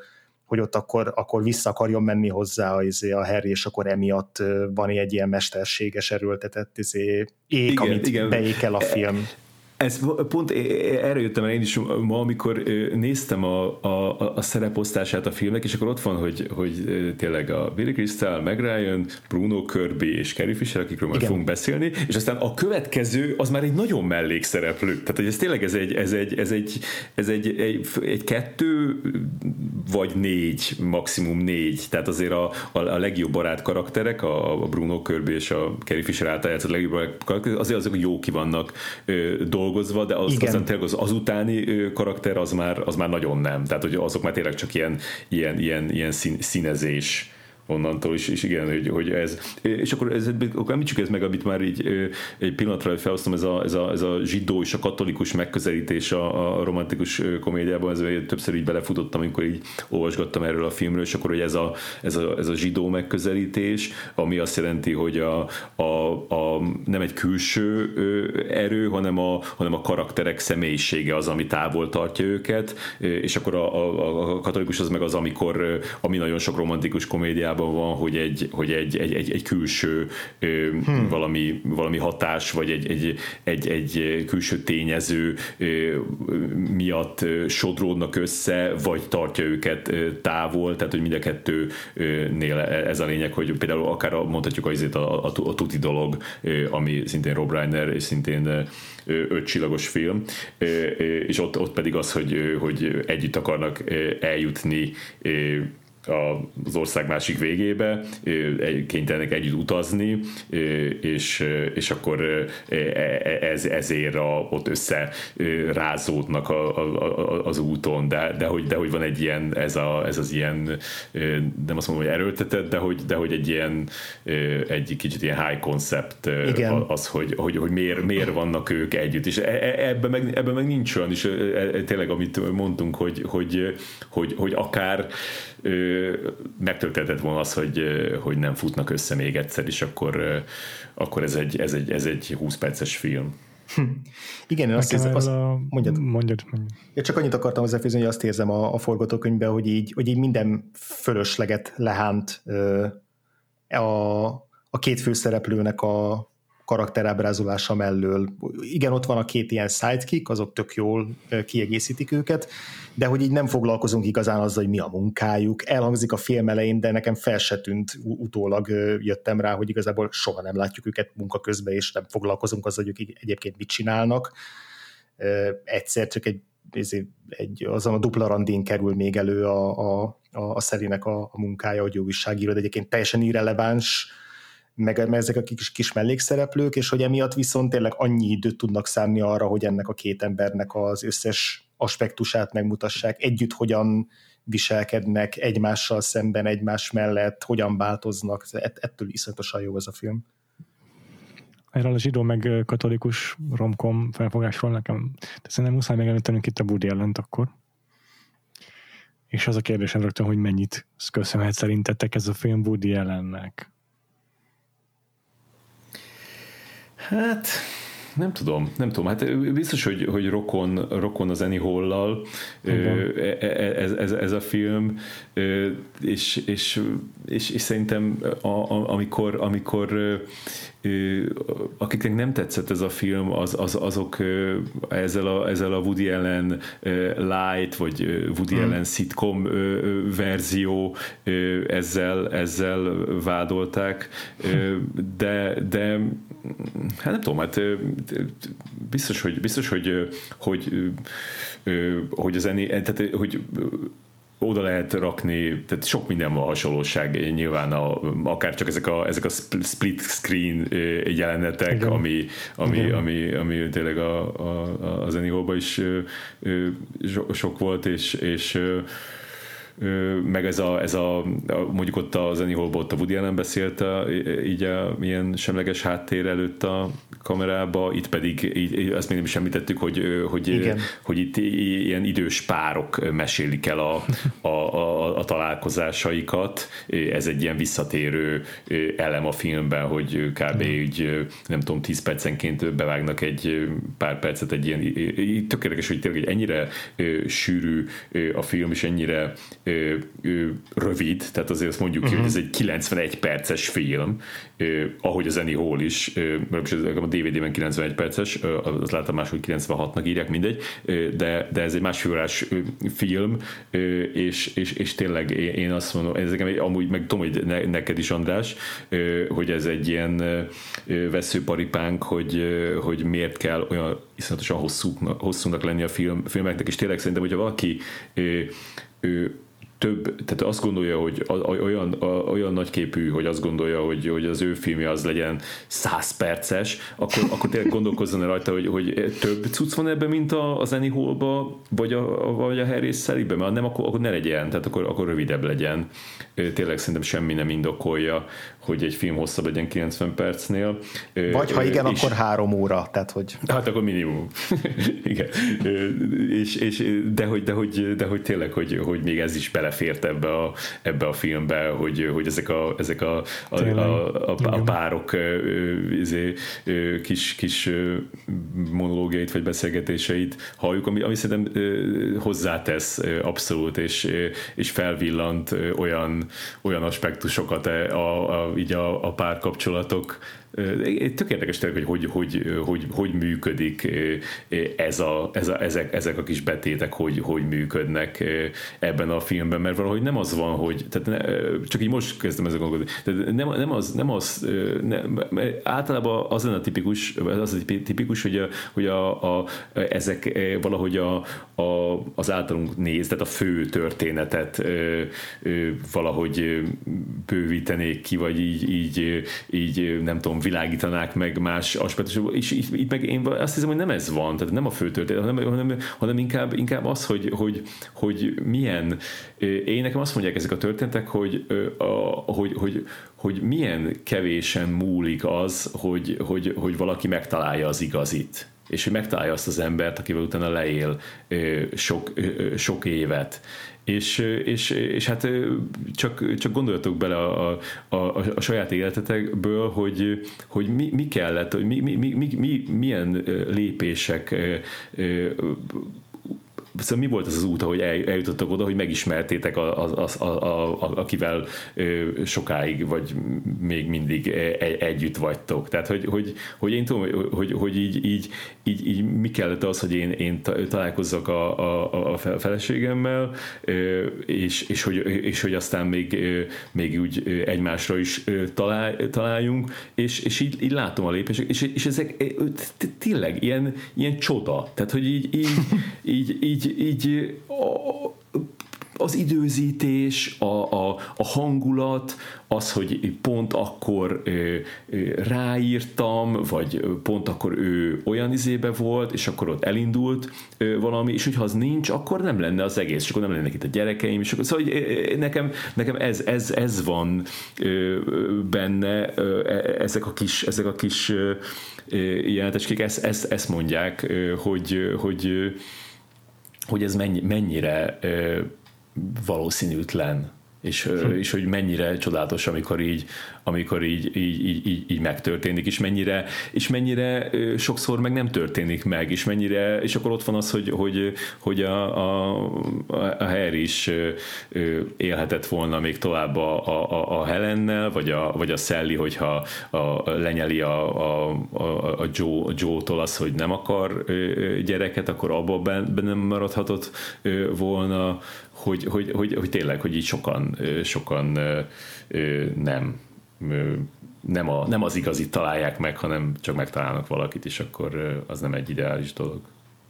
Speaker 2: hogy ott akkor, akkor vissza akarjon menni hozzá a, a Harry, és akkor emiatt van egy ilyen mesterséges erőltetett izé, ék, igen, amit igen. beékel a film.
Speaker 3: Ez pont erre jöttem el én is ma, amikor néztem a, a, a szereposztását a filmnek, és akkor ott van, hogy, hogy tényleg a Billy Crystal, Meg Ryan, Bruno Kirby és Carrie Fisher, akikről majd fogunk beszélni, és aztán a következő az már egy nagyon mellékszereplő. Tehát, hogy ez tényleg ez egy, ez egy, ez egy, ez egy, egy, egy kettő vagy négy, maximum négy. Tehát azért a, a, a legjobb barát karakterek, a, a Bruno Kirby és a Carrie Fisher által játszott legjobb barát karakterek, azért azok jó ki vannak dolgozva, dolgozva, de az, aztán tényleg az, az utáni karakter az már, az már nagyon nem. Tehát, hogy azok már tényleg csak ilyen, ilyen, ilyen, ilyen szín, színezés onnantól is, és igen, hogy, hogy ez, és akkor, ez, akkor említsük ez meg, amit már így egy pillanatra felhoztam, ez a, ez, a, ez a zsidó és a katolikus megközelítés a, a romantikus komédiában, ez többször így belefutottam, amikor így olvasgattam erről a filmről, és akkor, hogy ez a, ez a, ez a zsidó megközelítés, ami azt jelenti, hogy a, a, a, nem egy külső erő, hanem a, hanem a karakterek személyisége az, ami távol tartja őket, és akkor a, a, a katolikus az meg az, amikor, ami nagyon sok romantikus komédiában van, hogy egy, hogy egy, egy, egy, egy külső hmm. valami, valami hatás, vagy egy, egy, egy, egy külső tényező miatt sodródnak össze, vagy tartja őket távol, tehát hogy mind a kettőnél ez a lényeg, hogy például akár mondhatjuk azért a, a, a tuti dolog, ami szintén Rob Reiner, és szintén öt csillagos film, és ott, ott pedig az, hogy, hogy együtt akarnak eljutni az ország másik végébe, kénytelenek együtt utazni, és, és akkor ez, ezért a, ott összerázódnak a, a, az úton, de, de, hogy, de hogy van egy ilyen, ez, a, ez az ilyen, nem azt mondom, hogy erőltetett, de hogy, de hogy egy ilyen, egy kicsit ilyen high concept az, hogy, hogy, hogy miért, miért vannak ők együtt, és ebben meg, ebben meg nincs olyan, és tényleg amit mondtunk, hogy, hogy, hogy, hogy akár megtörténhetett volna az, hogy, hogy nem futnak össze még egyszer, és akkor, akkor ez, egy, ez, egy, ez egy húsz perces film.
Speaker 2: Hm. Igen, én azt érzem, azt,
Speaker 1: a... mondjad. Mondjad, mondjad.
Speaker 2: Én csak annyit akartam hozzáfűzni, hogy azt érzem a, a forgatókönyvben, hogy így, hogy így minden fölösleget lehánt a, a két főszereplőnek a karakterábrázolása mellől. Igen, ott van a két ilyen sidekick, azok tök jól kiegészítik őket, de hogy így nem foglalkozunk igazán azzal, hogy mi a munkájuk. Elhangzik a film elején, de nekem fel se tűnt, utólag jöttem rá, hogy igazából soha nem látjuk őket munka közben, és nem foglalkozunk azzal, hogy ők egyébként mit csinálnak. Egyszer csak egy, egy azon a dupla randin kerül még elő a, a, a Sally-nek a, a munkája, hogy újságíró, de egyébként teljesen irreleváns, meg, meg ezek a kis, kis mellékszereplők, és hogy emiatt viszont tényleg annyi időt tudnak szánni arra, hogy ennek a két embernek az összes aspektusát megmutassák, együtt hogyan viselkednek egymással szemben, egymás mellett, hogyan változnak. Ett, ettől iszonyatosan jó ez a film.
Speaker 1: Erről a zsidó meg katolikus romkom felfogásról nekem, de szerintem muszáj megemlítenünk itt a Woody Allent akkor. És az a kérdésem rögtön, hogy mennyit köszönhet szerintetek ez a film Woody Allennek?
Speaker 3: Hát, nem tudom, nem tudom. Hát biztos, hogy, hogy rokon, rokon az Annie Hall-lal ez, ez, ez a film, és, és, és, és szerintem a, a, amikor, amikor akiknek nem tetszett ez a film, az, az, azok ezzel a, ezzel a Woody Allen light, vagy Woody hmm. Allen sitcom verzió ezzel, ezzel vádolták, de, de hát nem tudom, hát biztos, hogy, biztos, hogy, hogy, hogy az ennél, tehát, hogy oda lehet rakni, tehát sok minden van hasonlóság, nyilván a, akár csak ezek a, ezek a split screen jelenetek, igen. ami, ami, ami, ami tényleg a, a, a Annie Hall-ban is sok volt, és, és meg ez a, ez a mondjuk ott az Annie Hall-ban ott a Woody Allen beszélt így a milyen semleges háttér előtt a kamerába, itt pedig, így, ezt még nem is említettük, hogy, hogy, hogy itt ilyen idős párok mesélik el a, a, a, a találkozásaikat. Ez egy ilyen visszatérő elem a filmben, hogy kb. Úgy, nem tudom, tíz percenként bevágnak egy pár percet egy ilyen, tökéletes, hogy tényleg ennyire sűrű a film, és ennyire rövid, tehát azért azt mondjuk uh-huh. ki, hogy ez egy kilencvenegy perces film, ahogy az Annie Hall is, a dé vé dében kilencvenegy perces, azt láttam máshogy kilencvenhatnak írják, mindegy, de, de ez egy másfél órás film, és, és, és tényleg én azt mondom, ez amúgy meg tudom, hogy ne, neked is, András, hogy ez egy ilyen veszőparipánk, hogy, hogy miért kell olyan iszonyatosan hosszúnak, hosszúnak lenni a film, filmeknek, és tényleg szerintem, hogyha valaki ő, ő, több, tehát azt gondolja, hogy olyan, olyan nagyképű, hogy azt gondolja, hogy, hogy az ő filmje az legyen száz perces, akkor, akkor tényleg gondolkozzon rajta, hogy, hogy több cucc van ebben, mint az Annie Hall-ba, vagy a, vagy a Harry Sally-be, mert nem, akkor, akkor ne legyen, tehát akkor, akkor rövidebb legyen. Tényleg szerintem semmi nem indokolja, hogy egy film hosszabb legyen kilencven percnél.
Speaker 2: Vagy ha igen, és, akkor három óra, tehát hogy...
Speaker 3: Hát akkor minimum. Igen. és, és, de, hogy, de, hogy, de hogy tényleg, hogy, hogy még ez is belefért ebbe a, ebbe a filmbe, hogy, hogy ezek a, ezek a, a, a, a, a párok izé, kis, kis monológiait vagy beszélgetéseit halljuk, ami, ami szerintem hozzátesz abszolút, és, és felvillant olyan, olyan aspektusokat a, a, így a, a párkapcsolatok. Tök érdekes tényleg, hogy hogy, hogy, hogy hogy működik ez a, ez a, ezek, ezek a kis betétek, hogy, hogy működnek ebben a filmben, mert valahogy nem az van, hogy tehát ne, csak így most kezdtem ezzel gondolkodni, tehát nem, nem az, nem az nem, általában az lenne tipikus, az a tipikus, hogy, a, hogy a, a, ezek valahogy a, a, az általunk néz, tehát a fő történetet valahogy bővítenék ki, vagy így, így, így nem tudom, világítanák meg más aspektusok, és itt meg én azt hiszem, hogy nem ez van, tehát nem a fő történet, hanem, hanem, hanem inkább, inkább az, hogy, hogy, hogy milyen, én nekem azt mondják ezek a történetek, hogy, hogy, hogy, hogy milyen kevésen múlik az, hogy, hogy, hogy valaki megtalálja az igazit, és hogy megtalálja azt az embert, akivel utána leél sok, sok évet. És, és, és hát csak, csak gondoljatok bele a, a, a, a saját életetekből, hogy, hogy mi, mi kellett, hogy mi, mi, mi, mi, milyen lépések, szóval mi volt az az út, ahogy eljutottak oda, hogy megismertétek az, az, a, a, a, akivel sokáig, vagy még mindig együtt vagytok. Tehát, hogy, hogy, hogy én tudom, hogy, hogy így, így, így, így mi kellett az, hogy én, én találkozzak a, a, a feleségemmel, és, és, hogy, és hogy aztán még, még úgy egymásra is talál, találjunk, és, és így, így látom a lépések, és, és ezek tényleg ilyen, ilyen csoda. Tehát, hogy így, így, így, így így az időzítés, a, a, a hangulat, az, hogy pont akkor ö, ö, ráírtam, vagy pont akkor ő olyan izébe volt, és akkor ott elindult ö, valami, és hogyha az nincs, akkor nem lenne az egész, és akkor nem lennek itt a gyerekeim, és akkor, szóval ö, nekem, nekem ez, ez, ez van ö, benne, ö, ezek a kis, ezek a kis ö, jelentecskék, ezt, ezt, ezt mondják, ö, hogy, hogy hogy ez mennyi, mennyire ö, valószínűtlen, és, ö, és hogy mennyire csodálatos, amikor így, amikor így, így, így, így, így megtörténik, és mennyire, és mennyire ö, sokszor meg nem történik meg, és mennyire, és akkor ott van az, hogy, hogy, hogy a, a, a Harry is ö, ö, élhetett volna még tovább a, a, a Helennel, vagy a, vagy a Sally, hogyha a, lenyeli a, a, a, a Joe, Joe-tól az, hogy nem akar ö, gyereket, akkor abban benne maradhatott ö, volna, hogy, hogy, hogy, hogy tényleg, hogy így sokan, sokan nem, nem, a, nem az igazit találják meg, hanem csak megtalálnak valakit, és akkor az nem egy ideális dolog.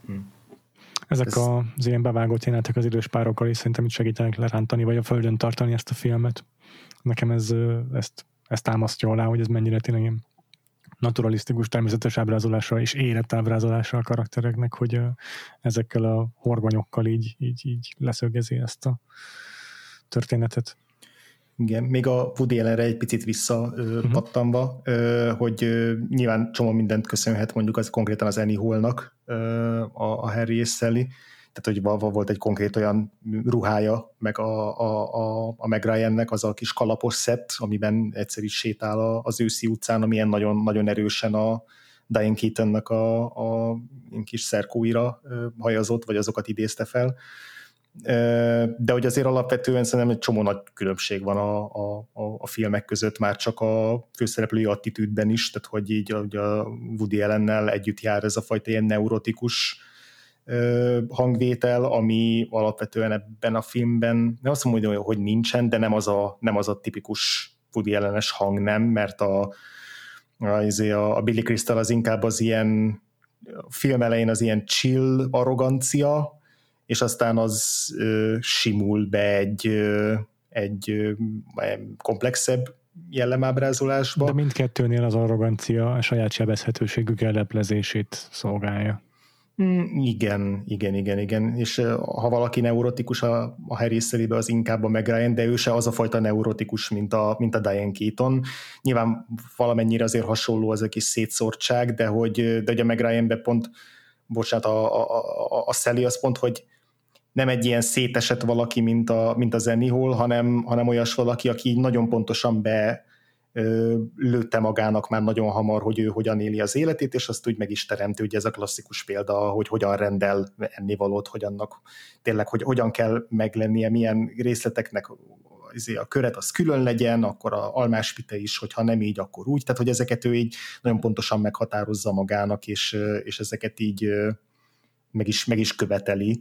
Speaker 1: Ezek Ez... az ilyen bevágott jelenetek az idős párokkal is szerintem itt segítenek lerántani, vagy a földön tartani ezt a filmet. Nekem ez, ezt, ezt támasztja alá, hogy ez mennyire tényleg ilyen naturalisztikus, természetes ábrázolása és életábrázolása a karaktereknek, hogy uh, ezekkel a horgonyokkal így, így, így leszögezi ezt a történetet.
Speaker 2: Igen, még a Woody Allenre egy picit visszapattanva, uh-huh. hogy nyilván csomó mindent köszönhet mondjuk az konkrétan az Annie Hallnak a, a Harry és Sally, tehát hogy volt egy konkrét olyan ruhája, meg a, a, a, a Meg Ryannek az a kis kalapos szett, amiben egyszer is sétál az őszi utcán, amilyen nagyon, nagyon erősen a Diane Keatonnak a, a kis szerkóira hajazott, vagy azokat idézte fel. De hogy azért alapvetően szerintem egy csomó nagy különbség van a, a, a filmek között, már csak a főszereplői attitűdben is, tehát hogy így a Woody Allennel együtt jár ez a fajta ilyen neurotikus hangvétel, ami alapvetően ebben a filmben, nem azt mondom, hogy nincsen, de nem az a, nem az a tipikus Woody Allen-es hang, nem, mert a, a, a Billy Crystal az inkább az ilyen film elején az ilyen chill arrogancia, és aztán az ö, simul be egy, ö, egy ö, komplexebb jellemábrázolásba.
Speaker 1: De mindkettőnél az arrogancia a saját sebezhetőségük elleplezését szolgálja.
Speaker 2: Mm, igen, igen, igen, igen. És uh, ha valaki neurotikus a, a Harry Sally-be, az inkább a Meg Ryan, de ő se az a fajta neurotikus, mint a, mint a Diane Keaton. Nyilván valamennyire azért hasonló az a kis szétszórtság, de hogy, de hogy a Meg Ryanbe pont, bocsánat, a, a, a, a Sally az pont, hogy nem egy ilyen szétesett valaki, mint a, mint a Annie Hall, hanem, hanem olyas valaki, aki nagyon pontosan be ö, lőtte magának már nagyon hamar, hogy ő hogyan éli az életét, és azt úgy meg is teremti, ugye ez a klasszikus példa, hogy hogyan rendel ennivalót, hogy annak tényleg, hogy hogyan kell meglennie, milyen részleteknek a köret az külön legyen, akkor a almáspite is, hogyha nem így, akkor úgy, tehát hogy ezeket ő így nagyon pontosan meghatározza magának, és, és ezeket így meg is, meg is követeli.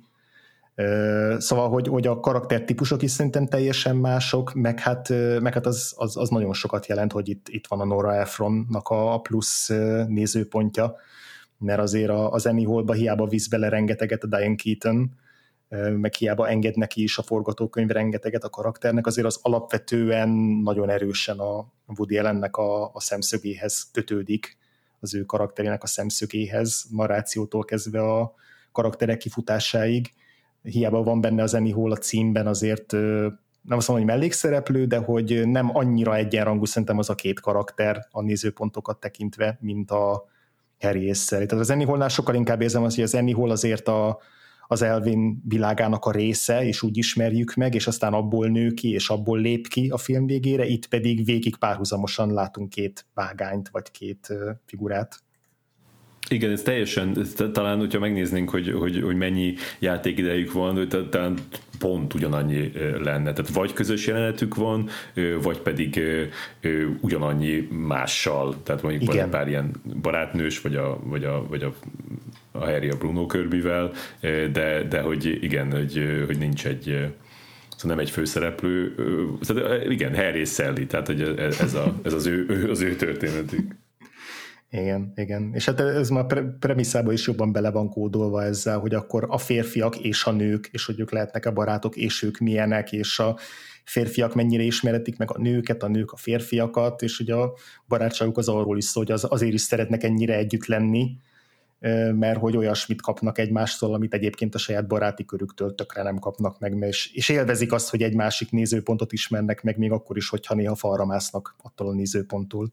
Speaker 2: Szóval, hogy, hogy a karaktertípusok is szerintem teljesen mások, meg hát, meg hát az, az, az nagyon sokat jelent, hogy itt, itt van a Nora Ephronnak a plusz nézőpontja, mert azért az Annie Hallba hiába visz bele rengeteget a Diane Keaton, meg hiába enged neki is a forgatókönyv rengeteget a karakternek, azért az alapvetően nagyon erősen a Woody Allennek a, a szemszögéhez kötődik, az ő karakterének a szemszögéhez, narrációtól kezdve a karakterek kifutásáig. Hiába van benne az Annie Hall a címben, azért nem azt mondom, hogy mellékszereplő, de hogy nem annyira egyenrangú szerintem az a két karakter a nézőpontokat tekintve, mint a Harry és Sally. Tehát az Annie Hallnál sokkal inkább érzem azt, hogy az Annie Hall azért a, az Elvin világának a része, és úgy ismerjük meg, és aztán abból nő ki, és abból lép ki a film végére, itt pedig végig párhuzamosan látunk két vágányt, vagy két figurát.
Speaker 3: Igen, ez teljesen, ez talán, hogyha megnéznénk, hogy, hogy, hogy mennyi játékidejük van, talán pont ugyanannyi lenne. Tehát vagy közös jelenetük van, vagy pedig ugyanannyi mással. Tehát mondjuk igen. Van egy pár ilyen barátnős, vagy a, vagy a, vagy a, a Harry a Bruno Kirbyvel, de, de hogy igen, hogy, hogy nincs egy... Szóval nem egy főszereplő. Igen, Harry és Sally, tehát hogy ez, a, ez az, ő, az ő történetük.
Speaker 2: Igen, igen. És hát ez már pre- premisszában is jobban bele van kódolva ezzel, hogy akkor a férfiak és a nők, és hogy ők lehetnek-e barátok, és ők milyenek, és a férfiak mennyire ismeretik meg a nőket, a nők a férfiakat, és ugye a barátságuk az arról is szól, hogy az, azért is szeretnek ennyire együtt lenni, mert hogy olyasmit kapnak egymástól, amit egyébként a saját baráti körüktől tökre nem kapnak meg, és, és élvezik azt, hogy egy másik nézőpontot ismernek meg, még akkor is, hogyha néha falra másznak attól a nézőponttól.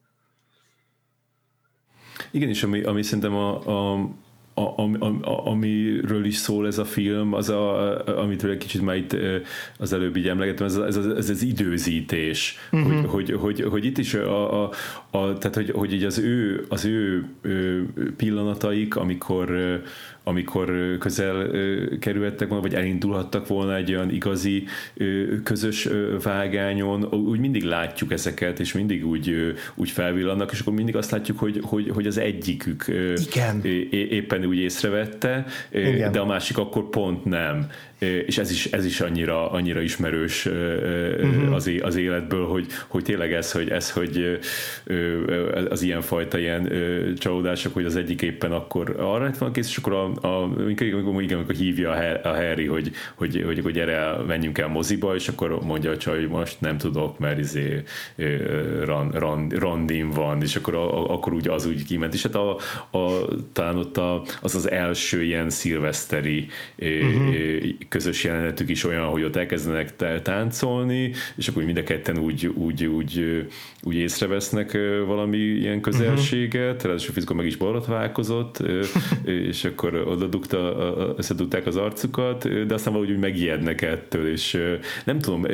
Speaker 3: Igen, és ami, ami szerintem a, a, a, a, a, amiről is szól ez a film, az a, amitől egy kicsit már itt az előbb így emlegettem, ez, ez, ez az időzítés, uh-huh. hogy, hogy, hogy, hogy itt is a, a, a, tehát hogy, hogy így az ő, az ő pillanataik, amikor amikor közel kerülhettek volna, vagy elindulhattak volna egy olyan igazi közös vágányon, úgy mindig látjuk ezeket, és mindig úgy, úgy felvillannak, és akkor mindig azt látjuk, hogy, hogy, hogy az egyikük
Speaker 2: igen.
Speaker 3: éppen úgy észrevette, igen. de a másik akkor pont nem. És ez is, ez is annyira, annyira ismerős uh-huh. az, az életből, hogy, hogy tényleg ez, hogy, ez, hogy az ilyenfajta ilyen csalódások, hogy az egyik éppen akkor arra lett van kész, és akkor a, a, igen, amikor hívja a Harry, hogy, hogy, hogy, hogy erre menjünk el moziba, és akkor mondja a csaj, hogy most nem tudok, mert izé, ran, ran, randin van, és akkor, a, akkor úgy az úgy kiment, és hát a, a, talán ott a, az az első ilyen szilveszteri uh-huh. közös jelenetük is olyan, hogy ott elkezdenek táncolni, és akkor mind a ketten úgy, úgy, úgy, úgy észrevesznek valami ilyen közelséget, uh-huh. ráadásul Fiszko meg is borotválkozott, és akkor oda dugta, összedugták az arcukat, de aztán valahogy úgy megijednek ettől, és nem tudom,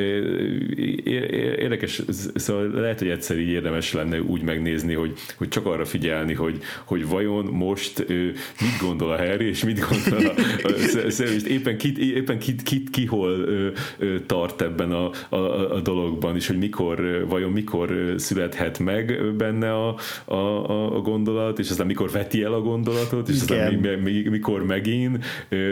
Speaker 3: érdekes, szóval lehet, hogy egyszer így érdemes lenne úgy megnézni, hogy, hogy csak arra figyelni, hogy, hogy vajon most mit gondol a Harry, és mit gondol a, a, a éppen, kit, éppen kit, kit, ki hol tart ebben a, a, a dologban, és hogy mikor, vajon mikor születhet meg benne a, a, a gondolat, és aztán mikor veti el a gondolatot, és aztán mi, mi, mikor megint,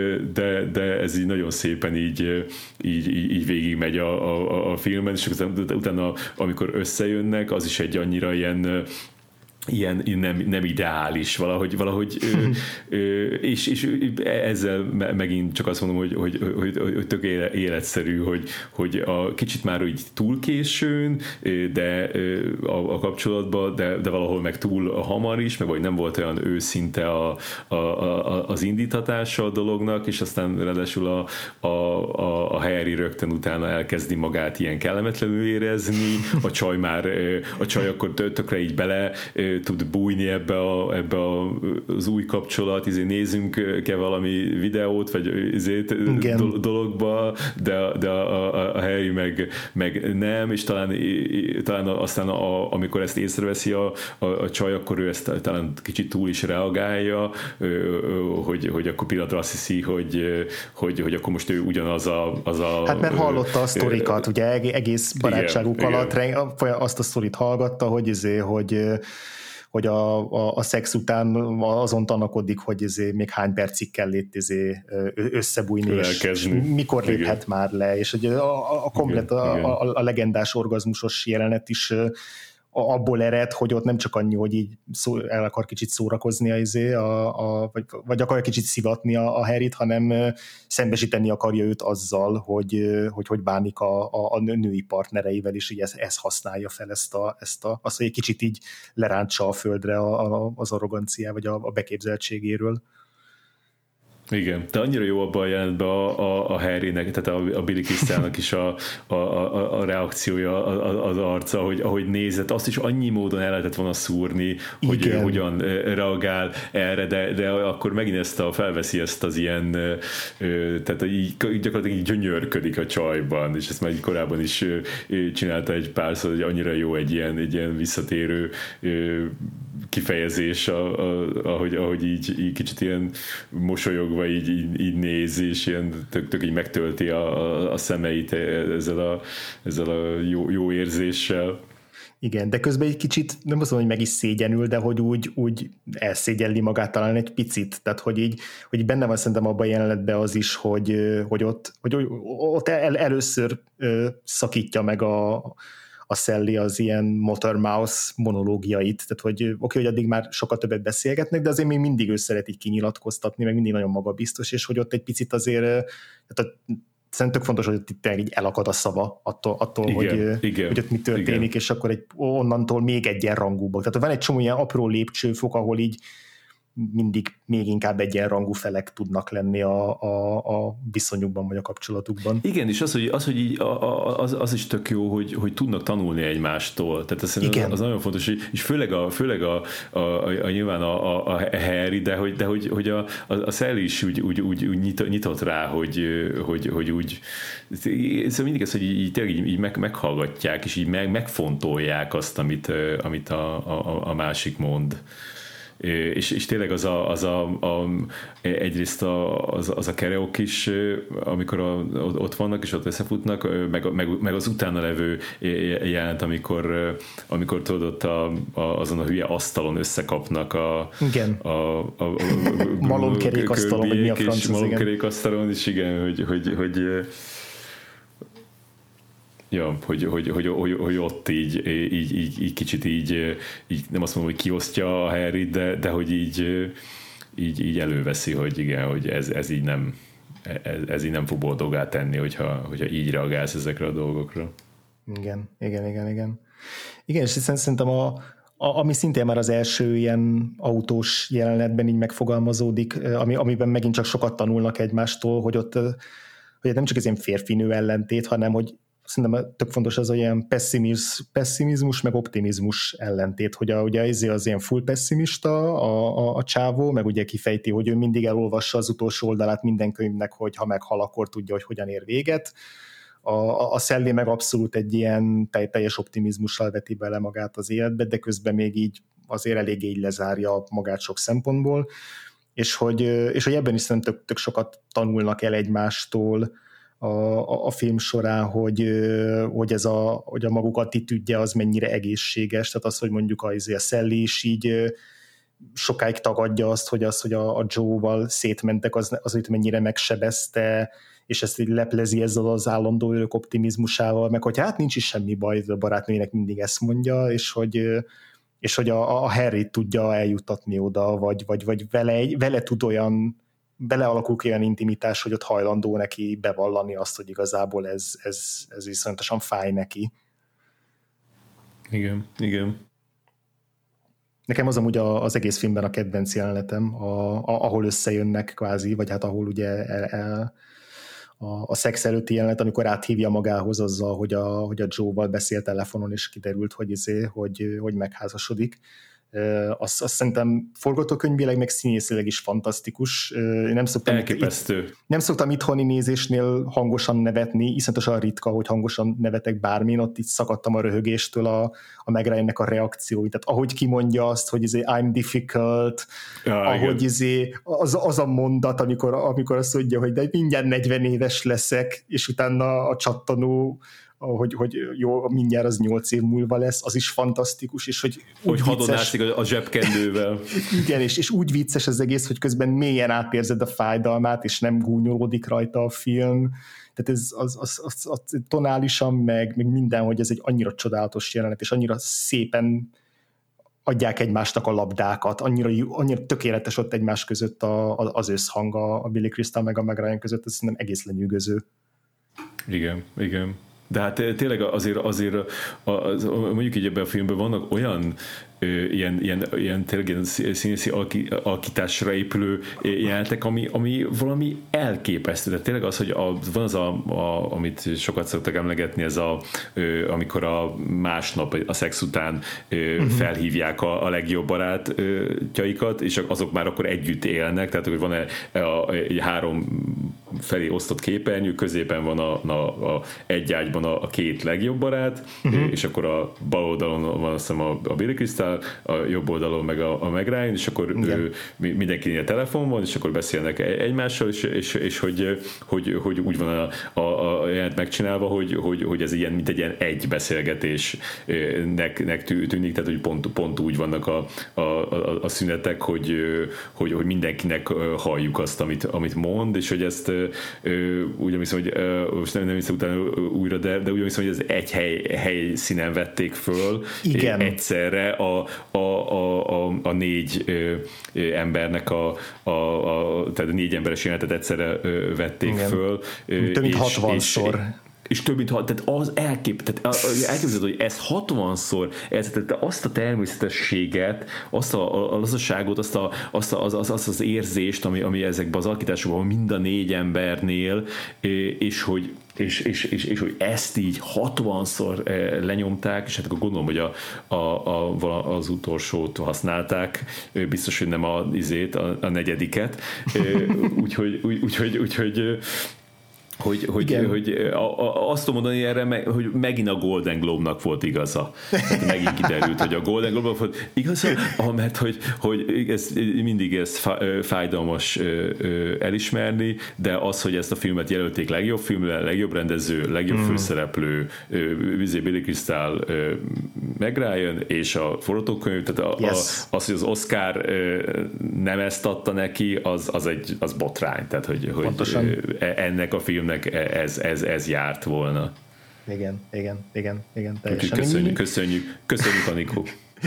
Speaker 3: de, de ez így nagyon szépen így, így, így végig megy a, a, a filmen, és utána, amikor összejönnek, az is egy annyira ilyen ilyen nem, nem ideális valahogy, valahogy ö, ö, és, és ezzel megint csak azt mondom, hogy, hogy, hogy, hogy tök életszerű, hogy, hogy a kicsit már úgy túl későn, de a, a kapcsolatban, de, de valahol meg túl hamar is, meg vagy nem volt olyan őszinte a, a, a, az indítatása a dolognak, és aztán ráadásul a, a, a, a Harry rögtön utána elkezdi magát ilyen kellemetlenül érezni, a csaj már, a csaj akkor tökre így bele tud bújni ebbe, a, ebbe a, az új kapcsolat, izé nézzünk-e valami videót, vagy izét dologba, de, de a, a, a Harry meg, meg nem, és talán, talán aztán a, amikor ezt észreveszi a, a, a csaj, akkor ő ezt talán kicsit túl is reagálja, hogy, hogy akkor pillanatra azt hiszi, hogy, hogy, hogy akkor most ő ugyanaz a, az a...
Speaker 2: Hát mert hallotta a sztorikat, ugye egész barátságuk
Speaker 3: igen,
Speaker 2: alatt
Speaker 3: igen.
Speaker 2: azt a sztorit hallgatta, hogy izé, hogy hogy a, a, a szex után azon tanakodik, hogy izé, még hány percig kell itt izé, összebújni, és mikor léphet igen. már le, és a, a, a komplet, igen, a, a, a legendás orgazmusos jelenet is abból ered, hogy ott nem csak annyi, hogy így szó, el akar kicsit szórakozni izé, a, a, vagy, vagy akar kicsit szivatni a, a Harryt, hanem szembesíteni akarja őt azzal, hogy hogy, hogy bánik a, a, a női partnereivel, és így ez, ez használja fel ezt a, ezt a, azt, hogy egy kicsit így lerántsa a földre a, a, az arroganciá, vagy a, a beképzeltségéről.
Speaker 3: Igen, de annyira jó abban a jelentben a, a, a Harrynek, tehát a, a Billy Crystalnak is a, a, a, a reakciója, a, az arca, hogy, ahogy nézett, azt is annyi módon el lehetett volna szúrni, hogy igen. ő hogyan reagál erre, de, de akkor megint ezt a, felveszi ezt az ilyen, tehát így, gyakorlatilag így gyönyörködik a csajban, és ezt már így korábban is csinálta egy párszor, hogy annyira jó egy ilyen, egy ilyen visszatérő kifejezés, a, a, ahogy, ahogy így, így kicsit ilyen mosolyogva így, így, így néz, és ilyen tök, tök így megtölti a, a, a szemeit ezzel a, ezzel a jó, jó érzéssel.
Speaker 2: Igen, de közben egy kicsit, nem azt mondom, hogy meg is szégyenül, de hogy úgy, úgy elszégyelli magát talán egy picit, tehát hogy így, hogy benne van szerintem abban a jelenetben az is, hogy, hogy ott, hogy ott el, először szakítja meg a a Sally az ilyen Motormouse monológiait, tehát hogy oké, okay, hogy addig már sokkal többet beszélgetnek, de azért még mindig ő szeret így kinyilatkoztatni, meg mindig nagyon magabiztos, és hogy ott egy picit azért, tehát szerintem tök fontos, hogy itt tényleg így elakad a szava attól, attól igen, hogy, igen, hogy ott mi történik, igen. és akkor egy, onnantól még egyenrangúbbak. Tehát van egy csomó ilyen apró lépcsőfok, ahol így mindig még inkább egyenrangú felek tudnak lenni a, a, a viszonyukban, vagy a kapcsolatukban.
Speaker 3: Igen, és az, hogy, az, hogy így, az, az is tök jó, hogy, hogy tudnak tanulni egymástól. Tehát az, az, az nagyon fontos, és főleg a, főleg a, a, a, a nyilván a, a, a Harry, de hogy, de hogy, hogy a, a Sally is úgy, úgy, úgy, úgy nyit, nyitott rá, hogy, hogy, hogy úgy szóval mindig ez, hogy így, tényleg így, így meg, meghallgatják, és így meg, megfontolják azt, amit, amit a, a, a másik mond. És, és tényleg az a, az a, a egyrészt a, az, az a kereok is, amikor a, ott vannak és ott összefutnak, meg, meg, meg az utána levő jelent, amikor, amikor tudod ott a, a, azon a hülye asztalon összekapnak a,
Speaker 2: igen.
Speaker 3: a, a, a, a
Speaker 2: malomkerékasztalon, vagy mi a francia,
Speaker 3: malomkerékasztalon is, igen, hogy, hogy, hogy ja, hogy, hogy, hogy, hogy, hogy ott így, így, így, így kicsit így, így, nem azt mondom, hogy kiosztja a Harryt, de, de hogy így, így, így előveszi, hogy igen, hogy ez, ez így nem ez, ez így nem fog boldoggá tenni, hogyha, hogyha így reagálsz ezekre a dolgokra.
Speaker 2: Igen, igen, igen, igen. Igen, és szerintem a, a, ami szintén már az első ilyen autós jelenetben így megfogalmazódik, ami, amiben megint csak sokat tanulnak egymástól, hogy ott hogy hogy nem csak ez ilyen férfinő ellentét, hanem hogy szerintem tök fontos az olyan pessimizmus, pessimizmus meg optimizmus ellentét, hogy a, ugye ez az ilyen full pessimista a, a, a csávó, meg ugye kifejti, hogy ő mindig elolvassa az utolsó oldalát minden könyvnek, hogy ha meghal, akkor tudja, hogy hogyan ér véget. A, a, a Sally meg abszolút egy ilyen teljes optimizmussal veti bele magát az életbe, de közben még így azért eléggé így lezárja magát sok szempontból, és hogy, és hogy ebben is szerintem tök, tök sokat tanulnak el egymástól a, a, a film során, hogy, hogy, ez a, hogy a maguk attitűdje az mennyire egészséges, tehát az, hogy mondjuk a, a Sally is így sokáig tagadja azt, hogy az, hogy a, a Joe-val szétmentek, az, az itt mennyire megsebezte, és ezt így leplezi ezzel az állandó örök optimizmusával, meg hogy hát nincs is semmi baj, a barátnőjének mindig ezt mondja, és hogy, és hogy a, a Harry tudja eljuttatni oda, vagy, vagy, vagy vele, vele tud olyan, belealakul olyan intimitás, hogy ott hajlandó neki bevallani azt, hogy igazából ez, ez, ez viszontosan fáj neki.
Speaker 3: Igen, igen.
Speaker 2: Nekem az amúgy az egész filmben a kedvenc jelenetem, a, a, ahol összejönnek kvázi, vagy hát ahol ugye el, el, a, a szex előtti jelenet, amikor áthívja magához azzal, hogy a, hogy a Joe-val beszél telefonon, és kiderült, hogy, izé, hogy, hogy megházasodik. Azt, azt szerintem forgatókönyvileg, meg színészileg is fantasztikus. Nem szoktam,
Speaker 3: elképesztő.
Speaker 2: Itt, nem szoktam itthoni nézésnél hangosan nevetni, iszonyatosan ritka, hogy hangosan nevetek bármin, ott itt szakadtam a röhögéstől a, a Meg Ryannek a reakciói. Tehát ahogy kimondja azt, hogy izé, I'm difficult, ja, ahogy izé, az, az a mondat, amikor, amikor azt mondja, hogy de mindjárt negyven éves leszek, és utána a csattanó Hogy, hogy jó, mindjárt az nyolc év múlva lesz, az is fantasztikus, és hogy
Speaker 3: hogy hadonászik a zsebkendővel.
Speaker 2: Igen, és, és úgy vicces az egész, hogy közben mélyen átérzed a fájdalmát, és nem gúnyolódik rajta a film. Tehát ez az, az, az, az tonálisan, meg, meg minden, hogy ez egy annyira csodálatos jelenet, és annyira szépen adják egymásnak a labdákat, annyira, annyira tökéletes ott egymás között a, a, az összhang a Billy Crystal meg a Meg Ryan között, ez szerintem egész lenyűgöző.
Speaker 3: Igen, igen. De hát tényleg azért, azért az, mondjuk így ebben a filmben vannak olyan ö, ilyen, ilyen, ilyen tényleg ilyen színészi alkításra épülő jelentek, ami, ami valami elképesztő. De tényleg az, hogy a, van az, a, a, amit sokat szoktak emlegetni, ez a, ö, amikor a másnap a szex után ö, uh-huh. felhívják a, a legjobb barátjaikat, és azok már akkor együtt élnek, tehát hogy van egy, egy három felé osztott képernyő, középen van a, a, a egy ágyban a, a két legjobb barát, uh-huh. és akkor a bal oldalon van azt hiszem a, a Billy Crystal, a jobb oldalon meg a, a Meg Ryan, és akkor ő, mindenkinél telefon van, és akkor beszélnek egymással, és, és, és hogy, hogy, hogy úgy van a, a, a jelent megcsinálva, hogy, hogy, hogy ez ilyen, mint egy ilyen egy beszélgetésnek nek tűnik, tehát hogy pont, pont úgy vannak a, a, a, a szünetek, hogy, hogy, hogy mindenkinek halljuk azt, amit, amit mond, és hogy ezt úgy hiszem, hogy most nem, nem hiszem utána újra, de, de úgy hiszem, hogy ez egy hely, helyszínen vették föl. Igen. Egyszerre a, a, a, a, a négy ö, ö, embernek a, a, a, tehát a négy emberes jelenetet egyszerre ö, vették igen. föl.
Speaker 2: Több mint hatvanszor.
Speaker 3: És több mint, tehát az elkép, tehát elképzeled, hogy ez hatvanszor, tehát azt a természetességet, azt a, a lazaságot, azt, a, azt, a, az, az, az az érzést, ami, ami ezekben az alakításokban mind a négy embernél, és hogy És, és, és, és hogy ezt így hatvanszor lenyomták, és hát akkor gondolom, hogy a, a, a, az utolsót használták, biztos, hogy nem a, izét, a, a negyediket, úgyhogy úgy, úgy, úgy, úgy, úgy, hogy, hogy, hogy a, a, azt tudom mondani erre, hogy megint a Golden Globe-nak volt igaza. Tehát megint kiderült, hogy a Golden Globe-nak volt igaza, mert hogy, hogy ez, mindig ez fájdalmas elismerni, de az, hogy ezt a filmet jelölték legjobb filmre, legjobb rendező, legjobb mm. főszereplő, Billy Crystal, Meg Ryan, és a forgatókönyv, tehát a, yes. a, az, hogy az Oscar nem ezt adta neki, az, az egy az botrány, tehát hogy, hogy ennek a film Ez, ez, ez járt volna.
Speaker 2: Igen, igen, igen, igen. Teljesen.
Speaker 3: Köszönjük, köszönjük, köszönjük, Anikó.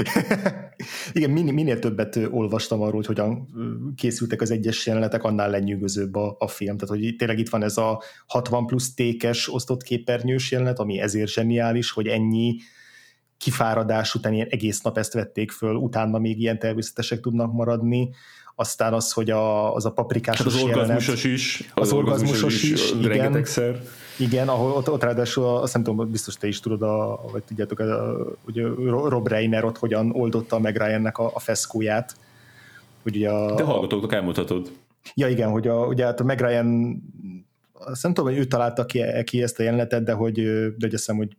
Speaker 2: Igen, minél, minél többet olvastam arról, hogy hogyan készültek az egyes jelenetek, annál lenyűgözőbb a, a film. Tehát, hogy tényleg itt van ez a hatvan plusz tékes osztott képernyős jelenet, ami ezért zseniális, hogy ennyi kifáradás után ilyen egész nap ezt vették föl, utána még ilyen természetesek tudnak maradni. Aztán az, hogy a, az a paprikásos
Speaker 3: hát az orgazmusos is.
Speaker 2: Az, az orgazmusos is, is igen.
Speaker 3: Rengetegszer.
Speaker 2: Igen, ahol ott, ott ráadásul, azt nem tudom, biztos te is tudod, a, vagy tudjátok, a, hogy Rob Reiner ott hogyan oldotta meg Ryannek a, a feszkóját. Hogy ugye a,
Speaker 3: de hallgatóknak elmondhatod.
Speaker 2: Ja igen, hogy a, ugye hát a Meg Ryan, azt nem tudom, hogy ő találta ki, ki ezt a jelenetet, de hogy, de hogy azt hiszem, hogy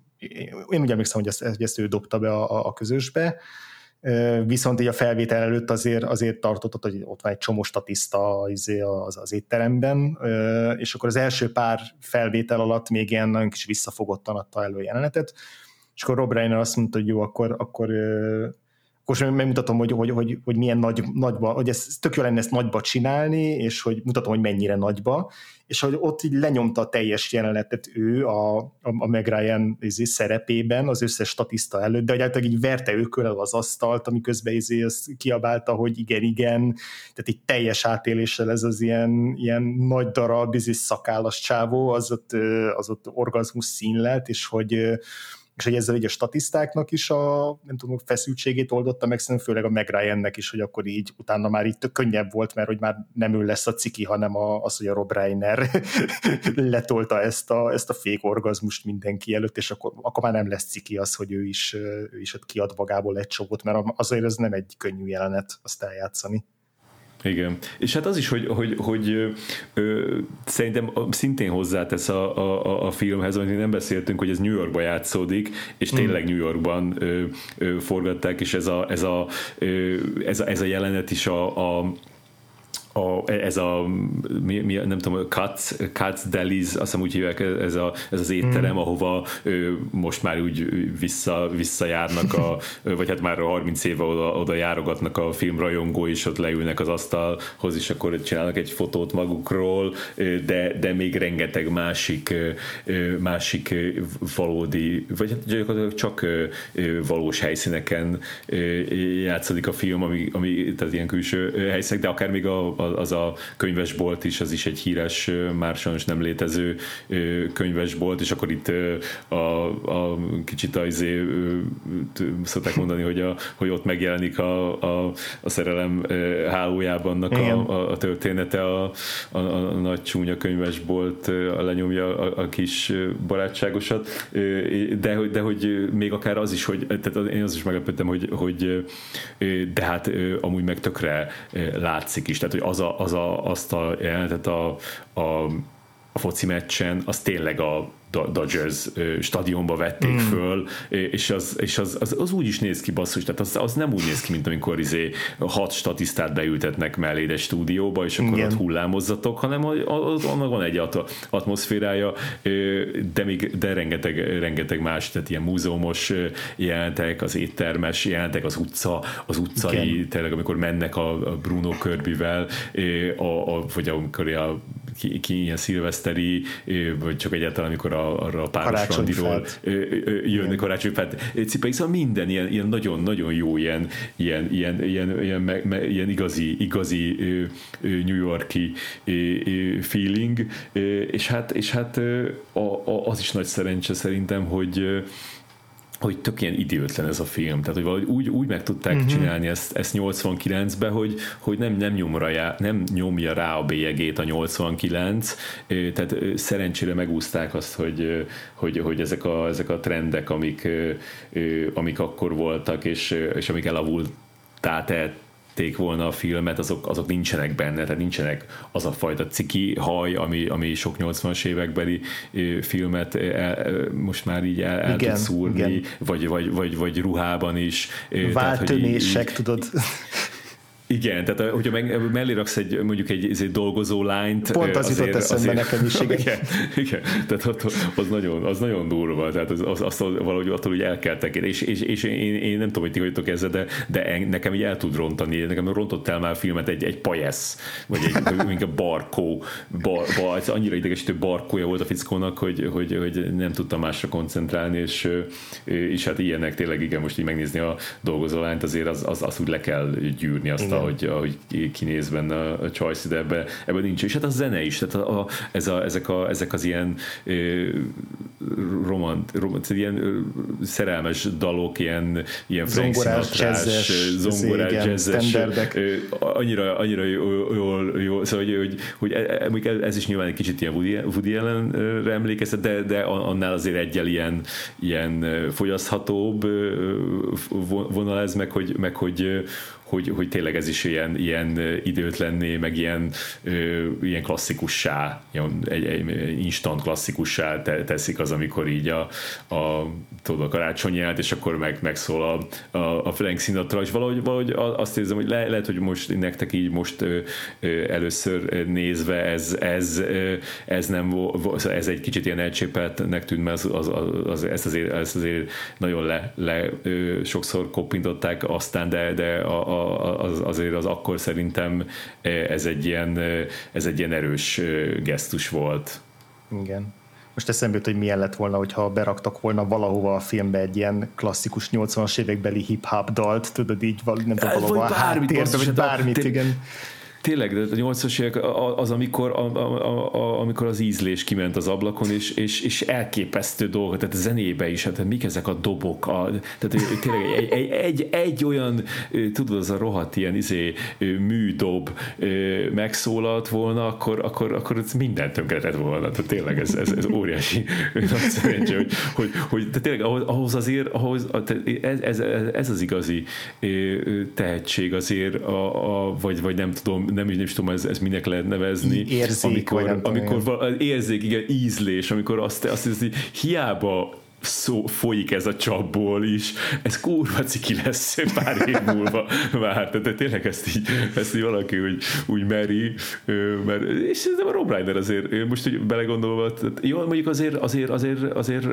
Speaker 2: én úgy emlékszem, hogy ezt, hogy ezt ő dobta be a, a közösbe. Viszont így a felvétel előtt azért, azért tartott, hogy ott van egy csomó statiszta az, az, az étteremben, és akkor az első pár felvétel alatt még ilyen nagyon kis visszafogottan adta elő jelenetet, és akkor Rob Reiner azt mondta, hogy jó, akkor, akkor, akkor megmutatom, hogy, hogy, hogy, hogy milyen nagy, nagyba, hogy ez tök jó lenne ezt nagyba csinálni, és hogy mutatom, hogy mennyire nagyba, és hogy ott így lenyomta a teljes jelenetet ő a, a, a Meg Ryan izé, szerepében az összes statiszta előtt, de hogy így verte őkörrel az asztalt, amiközben izé, azt kiabálta, hogy igen, igen, tehát egy teljes átéléssel ez az ilyen, ilyen nagy darab, izé, szakállas csávó, az ott, az ott orgazmus szín lett, és hogy és hogy ezzel így a statisztáknak is a, nem tudom, feszültségét oldotta meg, szerintem főleg a Meg Ryannek is, hogy akkor így utána már így tök könnyebb volt, mert hogy már nem ő lesz a ciki, hanem a, az, hogy a Rob Reiner letolta ezt a, ezt a fék orgazmust mindenki előtt, és akkor, akkor már nem lesz ciki az, hogy ő is, ő is ott kiad magából egy csomót, mert azért ez nem egy könnyű jelenet azt eljátszani.
Speaker 3: Igen. És hát az is, hogy, hogy, hogy ö, szerintem szintén hozzátesz a, a, a filmhez, amit nem beszéltünk, hogy ez New Yorkban játszódik, és tényleg New Yorkban ö, ö, forgatták, és ez a, ez a, ö, ez a, ez a jelenet is a, a A, ez a, mi, mi, nem tudom, Katz, Katz Delis, azt hiszem úgy hívják, ez, a, ez az étterem, mm. ahova ö, most már úgy vissza, visszajárnak, a, vagy hát már harminc éve oda, oda járogatnak a filmrajongó, és ott leülnek az asztalhoz, és akkor csinálnak egy fotót magukról, de, de még rengeteg másik, másik valódi, vagy hát csak valós helyszíneken játszódik a film, ami, ami tehát ilyen külső helyszínek, de akár még a az a könyvesbolt is, az is egy híres, már sajnos nem létező könyvesbolt, és akkor itt a, a kicsit azért szokták mondani, hogy, a, hogy ott megjelenik a, a, a szerelem hálójában a, a, a története, a, a, a nagy csúnya könyvesbolt lenyomja a, a kis barátságosat, de, de hogy még akár az is, hogy tehát én az is meglepődtem, hogy, hogy de hát amúgy meg tökre látszik is, tehát hogy az a, az a, azt a jelenetet a, a, a foci meccsen, az tényleg a Dodgers stadionba vették mm. föl, és, az, és az, az, az úgy is néz ki, basszus, tehát az, az nem úgy néz ki, mint amikor izé hat statisztát beültetnek mellé egy stúdióba, és akkor igen. ott hullámozzatok, hanem az, annak van egy atmoszférája, de, még, de rengeteg, rengeteg más, tehát ilyen múzeumos jelentek, az éttermes jelentek, az utca, az utcai, igen. tényleg amikor mennek a Bruno Kirbyvel, a, a, vagy amikor a ki, ki ilyen szilveszteri, vagy csak egyáltalán amikor a arra a páros randiról jönnek karácsonyfát cipeik, szóval minden ilyen, ilyen nagyon-nagyon jó ilyen, ilyen, ilyen, ilyen, ilyen, me, me, ilyen igazi, igazi New York-i feeling, és hát, és hát a, a, az is nagy szerencse szerintem, hogy hogy tök ilyen időtlen ez a film, tehát hogy valahogy úgy, úgy meg tudták uh-huh. csinálni ezt, ezt nyolcvankilencben, hogy, hogy nem, nem, nyomra, nem nyomja rá a bélyegét a nyolcvankilenc, tehát szerencsére megúszták azt, hogy, hogy, hogy ezek, a, ezek a trendek, amik, amik akkor voltak, és, és amik elavultá tett volna a filmet, azok, azok nincsenek benne, tehát nincsenek az a fajta ciki haj, ami, ami sok nyolcvanas évekbeli filmet el, most már így el, el tud szúrni, vagy, vagy, vagy, vagy ruhában is.
Speaker 2: Váltönések, tudod.
Speaker 3: Igen, tehát hogyha meg, mellé raksz egy, mondjuk egy, egy dolgozó lányt.
Speaker 2: Pont az jutott eszembe nekem is, igen.
Speaker 3: igen. Igen, tehát az nagyon, az nagyon durva, tehát az, az, azt valahogy attól úgy el kell tekérni, és, és, és én, én nem tudom, hogy ti vagytok ezzel, de, de nekem így el tud rontani, nekem rontott el már filmet egy, egy pajesz, vagy egy inkább barkó, bar, bar, ez annyira idegesítő barkója volt a fickónak, hogy, hogy, hogy nem tudtam másra koncentrálni, és, és hát ilyenek tényleg, igen, most így megnézni a dolgozó lányt, azért az, az, az úgy le kell gyűrni azt, igen. ahogy, ahogy kinéz benne a Choice, de ebben ebbe nincs. És hát a zene is, tehát a, a, ez a, ezek, a, ezek az ilyen ö, romant, romant, ilyen szerelmes dalok, ilyen, ilyen Frank
Speaker 2: Sinatra-s,
Speaker 3: zongorás, jazzes, annyira, annyira jól, jól szóval, hogy, hogy, hogy ez is nyilván egy kicsit ilyen Woody, Woody Allenre emlékeztet, de, de annál azért egyel ilyen, ilyen fogyaszthatóbb vonal ez, meg hogy, meg hogy Hogy, hogy tényleg ez is ilyen, ilyen időtlenné, meg ilyen, ö, ilyen klasszikussá, egy, egy instant klasszikussá te, teszik az, amikor így a, a, tudod, a karácsony járt, és akkor meg, megszól a, a, a Frank Sinatra, és valahogy, valahogy azt érzem, hogy le, lehet, hogy most nektek így most ö, ö, először nézve ez, ez, ö, ez nem ez egy kicsit ilyen elcsépeltnek tűnt, mert az, az, az, az, ezt, azért, ezt azért nagyon le, le ö, sokszor koppintották aztán, de, de a, a Az, azért az akkor szerintem ez egy ilyen, ez egy ilyen erős gesztus volt.
Speaker 2: Igen. Most eszembe jut, hogy milyen lett volna, hogyha beraktak volna valahova a filmbe egy ilyen klasszikus nyolcvanas évekbeli hip-hop dalt, tudod így, nem tudom, valahova a háttérbe, vagy bármit, te, igen.
Speaker 3: Tényleg, de a nyolcvanas évek az, amikor, a, a, a, amikor az ízlés kiment az ablakon, és, és, és elképesztő dolgok, tehát a zenébe is, hát mik ezek a dobok, a, tehát tényleg egy, egy, egy, egy olyan, tudod, az a rohadt ilyen izé, műdob megszólalt volna, akkor, akkor, akkor ez mindent tönkretett volna, tehát tényleg ez, ez, ez óriási nagy szerencsé, hogy, hogy, hogy de tényleg ahhoz, ahhoz azért, ahhoz, ez, ez, ez az igazi tehetség azért, a, a, vagy, vagy nem tudom, nem is, nem is tudom, ez, ez minek lehet nevezni.
Speaker 2: Érzék,
Speaker 3: amikor, amikor érzék, igen, ízlés, amikor azt, azt, azt hiába szó, folyik ez a csapból is, ez kurva ciki lesz pár év múlva már, tehát tényleg ezt így, ezt így valaki úgy, úgy meri, mert, és szerintem a Rob Reiner azért, most úgy belegondolva, jó, mondjuk azért, azért, azért, azért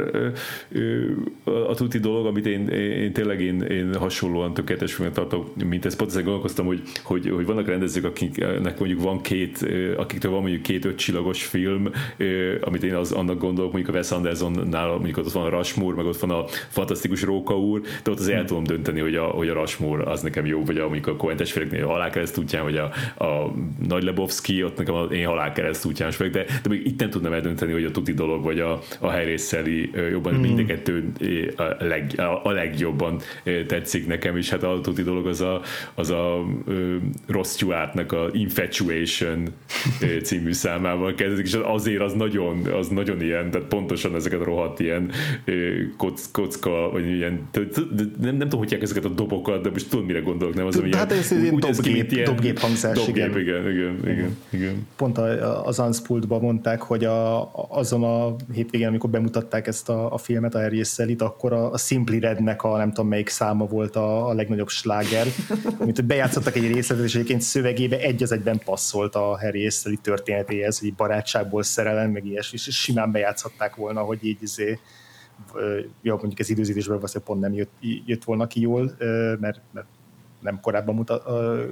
Speaker 3: a tuti dolog, amit én, én tényleg én, én hasonlóan tökéletes filmet tartok, mint ezt pont ezzel gondolkoztam, hogy, hogy, hogy vannak rendezők, akiknek mondjuk van két, akiktől van mondjuk két ötcsillagos film, amit én az, annak gondolok, mondjuk a Wes Andersonnál, mondjuk ott van a Rushmore, meg ott van a fantasztikus Róka úr, de ott azért el tudom dönteni, hogy a, hogy a Rushmore az nekem jó, vagy a, mondjuk a Coen-es filmeknél a Halálkereszt útján, vagy a, a Nagy Lebowski, ott nekem az én Halálkereszt útjános vagyok, de, de még itt nem tudnám eldönteni, hogy a tuti dolog, vagy a, a helyrészeli jobban, mm. mind a kettő a, leg, a, a legjobban tetszik nekem, és hát a tuti dolog az a, az a Ross Stewartnak a Infatuation című számával kezdődik, és azért az nagyon, az nagyon ilyen, tehát pontosan ezeket a rohadt ilyen koc, kocka, vagy ilyen, nem, nem tudom, hogy ezeket a dobokat, de most tudom, mire gondolok, nem az, ami
Speaker 2: hát ez ilyen úgy, dobgép, ilyen dobgép hangzás,
Speaker 3: dobgép,
Speaker 2: igen.
Speaker 3: Igen, igen, igen, igen.
Speaker 2: Pont az Unspooledban mondták, hogy a, azon a hétvégén, amikor bemutatták ezt a, a filmet, a Harry és Sally-t, akkor a, a Simply Rednek a nem tudom melyik száma volt a, a legnagyobb sláger, amit bejátszottak egy részletet, és egyébként szövegébe egy az egyben passzolt a Harry és Sally történetéhez, hogy barátságból szerelem, meg ilyesmi, és simán bejátszhatták volna, hogy így izé jó, mondjuk ez időzítésben valószínűleg pont nem jött, jött volna ki jól, mert, mert nem korábban mutat,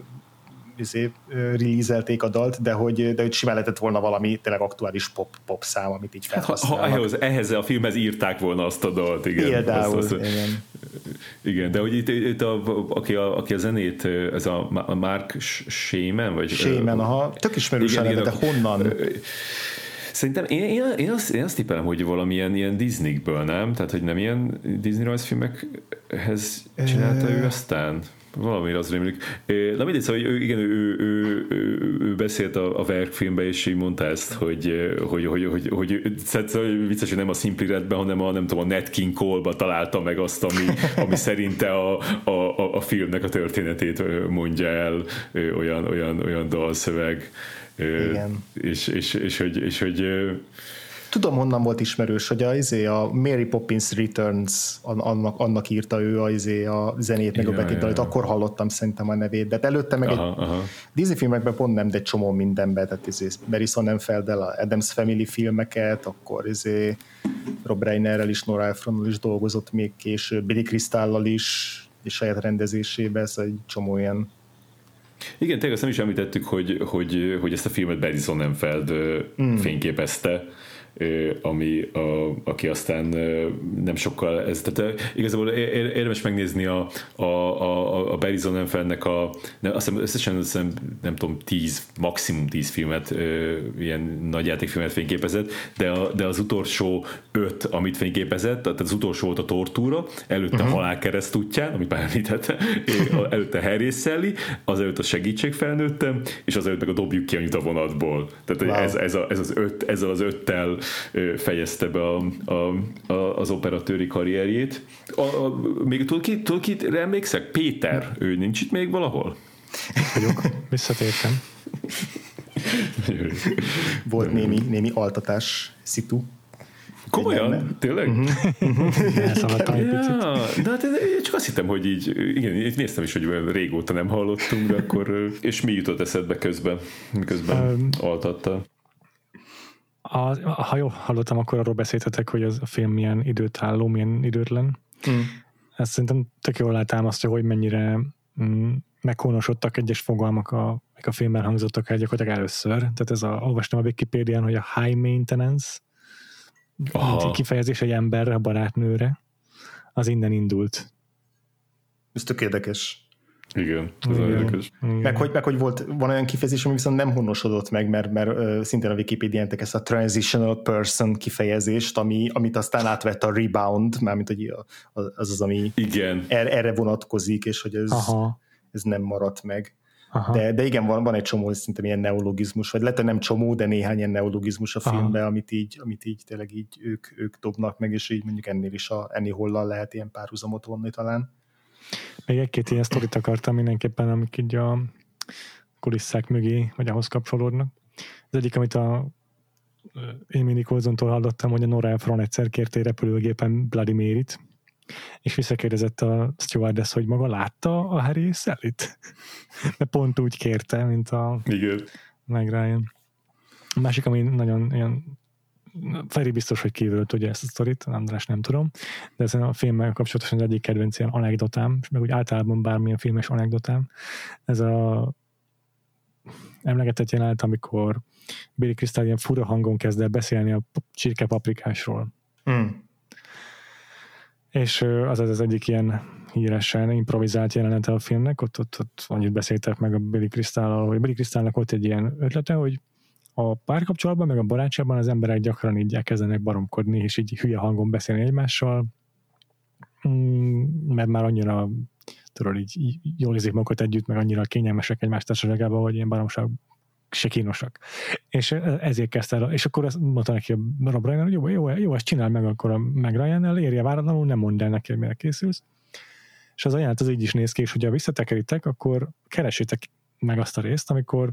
Speaker 2: izé, releaselték a dalt, de hogy, de hogy simán lehetett volna valami tényleg aktuális pop, pop szám, amit így felhasználnak.
Speaker 3: Ha, ha ehhez, ehhez a filmhez írták volna azt a dalt, igen.
Speaker 2: Például,
Speaker 3: azt, azt,
Speaker 2: igen.
Speaker 3: Igen, de hogy itt, itt a, aki, a, aki a zenét, ez a Mark Shaman, vagy...
Speaker 2: Shaman, aha, tök ismerős neve, de honnan?
Speaker 3: Szerintem én, én, én, azt, én azt tippelem, hogy valamilyen ilyen Disneyből, nem? Tehát, hogy nem ilyen Disney rajzfilmekhez csinálta ő aztán? Valamire az rémlik. Na mindegy, szóval, hogy ő, igen, ő, ő, ő, ő, ő beszélt a, a verkfilmben, és így mondta ezt, hogy, hogy, hogy, hogy, hogy, hogy vicces, hogy nem a Simply Redben, hanem a, nem tudom, a Nat King Cole-ba találta meg azt, ami, ami szerinte a, a, a filmnek a történetét mondja el, olyan, olyan, olyan dalszöveg.
Speaker 2: Igen.
Speaker 3: És, és, és, hogy, és hogy
Speaker 2: tudom, honnan volt ismerős, hogy a, izé, a Mary Poppins Returns, annak, annak írta ő a, izé, a zenét, meg ja, a betétdalit, ja. Akkor hallottam szerintem a nevét, de előtte meg aha, egy aha. Disney filmekben pont nem, de egy csomó mindenben, tehát izé, Barry Sonnenfelddel, a Addams Family filmeket, akkor izé, Rob Reinerrel is, Nora Ephronnal is dolgozott még később, Billy Crystallal is, és saját rendezésében, szóval egy csomó ilyen.
Speaker 3: Igen, tényleg azt nem is említettük, hogy, hogy, hogy ezt a filmet Barry Sonnenfeld mm. fényképezte, ami, a, aki aztán nem sokkal ez, tehát igazából érdemes megnézni a, a, a, a Barry Sonnenfeldnek a, nem, azt hiszem összesen azt hiszem, nem tudom, tíz, maximum tíz filmet, ilyen nagyjátékfilmet fényképezett, de, a, de az utolsó öt, amit fényképezett, tehát az utolsó volt a Tortúra, előtte uh-huh. a Halálkereszt útján, amit már említette, előtte Harry és Sally, az előtt a Segítség felnőttem, és az előtt meg a Dobjuk ki annyit a vonatból. Tehát wow. ez, ez, a, ez az öt, ezzel az öttel fejezte be a, a, a, az operatőri karrierjét. A, a, még tudod ki, tudod ki, emlékszek? Péter, ő nincs itt még valahol?
Speaker 1: Vagyok, visszatértem.
Speaker 2: Volt némi, némi altatás szitu.
Speaker 3: Komolyan? Tényleg?
Speaker 1: Uh-huh. Elszaladtam egy picit.
Speaker 3: Ja, de hát én csak azt hittem, hogy így, igen, én néztem is, hogy régóta nem hallottunk, de akkor, és mi jutott eszedbe közben, miközben um, altatta?
Speaker 1: A, ha jól hallottam, akkor arról beszéltetek, hogy az a film milyen időtálló, milyen időtlen. Mm. Ezt szerintem tök jól látámasztja, hogy mennyire mm, meghonosodtak egyes fogalmak, a, a filmben hangzottak el gyakorlatilag először. Tehát ez a, olvastam a Wikipédián, hogy a high maintenance Aha. kifejezés egy emberre, a barátnőre, az innen indult.
Speaker 2: Ez tök érdekes.
Speaker 3: Igen, ez igen. érdekes.
Speaker 2: Meg hogy, meg hogy volt, van olyan kifejezés, ami viszont nem honosodott meg, mert, mert uh, szintén a Wikipédián ezt a transitional person kifejezést, ami, amit aztán átvett a rebound, mármint hogy az az, ami
Speaker 3: igen.
Speaker 2: Er, erre vonatkozik, és hogy ez, ez nem maradt meg. De, de igen, van, van egy csomó szerintem ilyen neologizmus, vagy lehet, hogy nem csomó, de néhány ilyen neologizmus a filmben, amit így, amit így tényleg így ők, ők dobnak meg, és így mondjuk ennél is a Annie Hall-lal lehet ilyen párhuzamot vonni talán.
Speaker 1: Még egy-két ilyen sztorit akartam mindenképpen, amik így a kulisszák mögé, vagy ahhoz kapcsolódnak. Az egyik, amit a Amy Nicholsontól hallottam, hogy a Nora Ephron egyszer kérte egy repülőgépen Bloody Mary-t, és visszakérdezett a stewardess, hogy maga látta a Harry és Sally-t? De pont úgy kérte, mint a
Speaker 3: Igen.
Speaker 1: Meg Ryan. A másik, ami nagyon ilyen Feri biztos, hogy kívül tudja ezt a sztorit, András nem tudom, de ezen a filmmel kapcsolatosan az egyik kedvenc ilyen anekdotám, és meg úgy általában bármilyen filmes anekdotám, ez a emlegetett jelenet, amikor Billy Crystal ilyen fura hangon kezd el beszélni a csirkepaprikásról. Mm. És az az egyik ilyen híresen improvizált jelenete a filmnek, ott, ott, ott annyit beszéltek meg a Billy Crystal-al, hogy Billy Crystalnak volt egy ilyen ötlete, hogy a párkapcsolatban, meg a barátságban az emberek gyakran így elkezdenek baromkodni, és így hülye hangon beszélni egymással, mert már annyira tudod, így, így jól érzik magukat együtt, meg annyira kényelmesek egymás társaságában, hogy ilyen baromság se kínosak. És ezért kezdte el, és akkor azt mondta neki a Rob Reiner, hogy jó, jó, jó, ezt csinál meg akkor a meg Ryan-nel, érje váratlanul, nem mondd el neki, hogy mire készülsz. És az ajánlat az így is néz ki, és hogyha visszatekeritek, akkor keresétek meg azt a részt, amikor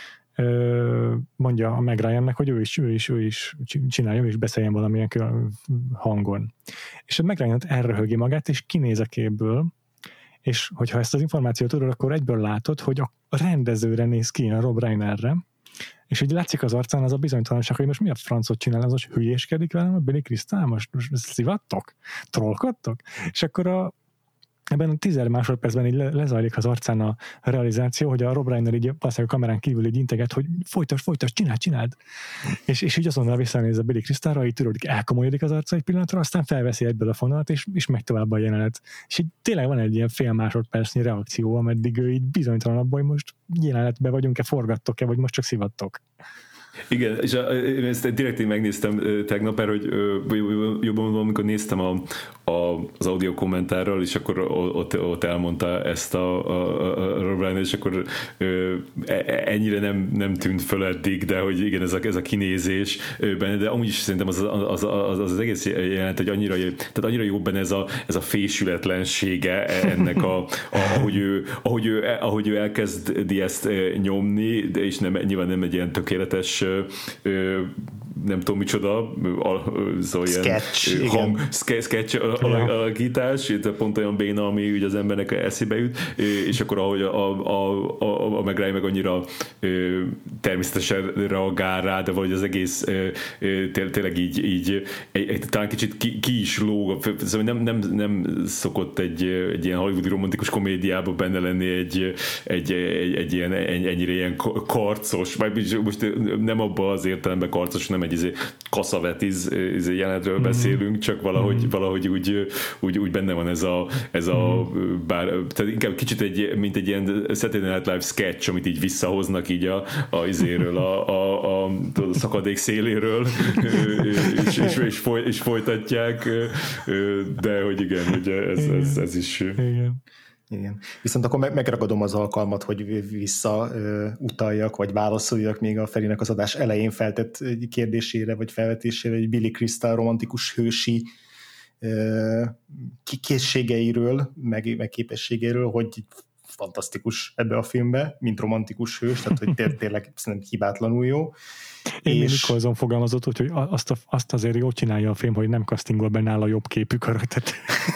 Speaker 1: ö, mondja a meg Ryan-nek, hogy ő is, ő is, ő is csinálja, ő is beszéljen valamilyen hangon. És a meg Ryan elröhögi magát, és kinéz a képből, és hogyha ezt az információt tudod, akkor egyből látod, hogy a rendezőre néz ki, a Rob Reinerre, és így látszik az arcán az a bizonytalanság, hogy most mi a francot csinál, az most hülyéskedik velem a Billy Crystal, most, most szivattok? Trollkodtok? És akkor a ebben a tíz másodpercben így le, lezajlik az arcán a realizáció, hogy a Rob Reiner így a kamerán kívül így integet, hogy folytas, folytas, csináld, csináld. És, és így azonnal visszanéz a Billy Crystalra, így tudod, elkomolyodik az arca egy pillanatra, aztán felveszi egyből a fonalat, és, és megy tovább a jelenet. És így tényleg van egy ilyen fél másodpercnyi reakció, ameddig ő így bizonytalan abban, hogy most jelenetben vagyunk-e, forgattok-e, vagy most csak szivattok.
Speaker 3: Igen, és a, ezt direkt én megnéztem tegnap, mert hogy jobban mondom, amikor néztem a, a, az audio kommentárral, és akkor ott, ott elmondta ezt a, a, a Rob Reiner, és akkor ö, ennyire nem, nem tűnt föl eddig, de hogy igen, ez a, ez a kinézés benne, de amúgy is szerintem az az, az, az, az egész jelent, hogy annyira, tehát annyira jó benne ez a, ez a fésületlensége ennek, a, a, ahogy, ő, ahogy, ő, ahogy ő elkezdi ezt nyomni, de és nem, nyilván nem egy ilyen tökéletes Ö, nem tudom micsoda szóval
Speaker 2: sketch,
Speaker 3: ilyen hang, sketch alakítás, pont olyan béna, ami ugye az embernek eszébe jut, és akkor ahogy a, a, a, a meg Ryan meg annyira ö, természetesen reagál rá, de vagy az egész ö, té, tényleg így, így egy, egy, talán kicsit ki, ki is lóg, szóval nem, nem, nem szokott egy, egy ilyen hollywoodi romantikus komédiába benne lenni egy, egy, egy, egy ilyen ennyire ilyen karcos, vagy most nem abban az értelemben karcos, nem egy izé Cassavetes izé jelenetről mm. beszélünk, csak valahogy, mm. valahogy úgy, úgy, úgy benne van ez a, ez a mm. bár, tehát inkább kicsit egy, mint egy ilyen Saturday Night Live sketch, amit így visszahoznak így a, a izéről, a, a, a, a szakadék széléről, és, és, és, foly, és folytatják, de hogy igen, hogy ez, ez, ez is...
Speaker 1: Igen.
Speaker 2: Igen. Viszont akkor megragadom az alkalmat, hogy visszautaljak, vagy válaszoljak még a Ferinek az adás elején feltett kérdésére, vagy felvetésére, egy Billy Crystal romantikus hősi készségeiről, meg, meg képességeiről, hogy fantasztikus ebbe a filmbe, mint romantikus hős, tehát hogy tényleg szerintem hibátlanul jó.
Speaker 1: Én és... mikor azon fogalmazott, hogy azt, a, azt azért jól csinálja a film, hogy nem castingol be nála jobb képű karaktert.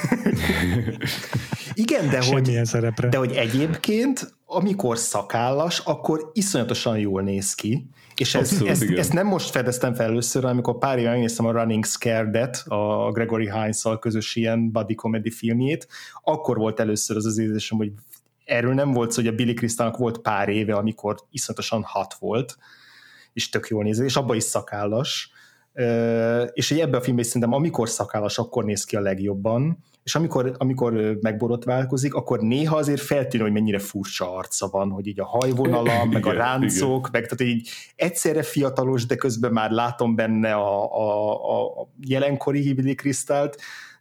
Speaker 2: Igen, de hogy,
Speaker 1: szerepre.
Speaker 2: de hogy egyébként, amikor szakállas, akkor iszonyatosan jól néz ki. És ez, Abszolút, ezt, ezt nem most fedeztem fel először, amikor pár éve megnéztem a Running Scared-et, a Gregory Hines-szal közös ilyen buddy comedy filmjét, akkor volt először az az érzésem, hogy erről nem volt szó, hogy a Billy Crystalnak volt pár éve, amikor iszonyatosan hat volt, és tök jól néz, és abban is szakállas. És hogy ebben a filmben is szerintem, amikor szakállas, akkor néz ki a legjobban, és amikor, amikor megborotválkozik, akkor néha azért feltűnő, hogy mennyire furcsa arca van, hogy így a hajvonala, meg a ráncok, igen. meg tehát így egyszerre fiatalos, de közben már látom benne a, a, a jelenkori Billy Crystalt,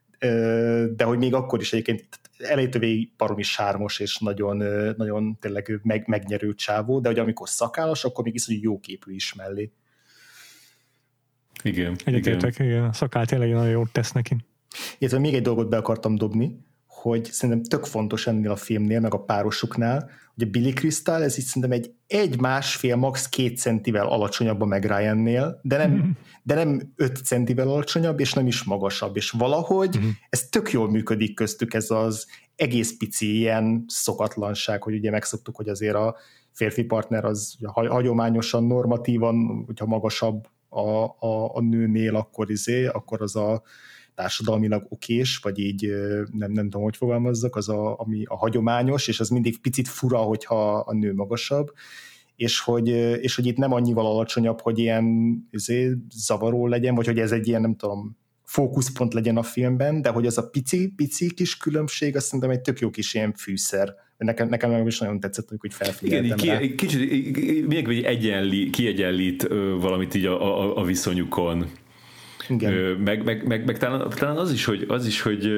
Speaker 2: de hogy még akkor is egyébként elejétől végig baromi sármos, és nagyon, nagyon tényleg meg, megnyerő csávó, de hogy amikor szakállas, akkor még iszonyú jó képű is mellé.
Speaker 3: Igen.
Speaker 1: Egyetértek, igen. igen. A szakál tényleg nagyon jót tesz neki.
Speaker 2: Illetve még egy dolgot be akartam dobni, hogy szerintem tök fontos ennél a filmnél, meg a párosuknál, hogy a Billy Crystal, ez így szerintem egy egy-másfél, max. két centivel alacsonyabb a Meg Ryan-nél, de nem, mm-hmm. de nem öt centivel alacsonyabb, és nem is magasabb, és valahogy mm-hmm. ez tök jól működik köztük, ez az egész pici ilyen szokatlanság, hogy ugye megszoktuk, hogy azért a férfi partner az hagyományosan, normatívan, hogyha magasabb a, a, a nőnél, akkor izé, akkor az a társadalmilag okés, vagy így nem, nem tudom, hogy fogalmazzak, az a, ami a hagyományos, és az mindig picit fura, hogyha a nő magasabb, és hogy, és hogy itt nem annyival alacsonyabb, hogy ilyen izé, zavaró legyen, vagy hogy ez egy ilyen, nem tudom, fókuszpont legyen a filmben, de hogy az a pici, pici kis különbség, azt szerintem egy tök jó kis ilyen fűszer. Nekem, nekem meg is nagyon tetszett, hogy felfigyeltem
Speaker 3: igen,
Speaker 2: rá.
Speaker 3: Ki, kicsit még egyenlít, kiegyenlít valamit így a, a, a viszonyukon.
Speaker 2: Igen.
Speaker 3: Meg, meg, meg, meg talán, talán az is, hogy, az is, hogy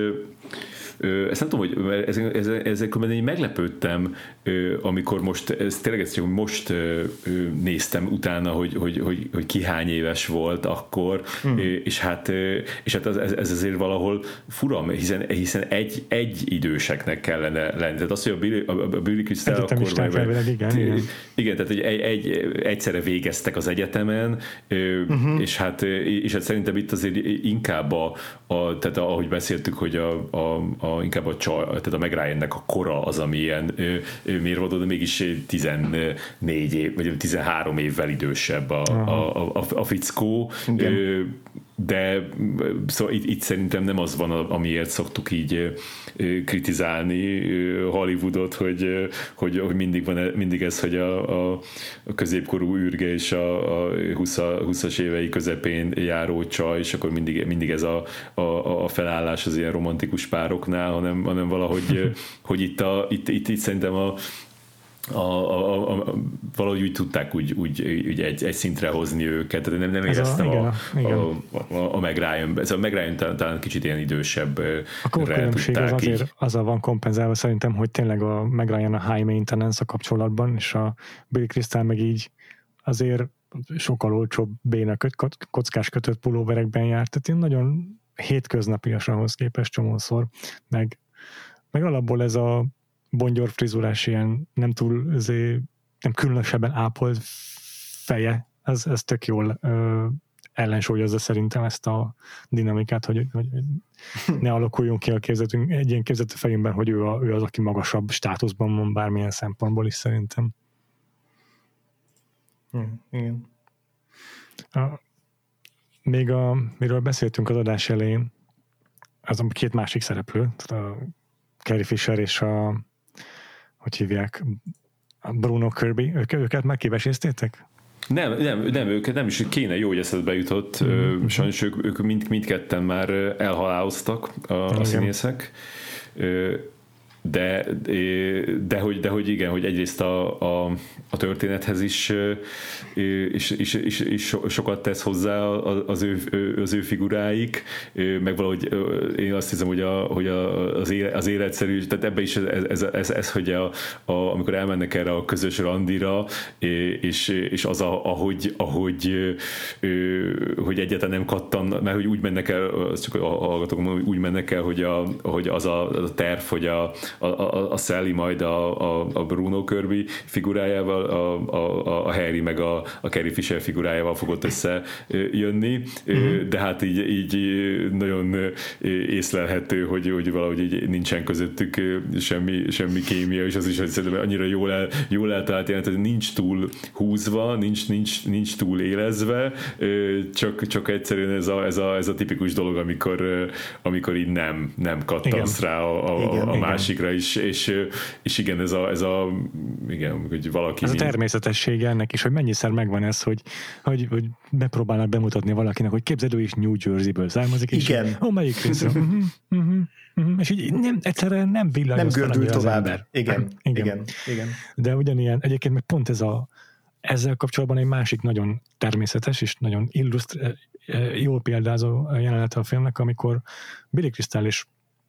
Speaker 3: ezt nem tudom, hogy ezekben én meglepődtem, amikor most, ez tényleg ezt csak most néztem utána, hogy, hogy, hogy, hogy ki hány éves volt akkor, hmm. és hát, és hát ez, ez azért valahol fura, hiszen, hiszen egy, egy időseknek kellene lenni. Tehát az, hogy a Billy, a Billy Crystal akkor...
Speaker 1: Meg, igen, igen.
Speaker 3: igen, tehát hogy egy, egy, egyszerre végeztek az egyetemen, uh-huh. és, hát, és hát szerintem itt azért inkább a, a tehát ahogy beszéltük, hogy a, a, a inkább a csaj, tehát a Meg Ryan-nek a kora az, ami ilyen mérvadó, de mégis tizennégy év, vagy tizenhárom évvel idősebb a, a, a, a fickó. Igen. De szóval itt, itt szerintem nem az van, amiért szoktuk így kritizálni Hollywoodot, hogy, hogy, hogy mindig van mindig ez, hogy a, a, a középkorú űrge és a, a húszas évei közepén járó csaj, és akkor mindig, mindig ez a, a, a felállás az ilyen romantikus pároknál, hanem, hanem valahogy hogy itt, a, itt, itt, itt szerintem a A, a, a, valahogy úgy tudták úgy, úgy, úgy egy, egy szintre hozni őket, tehát nem, nem éreztem a, a, a, a, a Meg Ryan, ez a Meg Ryan talán, talán kicsit ilyen idősebb.
Speaker 1: A különbség az azért azzal van kompenzálva szerintem, hogy tényleg a Meg Ryan a high maintenance a kapcsolatban, és a Billy Crystal meg így azért sokkal olcsóbb béna kockás kötött pulóverekben járt, tehát én nagyon hétköznapias ahhoz képest csomószor, meg, meg alapból ez a bongyor frizurás ilyen nem túl azért, nem különösebben ápolt feje, ez, ez tök jól ö, ellensúlyozza szerintem ezt a dinamikát, hogy, hogy ne alakuljon ki a képzetünk, egy ilyen képzet a fejünkben, hogy ő, a, ő az, aki magasabb státuszban van bármilyen szempontból is szerintem.
Speaker 2: Hmm, igen.
Speaker 1: A, még a, miről beszéltünk az adás elején, az a két másik szereplő, tehát a Carrie Fisher és a hogy hívják, a Bruno Kirby, ők, őket már kiveséztétek?
Speaker 3: Nem, nem, nem, őket nem is kéne, jó, hogy eszedbe jutott. Mm-hmm. Sajnos ők, ők mind, mindketten már elhaláloztak a, a színészek. De, de, hogy, de hogy igen, hogy egyrészt a, a, a történethez is, is, is, is, is sokat tesz hozzá az ő, az ő figuráik, meg valahogy én azt hiszem, hogy, a, hogy az, élet, az életszerű, tehát ebben is ez, ez, ez, ez hogy a, a, amikor elmennek erre a közös randira, és, és az, a, ahogy, ahogy hogy egyáltalán nem kattan, mert hogy úgy mennek el, csak a hallgatók mondom, úgy mennek el, hogy, a, hogy az, a, az a terv, hogy a A, a, a Sally majd a, a, a Bruno Kirby figurájával, a, a, a Harry meg a, a Carrie Fisher figurájával fogott összejönni, mm-hmm. de hát így, így nagyon észlelhető, hogy, hogy valahogy így nincsen közöttük semmi, semmi kémia, és az is, hogy szerintem annyira jól, el, jól eltalált jelent, hogy nincs túl húzva, nincs, nincs, nincs túl élezve, csak, csak egyszerűen ez a, ez a, ez a tipikus dolog, amikor, amikor így nem, nem kattansz rá a, a, igen, a másikra is, és, és igen, ez a, ez a igen, hogy valaki...
Speaker 1: Ez mind... a természetessége ennek is, hogy mennyiszer megvan ez, hogy, hogy, hogy bepróbálnak bemutatni valakinek, hogy képzeld, ő is New Jersey-ből származik, és
Speaker 2: igen.
Speaker 1: Így, ó, melyik részről? uh-huh, uh-huh, uh-huh, és így nem, egyszerűen nem villanyos.
Speaker 2: Nem gördül tovább. Igen, igen, igen, igen.
Speaker 1: De ugyanilyen, egyébként meg pont ez a ezzel kapcsolatban egy másik nagyon természetes és nagyon illusztr, jól példázó jelenete a filmnek, amikor Billy Crystal és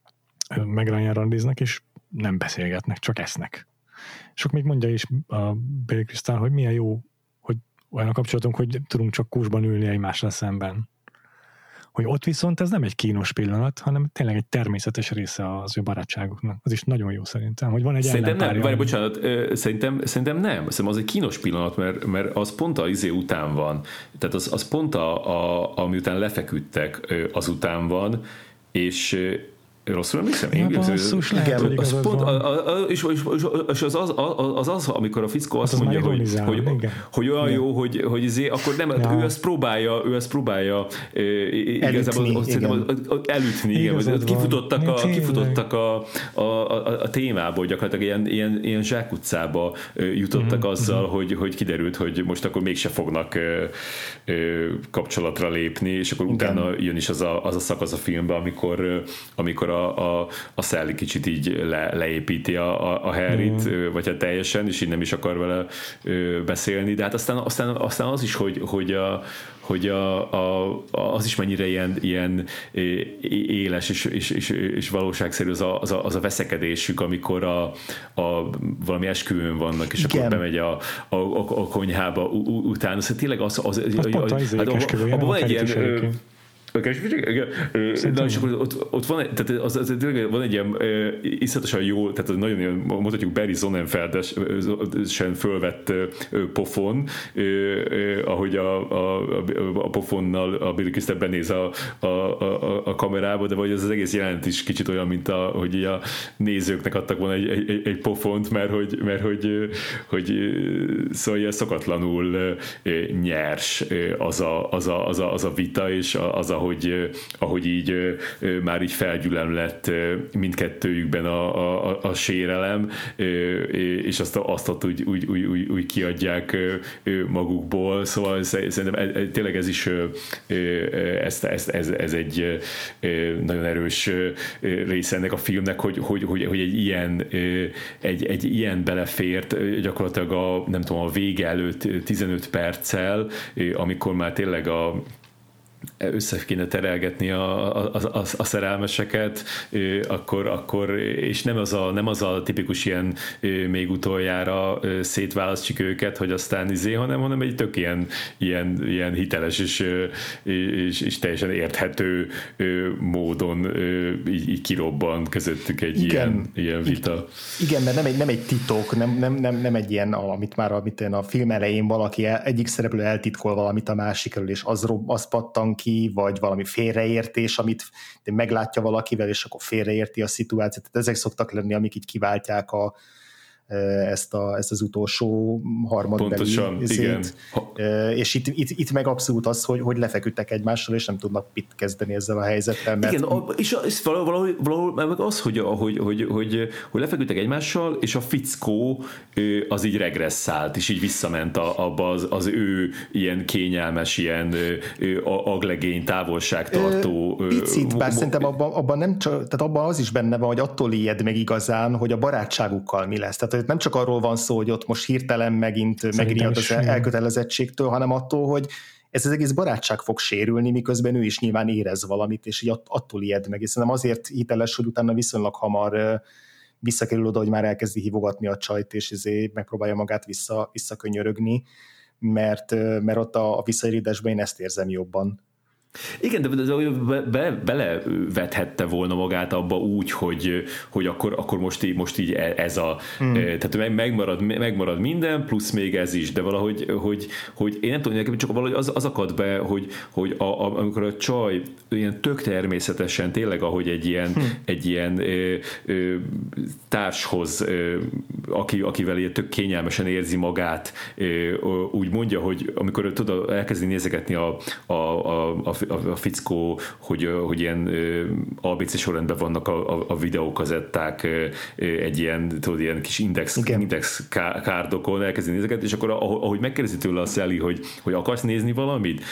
Speaker 1: meg Ryan randiznak, és nem beszélgetnek, csak esznek. Sok még mondja is a Billy Crystal, hogy milyen jó, hogy olyan a kapcsolatunk, hogy tudunk csak kúsban ülni egymással szemben. Hogy ott viszont ez nem egy kínos pillanat, hanem tényleg egy természetes része az ő barátságuknak. Az is nagyon jó szerintem, hogy van egy
Speaker 3: szerintem nem,
Speaker 1: ellenpárja.
Speaker 3: várj, bocsánat, szerintem, szerintem nem. Szerintem az egy kínos pillanat, mert, mert az pont a izé után van. Tehát az, az pont a, a, ami után lefeküdtek, azután van, és rosszul emlékszem?
Speaker 1: Ja, basszus, lehet, hogy
Speaker 3: az pont, a, a, és, és, és az, az, az, az, amikor a fickó azt az mondja, hogy, hogy, hogy olyan igen. jó, hogy, hogy izé, akkor nem, ja. ő ezt próbálja, ő ezt próbálja
Speaker 2: elütni,
Speaker 3: az, igen. elütni, igen. Kifutottak, a, kifutottak a, a, a, a témából, gyakorlatilag ilyen, ilyen, ilyen zsákutcába jutottak uh-huh, azzal, uh-huh. Hogy, hogy kiderült, hogy most akkor mégse fognak kapcsolatra lépni, és akkor igen. utána jön is az a, az a szakasz a filmben, amikor, amikor a A, a Sally kicsit így le, leépíti a, a, a Harryt, mm. vagy hát teljesen, és így nem is akar vele ö, beszélni, de hát aztán, aztán, aztán az is, hogy, hogy, a, hogy a, a, az is mennyire ilyen, ilyen éles és, és, és, és valóságszerű az a, az, a, az a veszekedésük, amikor a, a valami esküvőn vannak, és igen. akkor bemegy a, a, a, a konyhába utána. Szóval tényleg az... az, az,
Speaker 1: az pont az, az esküvője,
Speaker 3: van egy ilyen... Na, és akkor ott, ott van, tehát az, az, az, van egy ilyen uh, iszonyatosan jó, tehát nagyon ilyen, mondhatjuk Barry Sonnenfeld-esen fölvett uh, pofon, uh, uh, ahogy a, a, a pofonnal a Billy Crystal benéz a, a, a, a kamerába, de vagy az, az egész jelent is kicsit olyan, mint a, hogy a nézőknek adtak volna egy, egy, egy pofont, mert hogy, mert hogy, hogy szóval ilyen szokatlanul nyers az a, az a, az a, az a vita, és az a Ahogy, ahogy így már így felgyülem lett mindkettőjükben a, a, a sérelem, és azt, azt úgy, úgy, úgy, úgy, úgy kiadják magukból, szóval szerintem tényleg ez is ez, ez, ez, ez egy nagyon erős része ennek a filmnek, hogy, hogy, hogy, hogy egy ilyen egy, egy ilyen belefért gyakorlatilag a, nem tudom, a vége előtt tizenöt perccel, amikor már tényleg a össze kéne terelgetni a, a, a, a szerelmeseket, akkor, akkor és nem az, a, nem az a tipikus ilyen még utoljára szétválasztjuk őket, hogy aztán izé, hanem, hanem egy tök ilyen, ilyen, ilyen hiteles és, és, és teljesen érthető módon így, így kirobban közöttük egy ilyen, ilyen vita.
Speaker 2: Igen, mert nem egy, nem egy titok, nem, nem, nem, nem egy ilyen, amit már amit a film elején valaki el, egyik szereplő eltitkol valamit a másikról, és az, az pattan ki, vagy valami félreértés, amit meglátja valakivel, és akkor félreérti a szituációt. Tehát ezek szoktak lenni, amik így kiváltják a, ezt, a, ezt az utolsó harmadbeli zét. És itt, itt, itt meg abszolút az, hogy, hogy lefeküdtek egymással, és nem tudnak mit kezdeni ezzel a helyzettel. Mert...
Speaker 3: Igen, a, és, a, és valahol, valahol meg az, hogy, hogy, hogy, hogy, hogy lefeküdtek egymással, és a fickó az így regresszált, és így visszament a, abba az, az ő ilyen kényelmes, ilyen aglegény, távolságtartó...
Speaker 2: Picit, bár szerintem abban, abban nem csak, tehát abban az is benne van, hogy attól ijed meg igazán, hogy a barátságukkal mi lesz. Tehát nem csak arról van szó, hogy ott most hirtelen megint megriad az elkötelezettségtől, hanem attól, hogy ez az egész barátság fog sérülni, miközben ő is nyilván érez valamit, és így attól ijed meg. És szerintem azért hiteles, hogy utána viszonylag hamar visszakerül oda, hogy már elkezdi hívogatni a csajt, és ezért megpróbálja magát vissza, visszakönyörögni, mert, mert ott a, a visszaérítésben én ezt érzem jobban.
Speaker 3: Igen, de be, be, belevethette volna magát abba úgy, hogy, hogy akkor, akkor most, így, most így ez a... Hmm. Tehát megmarad, megmarad minden, plusz még ez is, de valahogy, hogy, hogy én nem tudom, nekem csak valahogy az, az akad be, hogy, hogy a, a, amikor a csaj ilyen tök természetesen, tényleg ahogy egy ilyen, hmm. egy ilyen ö, ö, társhoz, ö, aki, akivel ilyen tök kényelmesen érzi magát, ö, úgy mondja, hogy amikor tud elkezdi nézegetni a, a, a, a a fickó, hogy, hogy ilyen á bé cé sorrendben vannak a, a, a videókazetták egy ilyen, tudod, ilyen kis index, index kárdokon elkezdi nézeket, és akkor ahogy megkérdezi tőle a Sally, hogy, hogy akarsz nézni valamit,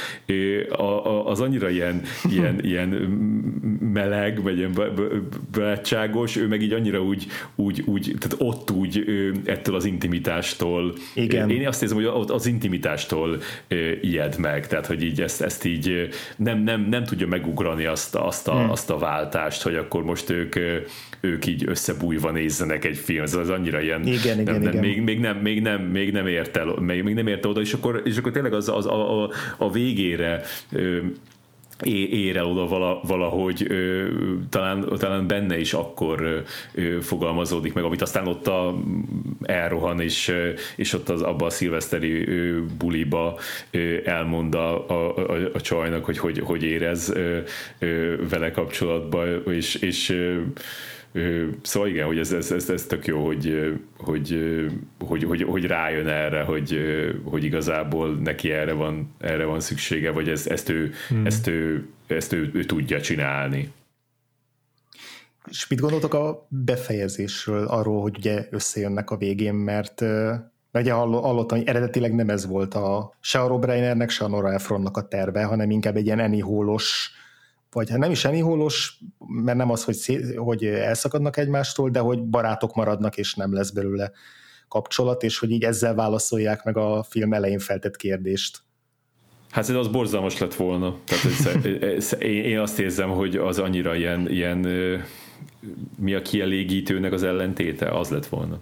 Speaker 3: az annyira ilyen, ilyen, ilyen meleg, vagy ilyen barátságos, ő meg így annyira úgy, úgy, úgy tehát ott úgy ettől az intimitástól. Igen. Én azt érzem, hogy az intimitástól ijed meg, tehát hogy így ezt, ezt így Nem, nem, nem tudja megugrani azt, azt, a, hmm. azt a váltást, hogy akkor most ők, ők így összebújva nézzenek egy film. Ez az annyira ilyen,
Speaker 2: igen,
Speaker 3: nem,
Speaker 2: igen,
Speaker 3: nem,
Speaker 2: igen.
Speaker 3: Még, még, nem, még, nem, még nem ért el, még, még nem ért oda, és akkor, és akkor tényleg az, az a, a, a végére ér el oda valahogy, ö, talán, talán benne is akkor ö, fogalmazódik meg, amit aztán ott a, elrohan, és, és ott az, abba a szilveszteri ö, buliba ö, elmond a, a, a, a csajnak, hogy hogy, hogy érez ö, ö, vele kapcsolatban, és, és ö, szóval igen, hogy ez, ez, ez, ez tök jó, hogy, hogy, hogy, hogy, hogy rájön erre, hogy, hogy igazából neki erre van, erre van szüksége, vagy ez, ezt, ő, hmm. ezt, ő, ezt ő, ő tudja csinálni.
Speaker 2: És mit gondoltok a befejezésről, arról, hogy ugye összejönnek a végén, mert ugye hallottam, hogy eredetileg nem ez volt a, se a Rob Reinernek, se a Nora Ephronnak a terve, hanem inkább egy ilyen Annie Hall-os, vagy hát nem is Annie Hall-os, mert nem az, hogy, szé- hogy elszakadnak egymástól, de hogy barátok maradnak, és nem lesz belőle kapcsolat, és hogy így ezzel válaszolják meg a film elején feltett kérdést.
Speaker 3: Hát ez az borzalmas lett volna. Tehát ez, ez, én azt érzem, hogy az annyira ilyen, ilyen mi a kielégítőnek az ellentéte, az lett volna.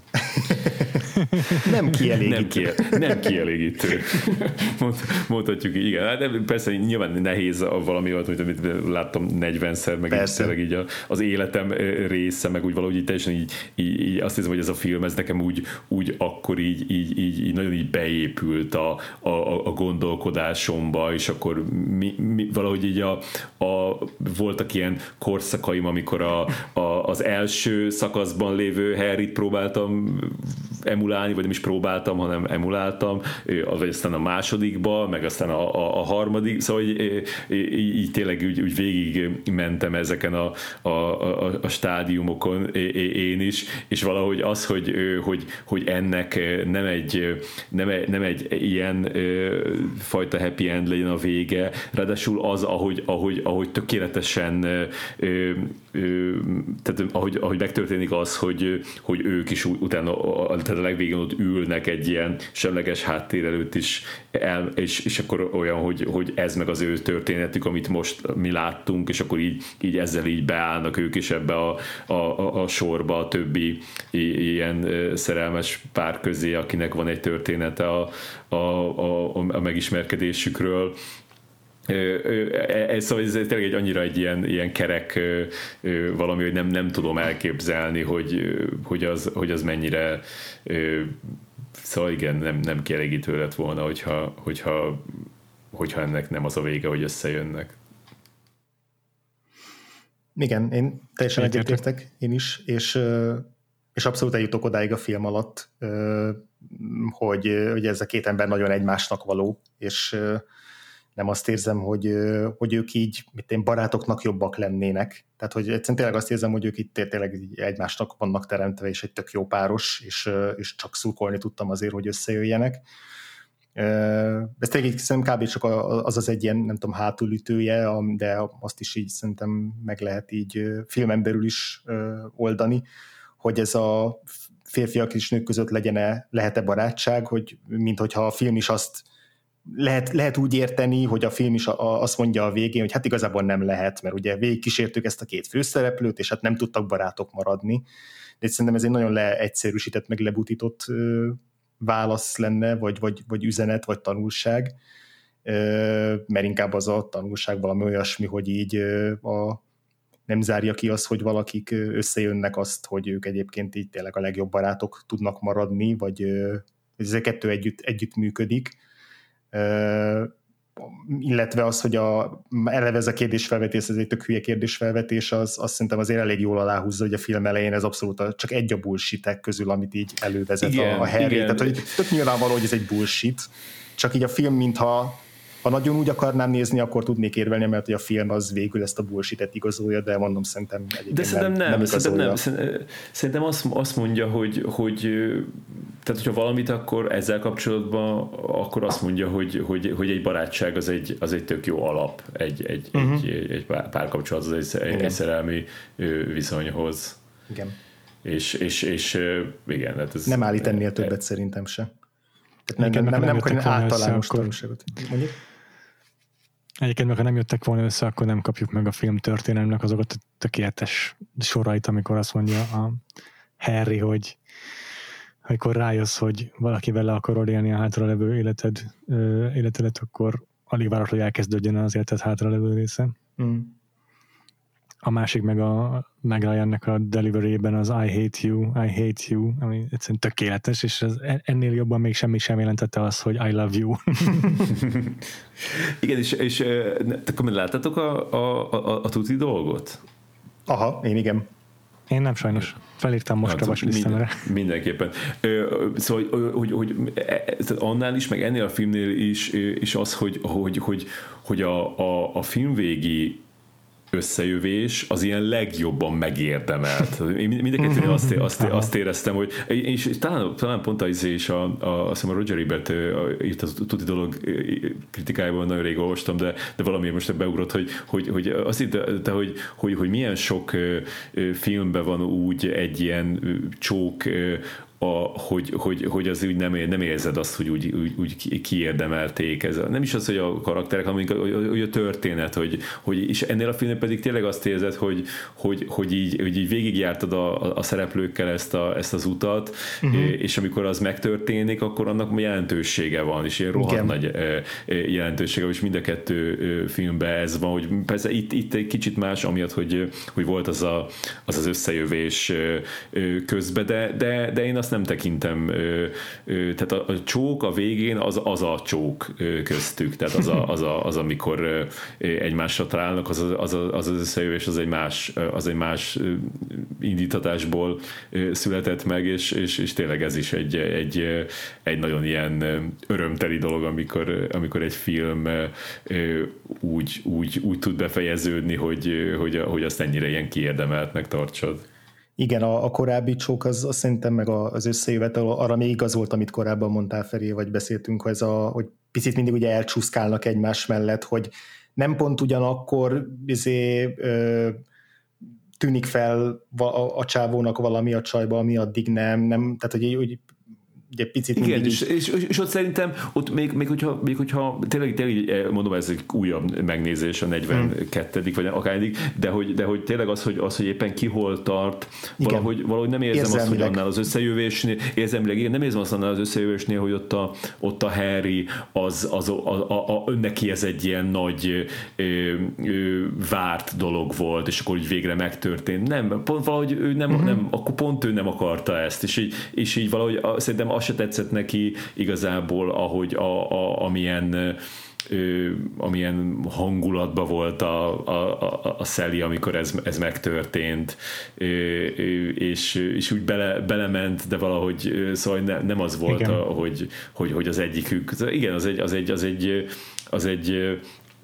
Speaker 2: Nem kielégítő.
Speaker 3: Nem, kie, nem kielégítő. Mond, mondhatjuk így, igen. De persze nyilván nehéz valami volt, amit láttam negyvenszer, meg így, így az életem része, meg úgy valahogy így teljesen így, így, így azt hiszem, hogy ez a film, ez nekem úgy, úgy akkor így, így, így, így nagyon így beépült a, a, a gondolkodásomba, és akkor mi, mi, valahogy így a, a, voltak ilyen korszakaim, amikor a, a, az első szakaszban lévő Harryt próbáltam emulálni, vagy nem is próbáltam, hanem emuláltam, vagy aztán a másodikba, meg aztán a, a, a harmadik, szóval így, így, így tényleg úgy, úgy végig mentem ezeken a, a, a, a stádiumokon én is, és valahogy az, hogy, hogy, hogy ennek nem egy, nem, egy, nem egy ilyen fajta happy end legyen a vége, ráadásul az, ahogy, ahogy, ahogy tökéletesen tehát ahogy, ahogy megtörténik az, hogy, hogy ők is utána tehát a legvégén ott ülnek egy ilyen semleges háttér előtt is, el, és, és akkor olyan, hogy, hogy ez meg az ő történetük, amit most mi láttunk, és akkor így, így ezzel így beállnak ők is ebbe a, a, a sorba a többi ilyen szerelmes pár közé, akinek van egy története a, a, a, a megismerkedésükről. Ez, szóval ez tényleg egy annyira egy ilyen, ilyen kerek valami, hogy nem, nem tudom elképzelni, hogy, hogy, az, hogy az mennyire, szóval igen, nem, nem kielégítő lett volna, hogyha, hogyha, hogyha ennek nem az a vége, hogy összejönnek.
Speaker 2: Igen, én teljesen egyetértek, én is, és és abszolút eljutok odáig a film alatt, hogy, hogy ez a két ember nagyon egymásnak való, és nem azt érzem, hogy, hogy ők így mit én, barátoknak jobbak lennének. Tehát, hogy egyszerűen tényleg azt érzem, hogy ők itt tényleg egymásnak vannak teremtve, és egy tök jó páros, és, és csak szurkolni tudtam azért, hogy összejöjjenek. Ez tényleg szerintem kb. Csak az az egy ilyen, nem tudom, hátulütője, de azt is így szerintem meg lehet így filmen belül is oldani, hogy ez a férfiak és nők között legyen-e, lehet-e barátság, hogy mint hogyha a film is azt lehet, lehet úgy érteni, hogy a film is a, azt mondja a végén, hogy hát igazából nem lehet, mert ugye végigkísértük ezt a két főszereplőt, és hát nem tudtak barátok maradni. De szerintem ez egy nagyon leegyszerűsített, meg lebutított ö, válasz lenne, vagy, vagy, vagy üzenet, vagy tanulság, ö, mert inkább az a tanulság valami olyasmi, hogy így ö, a, nem zárja ki az, hogy valakik összejönnek azt, hogy ők egyébként így tényleg a legjobb barátok tudnak maradni, vagy ö, ez a kettő együtt, együtt működik. Uh, illetve az, hogy a, eleve ez a kérdésfelvetés, ez egy tök hülye kérdésfelvetés, az, azt szerintem azért elég jól aláhúzza, hogy a film elején ez abszolút a, csak egy a bullshit közül, amit így elővezet igen, a, a Harry. Igen. Tehát, hogy tök nyilvánvaló, hogy ez egy bullshit, csak így a film, mintha ha nagyon úgy akarnám nézni, akkor tudnék érvelni, mert hogy a film az végül ezt a bullshit-et igazolja, de mondom, szerintem
Speaker 3: egyébként de szerintem nem, nem, nem igazolja. Szerintem, nem. Szerintem azt, azt mondja, hogy, hogy tehát, hogyha valamit, akkor ezzel kapcsolatban akkor azt mondja, hogy, hogy, hogy egy barátság az egy, az egy tök jó alap egy, egy, uh-huh. egy, egy, egy párkapcsolathoz, egy, egy szerelmi viszonyhoz.
Speaker 2: Igen.
Speaker 3: És, és, és igen. Hát ez,
Speaker 2: nem állít ennél többet szerintem se. Tehát nem, nem, nem, nem akar általános tanulságot. Mondjuk?
Speaker 1: Egyébként meg ha nem jöttek volna össze, akkor nem kapjuk meg a film történelmnek azokat a tökéletes sorait, amikor azt mondja a Harry, hogy amikor rájössz, hogy valaki vele akarod élni a hátralevő életed, életedet, akkor alig várod, hogy elkezdődjön az életed hátralevő része. Mm. A másik meg a meg Ryannek a delivery-ben az I hate you, I hate you, ami egyszerűen tökéletes, és ez, ennél jobban még semmi sem jelentette azt, hogy I love you.
Speaker 3: Igen, és, és akkor láttátok a, a, a, a tuti dolgot?
Speaker 2: Aha, én igen.
Speaker 1: Én nem sajnos. Felírtam most a vaslisztemre.
Speaker 3: Minden, mindenképpen. Szóval, hogy, hogy annál is, meg ennél a filmnél is, is az, hogy, hogy, hogy, hogy a, a, a filmvégi összejövés az ilyen legjobban megérdemelt. Én mindenkettőnél azt, azt, azt éreztem, hogy és talán, talán pont az is a, a, azt hiszem a Roger Ebert írt a tuti dolog kritikájában, nagyon rég olvastam, de, de valamiért most beugrott, hogy, hogy, hogy azt hitte, hogy, hogy, hogy milyen sok filmben van úgy egy ilyen csók, A, hogy, hogy, hogy az úgy nem, nem érzed azt, hogy úgy, úgy, úgy kiérdemelték. Ez a, nem is az, hogy a karakterek, hanem hogy a történet, hogy, hogy, és ennél a filmnél pedig tényleg azt érzed, hogy, hogy, hogy, így, hogy így végigjártad a, a szereplőkkel ezt, a, ezt az utat, uh-huh. és amikor az megtörténik, akkor annak jelentősége van, és ilyen rohadt igen. nagy jelentősége, és mind a kettő filmben ez van, hogy persze itt, itt egy kicsit más, amiatt, hogy, hogy volt az, a, az az összejövés közben, de, de, de én azt nem tekintem, tehát a, a csók a végén az, az a csók köztük, tehát az, a, az, a, az amikor egymásra találnak, az az, az, az összejövés, az egy más, az egy más indítatásból született meg, és, és, és tényleg ez is egy, egy, egy nagyon ilyen örömteli dolog, amikor, amikor egy film úgy, úgy, úgy tud befejeződni, hogy, hogy, hogy azt ennyire ilyen kiérdemeltnek tartsad.
Speaker 2: Igen, a, a korábbi csók az, az szerintem meg az összejövetel arra még igaz volt, amit korábban mondtál, Feri, vagy beszéltünk, hogy, ez a, hogy picit mindig ugye elcsúszkálnak egymás mellett, hogy nem pont ugyanakkor izé, ö, tűnik fel a, a, a csávónak valami a csajba, ami addig nem, nem tehát hogy, hogy ugye picit
Speaker 3: igen, és, és, és, és ott szerintem ott még, még, hogyha, még hogyha tényleg, tényleg mondom, ez egy újabb megnézés a negyvenkettedik hmm. vagy akárdik, de hogy, de hogy tényleg az, hogy, az, hogy éppen ki hol tart, valahogy, valahogy nem érzem azt, hogy annál az összejövésnél, érzelmileg, igen, nem érzem azt annál az összejövésnél, hogy ott a, ott a Harry az, az a, a, a, neki ez egy ilyen nagy ö, ö, várt dolog volt, és akkor úgy végre megtörtént. Nem, pont valahogy ő nem, hmm. nem, akkor pont ő nem akarta ezt, és így, és így valahogy szerintem az se tetszett neki igazából, ahogy a, a, amilyen Ö, amilyen hangulatban volt a, a, a, a Sally, amikor ez, ez megtörtént, ö, ö, és, és úgy bele, belement, de valahogy szóval ne, nem az volt, a, hogy, hogy, hogy az egyikük, igen, az egy, az egy, az egy, az egy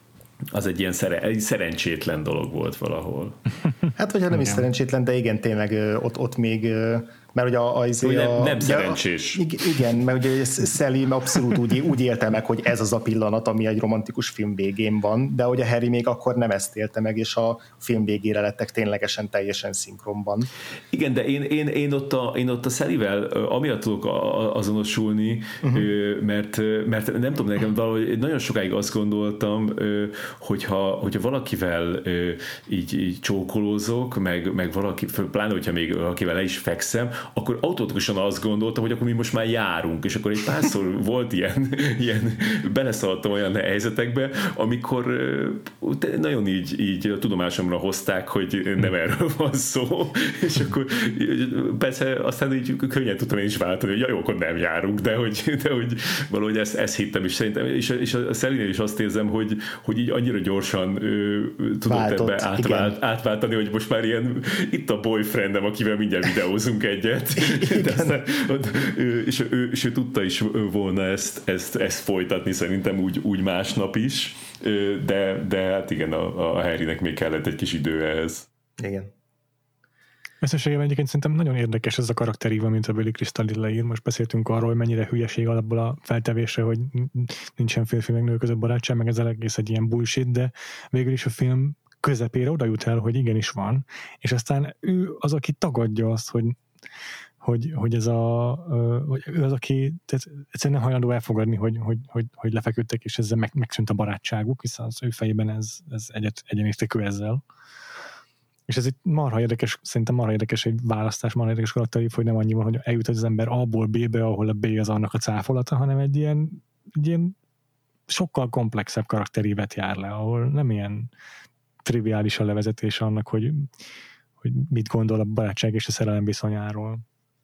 Speaker 3: az egy ilyen szere, egy szerencsétlen dolog volt valahol.
Speaker 2: Hát, vagy ha nem is szerencsétlen, de igen, tényleg ott, ott még, mert ugye a, a,
Speaker 3: nem,
Speaker 2: a
Speaker 3: nem szerencsés.
Speaker 2: A, igen, mert ugye Sally abszolút úgy, úgy élte meg, hogy ez az a pillanat, ami egy romantikus film végén van, de ugye Harry még akkor nem ezt élte meg, és a film végére lettek ténylegesen teljesen szinkronban.
Speaker 3: Igen, de én, én, én ott a, én ott a Sallyvel amiatt tudok azonosulni, uh-huh. mert, mert nem tudom, nekem valahogy nagyon sokáig azt gondoltam, hogyha, hogyha valakivel így, így csókolózok, meg, meg valaki, pláne, hogyha még valakivel le is fekszem, akkor automatikusan azt gondoltam, hogy akkor mi most már járunk, és akkor egy párszor volt ilyen, ilyen beleszaladtam olyan helyzetekbe, amikor nagyon így, így a tudomásomra hozták, hogy nem erről van szó, és akkor persze aztán így könnyen tudtam én is váltani, hogy jaj, akkor nem járunk, de hogy, de hogy valahogy ezt, ezt hittem is szerintem, és, és a Sally-nél is azt érzem, hogy, hogy így annyira gyorsan tudott ebbe átvált, átváltani, hogy most már ilyen itt a boyfriendem, akivel mindjárt videózunk egyet, de aztán, és, ő, és ő tudta is volna ezt, ezt, ezt folytatni szerintem úgy, úgy másnap is, de, de hát igen, a, a Harrynek még kellett egy kis idő ehhez.
Speaker 2: Igen.
Speaker 1: Összességében egyébként szerintem nagyon érdekes ez a karakteríva, mint a Billy Crystal leír. Most beszéltünk arról, hogy mennyire hülyeség alapból a feltevésre, hogy nincsen férfi meg nő között barátság, meg ez egész egy ilyen bullshit, de végül is a film közepére oda jut el, hogy igenis van, és aztán ő az, aki tagadja azt, hogy hogy, hogy ez a, hogy ő az, aki egyszerűen nem hajlandó elfogadni, hogy, hogy, hogy, hogy lefeküdtek, és ezzel meg, megszűnt a barátságuk, hiszen az ő fejében ez, ez egyet, egyenértékű ezzel. És ez itt marha érdekes, szerintem marha érdekes egy választás, marha érdekes karakterív, hogy nem annyi van, hogy eljut az ember A-ból B-be, ahol a B az annak a cáfolata, hanem egy ilyen, egy ilyen sokkal komplexebb karakterívet jár le, ahol nem ilyen triviális a levezetés annak, hogy, hogy mit gondol a barátság és a szerelem viszonyáról.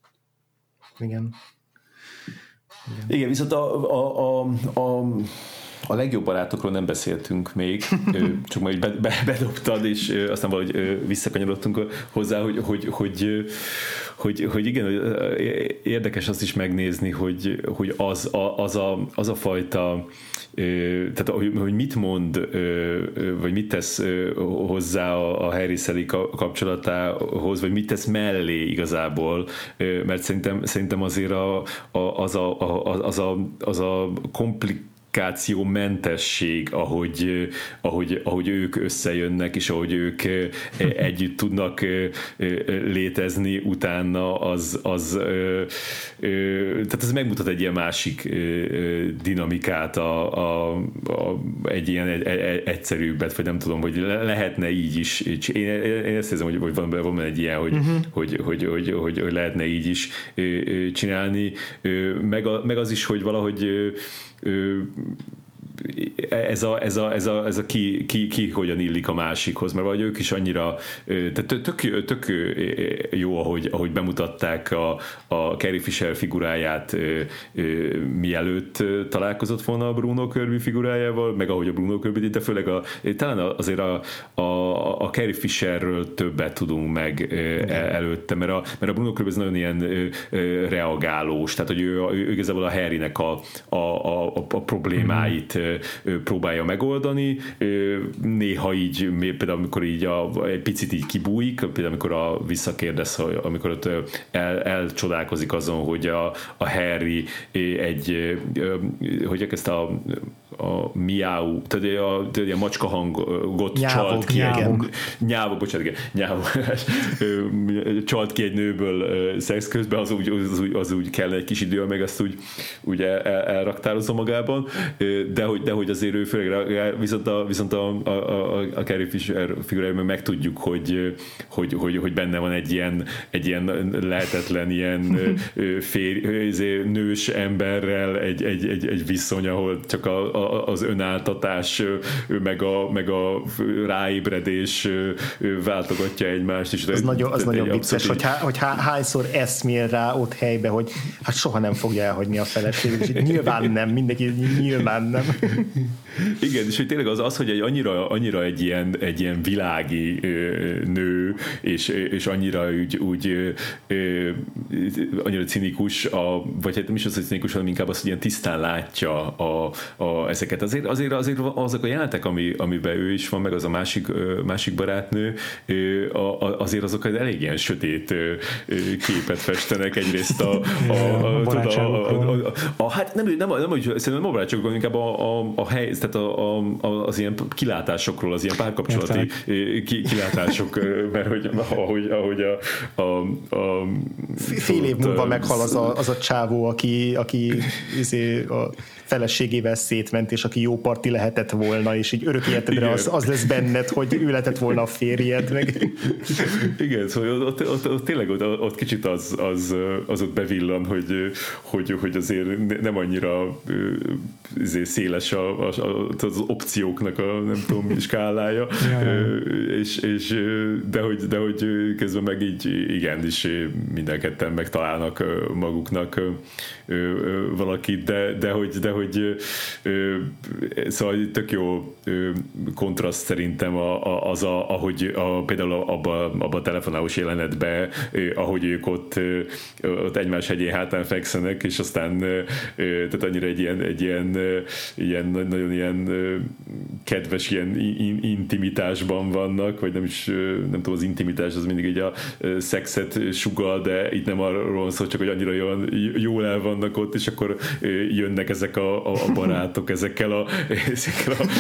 Speaker 2: Igen.
Speaker 3: Igen, Igen viszont a, a, a, a, a legjobb barátokról nem beszéltünk még, csak majd be, be, bedobtad, és aztán valahogy visszakanyarodtunk hozzá, hogy, hogy, hogy, hogy, hogy igen, érdekes azt is megnézni, hogy, hogy az, a, az, a, az a fajta, tehát hogy mit mond, vagy mit tesz hozzá a Harry Sally kapcsolatához, vagy mit tesz mellé igazából, mert szerintem, szerintem azért a, a, az, a, a, az, a, az a komplik mentesség, ahogy, ahogy, ahogy ők összejönnek, és ahogy ők együtt tudnak létezni utána, az, az tehát ez megmutat egy ilyen másik dinamikát, a, a, a, egy ilyen egy, egy, egyszerűbbet, vagy nem tudom, hogy lehetne így is. Én, én ezt érzem, hogy, hogy van, van egy ilyen, hogy, uh-huh. hogy, hogy, hogy, hogy, hogy lehetne így is csinálni. Meg, a, meg az is, hogy valahogy ez a, ez a, ez a, ez a ki, ki, ki hogyan illik a másikhoz, mert vagy ők is annyira tehát tök, tök jó, ahogy, ahogy bemutatták a, a Carrie Fisher figuráját, mielőtt találkozott volna a Bruno Kirby figurájával, meg ahogy a Bruno Kirby, de főleg a, talán azért a, a, a Carrie Fisherről többet tudunk meg előtte, mert a, mert a Bruno Kirby ez nagyon ilyen reagálós, tehát hogy ő, ő igazából a Harrynek a, a, a, a problémáit próbálja megoldani, néha így, például amikor így a, egy picit így kibújik, például amikor a visszakérdez, amikor ott el, elcsodálkozik azon, hogy a, a Harry egy, hogy ezt a, a miau, tehát a, a, a macska hangot
Speaker 2: nyávok,
Speaker 3: csalt ki, nyávok, nyávok, bocsánat, igen, nyávok, csalt ki egy nőből szex közben, az úgy, az úgy, az úgy kell egy kis idő, meg azt úgy, úgy el, el, elraktározza magában, de hogy, de hogy azért ő főleg, viszont a, viszont a, a, a, a Carrie Fisher figurájában meg tudjuk, hogy, hogy, hogy, hogy benne van egy ilyen, egy ilyen lehetetlen ilyen férj, nős emberrel egy, egy, egy, egy viszony, ahol csak a, a, az önáltatás, meg a, meg a ráébredés váltogatja egymást. És
Speaker 2: az nagyon, az nagyon vicces, hogy, há, hogy há, hányszor eszmél rá ott helybe, hogy hát soha nem fogja elhagyni a feleségét, és nyilván nem, mindenki nyilván nem.
Speaker 3: Igen, és hogy tényleg az, az hogy egy annyira, annyira egy, ilyen, egy ilyen világi nő, és, és annyira úgy, úgy annyira cinikus, a, vagy hát nem is az, hogy cinikus, hanem inkább az, hogy ilyen tisztán látja a, a, ezeket. Azért, azért, azért azok a jelenetek, ami, amiben ő is van, meg az a másik, másik barátnő, azért azok elég ilyen sötét képet festenek. Egyrészt a, a, a, a, a, a, a hát nem, nem, nem, nem szerintem a barátságokról, inkább a, a, a hely, tehát a, a, az ilyen kilátásokról, az ilyen párkapcsolati kilátások, mert hogy ahogy, ahogy a, a, a
Speaker 2: fél év múlva meghal az a, az a csávó, aki, aki izé, a feleségével szétment, és aki jó parti lehetett volna, és így örök életedre az, az lesz benned, hogy ő lehetett volna a férjed, meg...
Speaker 3: Igen, szóval ott, ott, ott tényleg ott, ott kicsit az, az, az ott bevillan, hogy, hogy, hogy azért nem annyira azért széles a, a, az opcióknak a nem tudom, skálája, és, és, de, hogy, de hogy közben meg így igen, is minden ketten megtalálnak maguknak valakit, de, de hogy, de hogy szóval tök jó kontraszt szerintem az, a, ahogy a, például abba, abba a telefonálós jelenetben, ahogy ők ott, ott egymás hegyén hátán fekszenek, és aztán tehát annyira egy ilyen, egy ilyen, ilyen nagyon ilyen kedves ilyen intimitásban vannak, vagy nem is, nem tudom, az intimitás az mindig így a szexet sugal, de itt nem arról szól, csak hogy annyira jól, jól el vannak ott, és akkor jönnek ezek a, a, a barátok ezekkel a, ezekkel a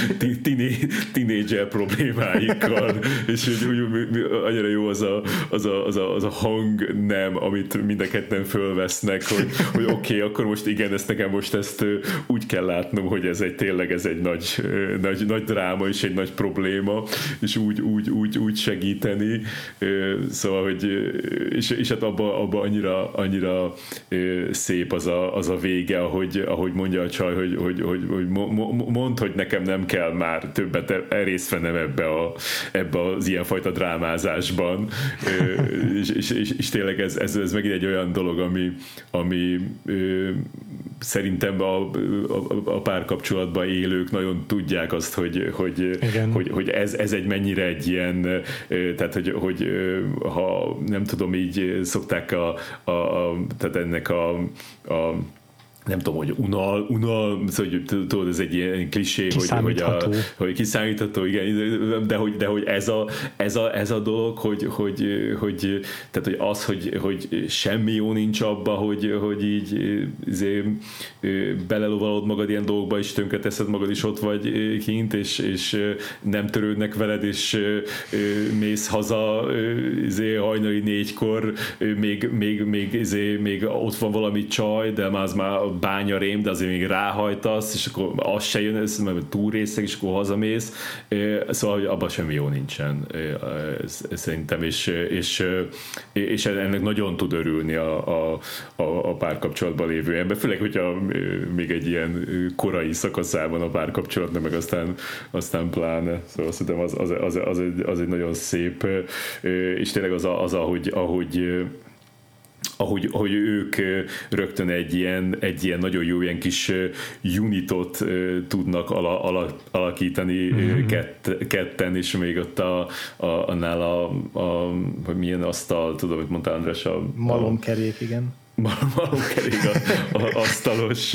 Speaker 3: tínédzser problémáikkal, és úgy, úgy, annyira jó az a, az, a, az, a, az a hang nem, amit mind a ketten fölvesznek, hogy, hogy oké, okay, akkor most igen, ezt nekem most ezt úgy kell látnom, hogy ez egy tényleg ez egy nagy, nagy, nagy dráma és egy nagy probléma, és úgy, úgy, úgy, úgy segíteni. Szóval, hogy és, és hát abban abba annyira, annyira szép az a, az a vége, ahogy, ahogy mondja a csaj, hogy, hogy, hogy, hogy mondd, hogy nekem nem kell már többet részt vennem ebbe, a, ebbe az ilyenfajta drámázásban. és, és, és, és tényleg ez, ez, ez megint egy olyan dolog, ami, ami szerintem a, a, a párkapcsolatban élők nagyon tudják azt, hogy, hogy, hogy, hogy ez, ez egy mennyire egy ilyen, tehát hogy, hogy ha nem tudom, így szokták a, a, a tehát ennek a, a nem tudom, hogy unal, unal, szóval, hogy tudod, ez egy ilyen klisé, hogy, hogy, a, hogy kiszámítható, igen, de hogy, de hogy ez, a, ez, a, ez a dolog, hogy, hogy, hogy, tehát, hogy az, hogy, hogy semmi jó nincs abba, hogy, hogy így izé, belelovalod magad ilyen dolgokba, és tönkreteszed magad is ott vagy kint, és, és nem törődnek veled, és mész haza izé, hajnali négykor, még, még, még, izé, még ott van valami csaj, de már az már bányarém, de azért még ráhajtasz, és akkor az se jön, ez túl részeg, és akkor hazamész. Szóval abban semmi jó nincsen szerintem, és, és, és ennek nagyon tud örülni a, a, a párkapcsolatban lévő ember, főleg, hogyha még egy ilyen korai szakaszában a párkapcsolatnak, meg aztán, aztán pláne. Szóval szerintem az, az, az, az, egy, az egy nagyon szép, és tényleg az, az ahogy, ahogy Ahogy, ahogy ők rögtön egy ilyen, egy ilyen nagyon jó ilyen kis unitot tudnak ala, ala, alakítani mm-hmm. kett, ketten, és még ott a, a, annál a, a hogy milyen asztal, tudom, hogy mondta András, a
Speaker 2: malomkerék, igen.
Speaker 3: malomkerék a, a asztalos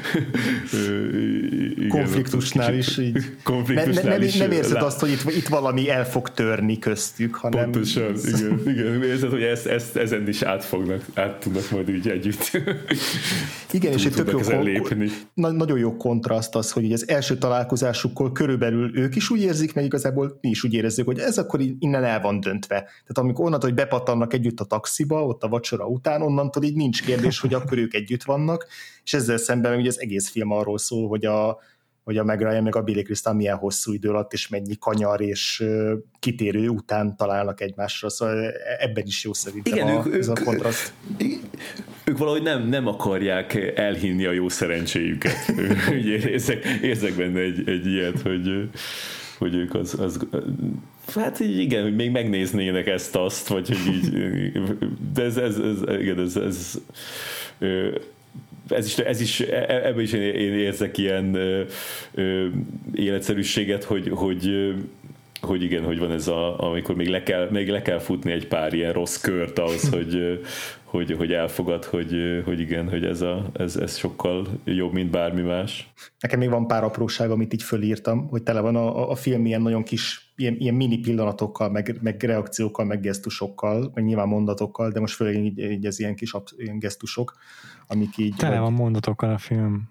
Speaker 2: igen, konfliktusnál is így konfliktusnál ne, ne, is nem érzed lá... azt, hogy itt, itt valami el fog törni köztük, hanem
Speaker 3: pontosan, igen, igen, érzed, hogy ezt, ezt, ezen is át fognak, át tudnak majd úgy együtt
Speaker 2: igen, és egy tök jó kon- na, nagyon jó kontraszt az, hogy az első találkozásukkor körülbelül ők is úgy érzik, meg igazából mi is úgy érezzük, hogy ez akkor innen el van döntve. Tehát amikor onnantól, hogy bepattannak együtt a taxiba, ott a vacsora után, onnantól így nincs kérdés, hogy akkor ők együtt vannak, és ezzel szemben ugye az egész film arról szól, hogy a, hogy a Meg Ryan meg a Billy Crystal milyen hosszú idő alatt és mennyi kanyar és uh, kitérő után találnak egymásra, szóval ebben is jó szerintem
Speaker 3: igen,
Speaker 2: a,
Speaker 3: ők,
Speaker 2: ez
Speaker 3: ők,
Speaker 2: a kontraszt.
Speaker 3: ők valahogy nem, nem akarják elhinni a jó szerencséjüket. érzek, érzek benne egy, egy ilyet, hogy, hogy ők az, az hát így igen, hogy még megnéznének ezt-azt, vagy hogy így, de ez, ez, ez, igen, ez, ez Ez is, ez is, ebben is én érzek ilyen ö, ö, életszerűséget, hogy, hogy, hogy igen, hogy van ez a, amikor még le kell, még le kell futni egy pár ilyen rossz kört ahhoz, hogy, hogy, hogy elfogad, hogy, hogy igen, hogy ez, a, ez, ez sokkal jobb, mint bármi más.
Speaker 2: Nekem még van pár apróság, amit így fölírtam, hogy tele van a, a film ilyen nagyon kis, ilyen, ilyen mini pillanatokkal, meg, meg reakciókkal, meg gesztusokkal, meg nyilván mondatokkal, de most főleg így, így ez ilyen kis ilyen gesztusok, amik így...
Speaker 1: Tele van mondatokkal a film.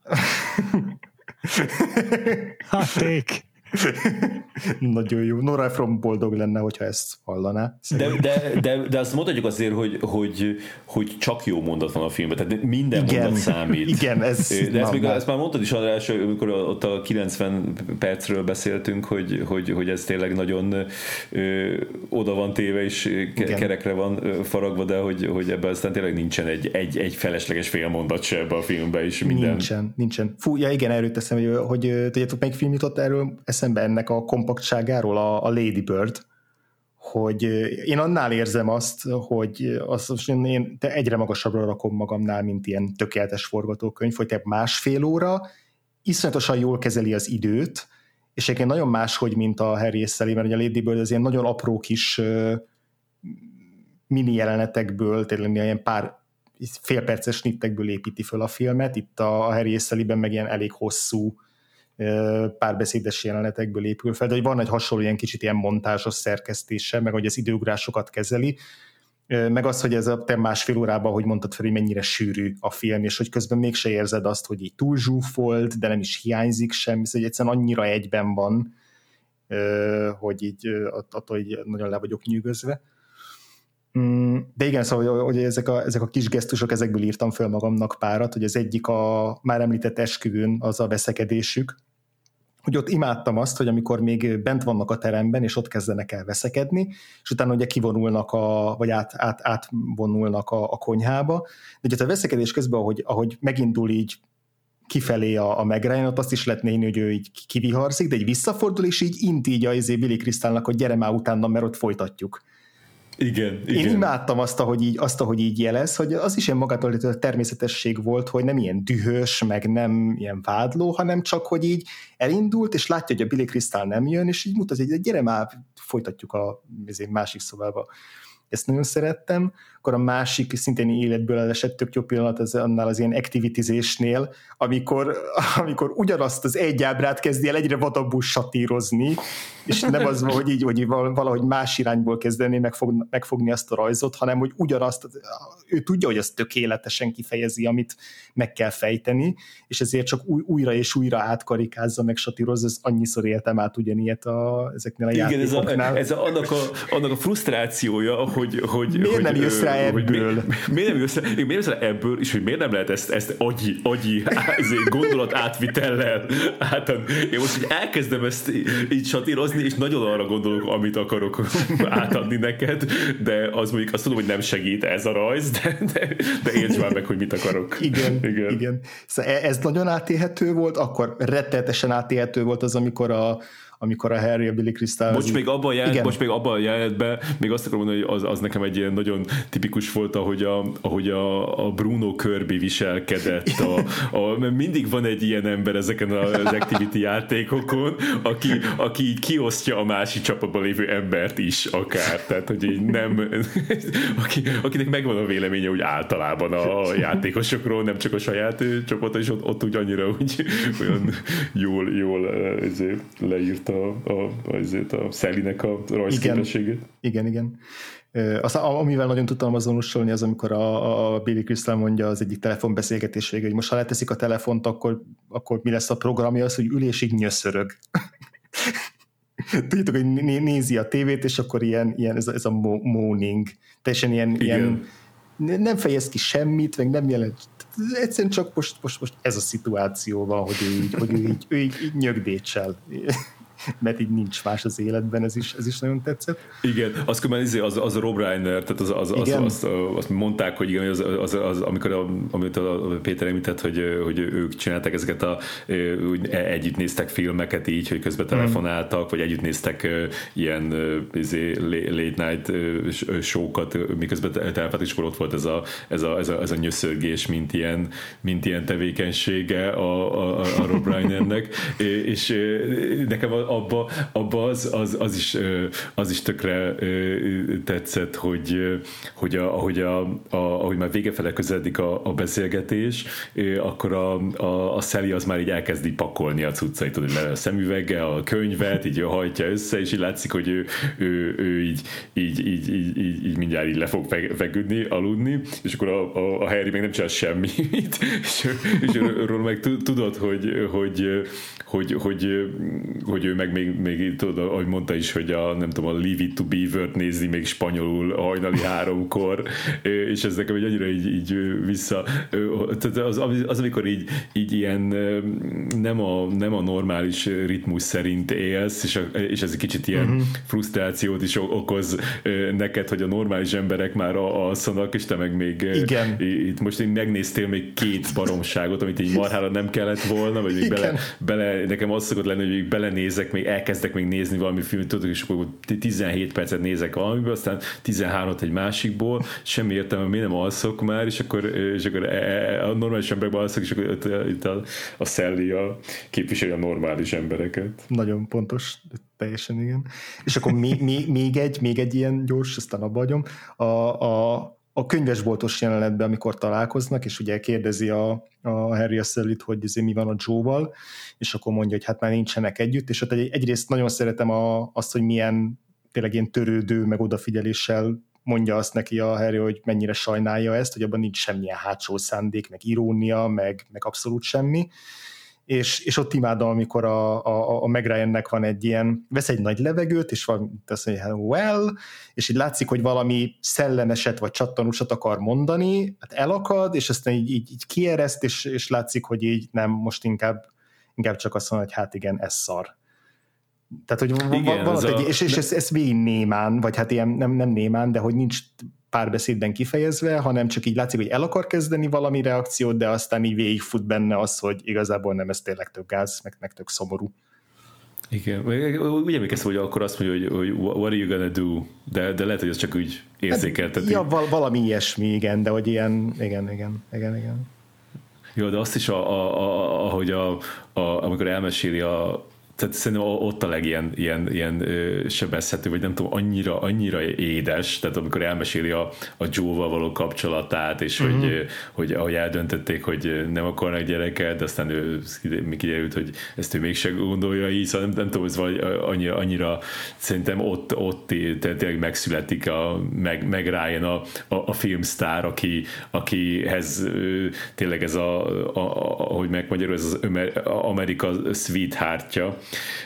Speaker 1: Hát take!
Speaker 2: Nagyon jó. Nora Ephron boldog lenne, hogyha ezt hallaná.
Speaker 3: De, de, de, de azt mondhatjuk azért, hogy, hogy, hogy csak jó mondat van a filmben, tehát minden igen, mondat számít.
Speaker 2: Igen, ez...
Speaker 3: De ezt, még, ezt már mondtad is, András, amikor ott a kilencven percről beszéltünk, hogy, hogy, hogy ez tényleg nagyon ö, oda van téve, és ke- kerekre van ö, faragva, de hogy, hogy ebben aztán tényleg nincsen egy, egy, egy felesleges félmondat se ebben a filmben is. Minden.
Speaker 2: Nincsen, nincsen. Fú, ja igen, erről teszem, hogy, hogy tudjátok, melyik film jutott erről eszembe ennek a kompaktságáról, a, a Lady Bird, hogy én annál érzem azt, hogy azt, én egyre magasabbra rakom magamnál, mint ilyen tökéletes forgatókönyv, hogy te másfél óra iszonyatosan jól kezeli az időt, és egyébként nagyon máshogy, mint a Harry és Sally, mert a Lady Bird az ilyen nagyon apró kis uh, mini jelenetekből, tényleg ilyen pár félperces snittekből építi föl a filmet, itt a, a Harry és Sally-ben meg ilyen elég hosszú párbeszédes jelenetekből épül fel, de hogy van egy hasonló ilyen kicsit ilyen montázsos szerkesztése, meg hogy az időugrásokat kezeli, meg az, hogy ez a te másfél órában, hogy mondtad fel, hogy mennyire sűrű a film, és hogy közben mégse érzed azt, hogy így túl zsúfolt, de nem is hiányzik semmi, szóval egyszerűen annyira egyben van, hogy így attól így nagyon le vagyok nyűgözve. De igen, szóval hogy ezek a, ezek a kis gesztusok, ezekből írtam föl magamnak párat, hogy az egyik a már említett esküvőn az a veszekedésük, hogy ott imádtam azt, hogy amikor még bent vannak a teremben, és ott kezdenek el veszekedni, és utána ugye kivonulnak, a, vagy át, át, átvonulnak a, a konyhába, de ugye a veszekedés közben, ahogy, ahogy megindul így kifelé a, a Meg Ryan, ott azt is lehetne hinni, hogy ő így kiviharzik, de egy visszafordul, és így int így a Billy Crystalnak, hogy gyere már utána, mert ott folytatjuk.
Speaker 3: Igen, igen.
Speaker 2: Én imádtam azt, ahogy így, azt, ahogy így jelez, hogy az is ilyen magától természetesség volt, hogy nem ilyen dühös, meg nem ilyen vádló, hanem csak, hogy így elindult, és látja, hogy a Billy Crystal nem jön, és így mutatja, hogy gyere már, folytatjuk a másik szobába. Ezt nagyon szerettem. Akkor a másik szintén életből elesett tök jó pillanat az annál az ilyen activitizésnél, amikor, amikor ugyanazt az egy ábrát kezdi el egyre vadabbul satírozni, és nem az, hogy így hogy valahogy más irányból kezdeni megfog, megfogni azt a rajzot, hanem hogy ugyanazt, ő tudja, hogy azt tökéletesen kifejezi, amit meg kell fejteni, és ezért csak új, újra és újra átkarikázza, meg satírozza, ez annyiszor éltem át ugyanilyet a, ezeknél a
Speaker 3: igen,
Speaker 2: játékoknál.
Speaker 3: Ez, a, ez a, annak, a, annak a frusztrációja, hogy, hogy
Speaker 2: miért
Speaker 3: hogy,
Speaker 2: nem jössz rá
Speaker 3: hogy,
Speaker 2: ebből?
Speaker 3: Hogy, miért nem jössz rá, miért jössz rá ebből, és hogy miért nem lehet ezt, ezt agyi, agyi gondolat átvitellel átadni. Én most így elkezdem ezt így satírozni, és nagyon arra gondolok, amit akarok átadni neked, de az mondjuk azt tudom, hogy nem segít ez a rajz, de, de, de értsd már meg, hogy mit akarok.
Speaker 2: Igen, igen. igen. Szóval ez nagyon átélhető volt, akkor rettenetesen átélhető volt az, amikor a amikor a Harry, a Billy Crystal...
Speaker 3: Most még abban a jelenet, most még abban a jelenetben, még azt akarom mondani, hogy az, az nekem egy ilyen nagyon tipikus volt, ahogy a, ahogy a, a Bruno Kirby viselkedett. A, a, mert mindig van egy ilyen ember ezeken az activity játékokon, aki, aki így kiosztja a másik csapatban lévő embert is akár. Tehát, hogy így nem... Aki, akinek megvan a véleménye úgy általában a játékosokról, nem csak a saját csapata, és ott, ott úgy annyira úgy olyan jól, jól leírta a, a, a, a Sally-nek a rajzképességét.
Speaker 2: Igen, igen. igen. Azt, amivel nagyon tudtam azonosulni, az amikor a, a Billy Crystal mondja az egyik telefonbeszélgetés végén, hogy most ha leteszik a telefont, akkor, akkor mi lesz a programja, az, hogy ülésig nyöszörög. Tudjátok, hogy nézi a tévét, és akkor ilyen, ilyen ez, a, ez a moaning, teljesen ilyen, ilyen nem fejez ki semmit, meg nem jelent, egyszerűen csak most, most, most ez a szituáció van, hogy ő így, hogy ő így, ő így, így nyögdécsel. mert így nincs más az életben, ez is, ez is nagyon tetszett.
Speaker 3: Igen, azt különben az, az a Rob Reiner, tehát az, az, az, az, azt mondták, hogy igen, az, az, az, amikor a, amit a Péter említett, hogy, hogy ők csinálták ezeket a, úgy együtt néztek filmeket így, hogy közben telefonáltak, vagy együtt néztek ilyen izé, late night show-kat, miközben telepát, és akkor ott volt ez a, ez a, ez a, ez a nyöszörgés, mint ilyen, mint ilyen tevékenysége a, a, a Rob Reinernek, és nekem abba, abba az, az, az, is, az is tökre tetszett, hogy, hogy, a, ahogy, a, a, ahogy már vége fele közeledik a, a beszélgetés, akkor a, a, a Sally az már így elkezdi pakolni a cuccait, hogy le a szemüveggel, a könyvet, így hajtja össze, és így látszik, hogy ő, ő, ő így, így, így, így, így, így mindjárt így le fog feküdni, aludni, és akkor a, a, a Harry még nem csinál semmit, és, és őről meg tudod, hogy, hogy, hogy, hogy, hogy ő meg még, még tudod, ahogy mondta is, hogy a, nem tudom, a Leave It to Beaver-t nézi még spanyolul hajnali háromkor, és ez nekem egy annyira így, így vissza, az, az amikor így, így ilyen nem a, nem a normális ritmus szerint élsz, és, a, és ez egy kicsit ilyen uh-huh. frusztrációt is okoz neked, hogy a normális emberek már alszanak, és te meg még igen. itt most én megnéztél még két baromságot, amit így marhára nem kellett volna, vagy még bele, bele, nekem az szokott lenni, hogy még belenézek, még elkezdek még nézni valami filmet, tudod, és akkor tizenhét percet nézek valamiből, aztán tizenhármat egy másikból, semmi értelme, miért nem alszok már, és akkor, és akkor a normális emberekben alszok, és akkor itt a, a Sally a képviseli a normális embereket.
Speaker 2: Nagyon pontos, teljesen igen. És akkor még, még, még, egy, még egy ilyen gyors, aztán abba hagyom. A, a, a könyvesboltos jelenetben, amikor találkoznak, és ugye kérdezi a, a Harry a Sally-t, hogy ezért mi van a Joe-val, és akkor mondja, hogy hát már nincsenek együtt, és ott egy, egyrészt nagyon szeretem a, azt, hogy milyen tényleg ilyen törődő, meg odafigyeléssel mondja azt neki a Harry, hogy mennyire sajnálja ezt, hogy abban nincs semmilyen hátsó szándék, meg irónia, meg, meg abszolút semmi. És, és ott imádom, amikor a, a, a Meg Ryannek van egy ilyen, vesz egy nagy levegőt, és valami, azt mondja, well, és így látszik, hogy valami szellemeset vagy csattanósat akar mondani, hát elakad, és aztán így, így, így kiereszt, és, és látszik, hogy így nem, most inkább, inkább csak azt mondja, hogy hát igen, ez szar. Tehát, hogy igen, van, egy, a... és, és ez, ez végig némán, vagy hát ilyen nem, nem némán, de hogy nincs párbeszédben kifejezve, hanem csak így látszik, hogy el akar kezdeni valami reakciót, de aztán így végigfut benne az, hogy igazából nem, ez tényleg tök gáz, meg, meg tök szomorú.
Speaker 3: Igen, úgy emlékeztem, hogy akkor azt mondja, hogy, hogy what are you gonna do, de, de lehet, hogy ez csak úgy érzékelteti.
Speaker 2: Ja, val- valami ilyesmi, igen, de hogy ilyen, igen, igen, igen, igen.
Speaker 3: Jó, de azt is, a, a, a, ahogy a, a, amikor elmeséli a tehát szerintem ott a legilyen ilyen, ilyen sebezhető, vagy nem tudom, annyira, annyira édes, tehát amikor elmeséli a, a Joe-val való kapcsolatát, és uh-huh. hogy, hogy ahogy eldöntötték, hogy nem akarnak gyereket, de aztán ő még kiderült, hogy ezt ő mégsem gondolja így, szóval nem, nem tudom, ez annyira, annyira szerintem ott, ott tényleg megszületik a, meg, meg Ryan a, a, a filmsztár, aki, akihez tényleg ez a, a, a ahogy megmagyarul, ez az Amerika sweetheartja,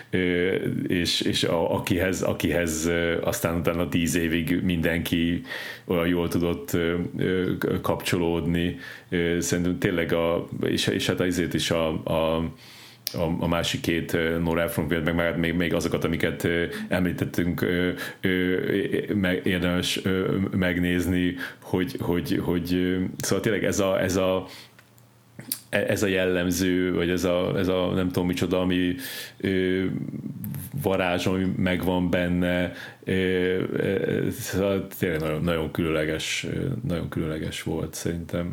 Speaker 3: és, és a, akihez, akihez aztán utána tíz évig mindenki olyan jól tudott kapcsolódni. Szerintem tényleg a, és, és hát azért is a, a A, a másik két Nora Ephron például, meg még, még azokat, amiket említettünk, meg, érdemes megnézni, hogy, hogy, hogy szóval tényleg ez a, ez a ez a jellemző, vagy ez a, ez a nem tudom micsoda, ami ö, varázs, ami megvan benne, ö, ö, szóval tényleg nagyon, nagyon különleges, nagyon különleges volt szerintem.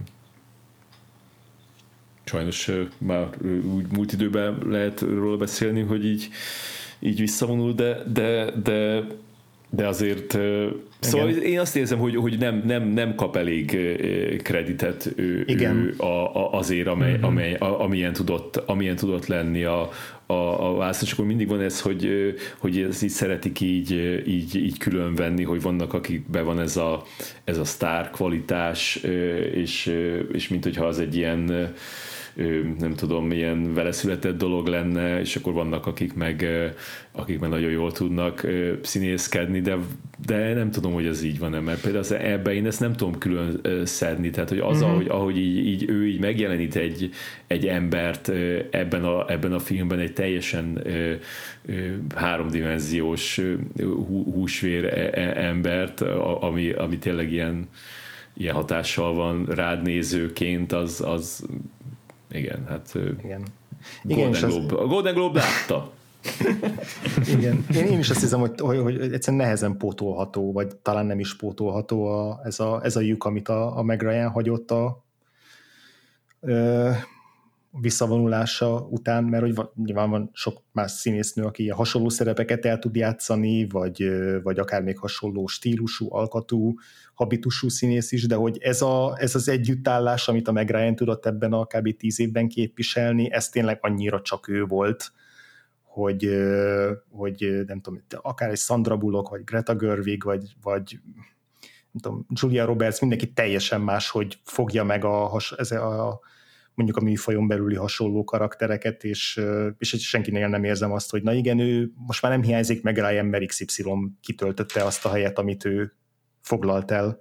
Speaker 3: Sajnos már úgy múlt időben lehet róla beszélni, hogy így, így visszavonul, de, de, de, de azért szóval igen. Én azt érzem, hogy, hogy nem, nem, nem kap elég kreditet ő, ő a, a, azért, amely, mm-hmm. amely, a, amilyen, tudott, amilyen tudott lenni a, a, a válasz, és akkor mindig van ez, hogy, hogy ezt így szeretik így, így, így különvenni, hogy vannak, akikben van ez a, ez a sztár kvalitás, és, és mint hogyha az egy ilyen nem tudom, milyen vele született dolog lenne, és akkor vannak, akik meg, akik meg nagyon jól tudnak színészkedni, de de nem tudom, hogy ez így van, mert például ebben én ezt nem tudom külön szedni, tehát hogy az, uh-huh. ahogy, ahogy így, így, ő így megjelenít egy, egy embert ebben a, ebben a filmben, egy teljesen háromdimenziós húsvér embert, ami, ami tényleg ilyen, ilyen hatással van rád nézőként, az, az igen, hát
Speaker 2: igen.
Speaker 3: Golden igen, Globe. Az... A Golden Globe látta.
Speaker 2: Igen. Én, én is azt hiszem, hogy, hogy, hogy egyszerűen nehezen pótolható, vagy talán nem is pótolható a, ez, a, ez a lyuk, amit a, a Meg Ryan hagyott a ö, visszavonulása után, mert hogy van, nyilván van sok más színésznő, aki hasonló szerepeket el tud játszani, vagy, vagy akár még hasonló stílusú, alkatú, habitusú színész is, de hogy ez, a, ez az együttállás, amit a Meg Ryan tudott ebben a kb. tíz évben képviselni, ez tényleg annyira csak ő volt, hogy, hogy nem tudom, akár egy Sandra Bullock, vagy Greta Gerwig, vagy, vagy nem tudom, Julia Roberts, mindenki teljesen más, hogy fogja meg a, ez a, mondjuk a műfajon belüli hasonló karaktereket, és, és senkinél nem érzem azt, hogy na igen, ő most már nem hiányzik meg Ryan, mert iksz ipszilon kitöltötte azt a helyet, amit ő foglalt el.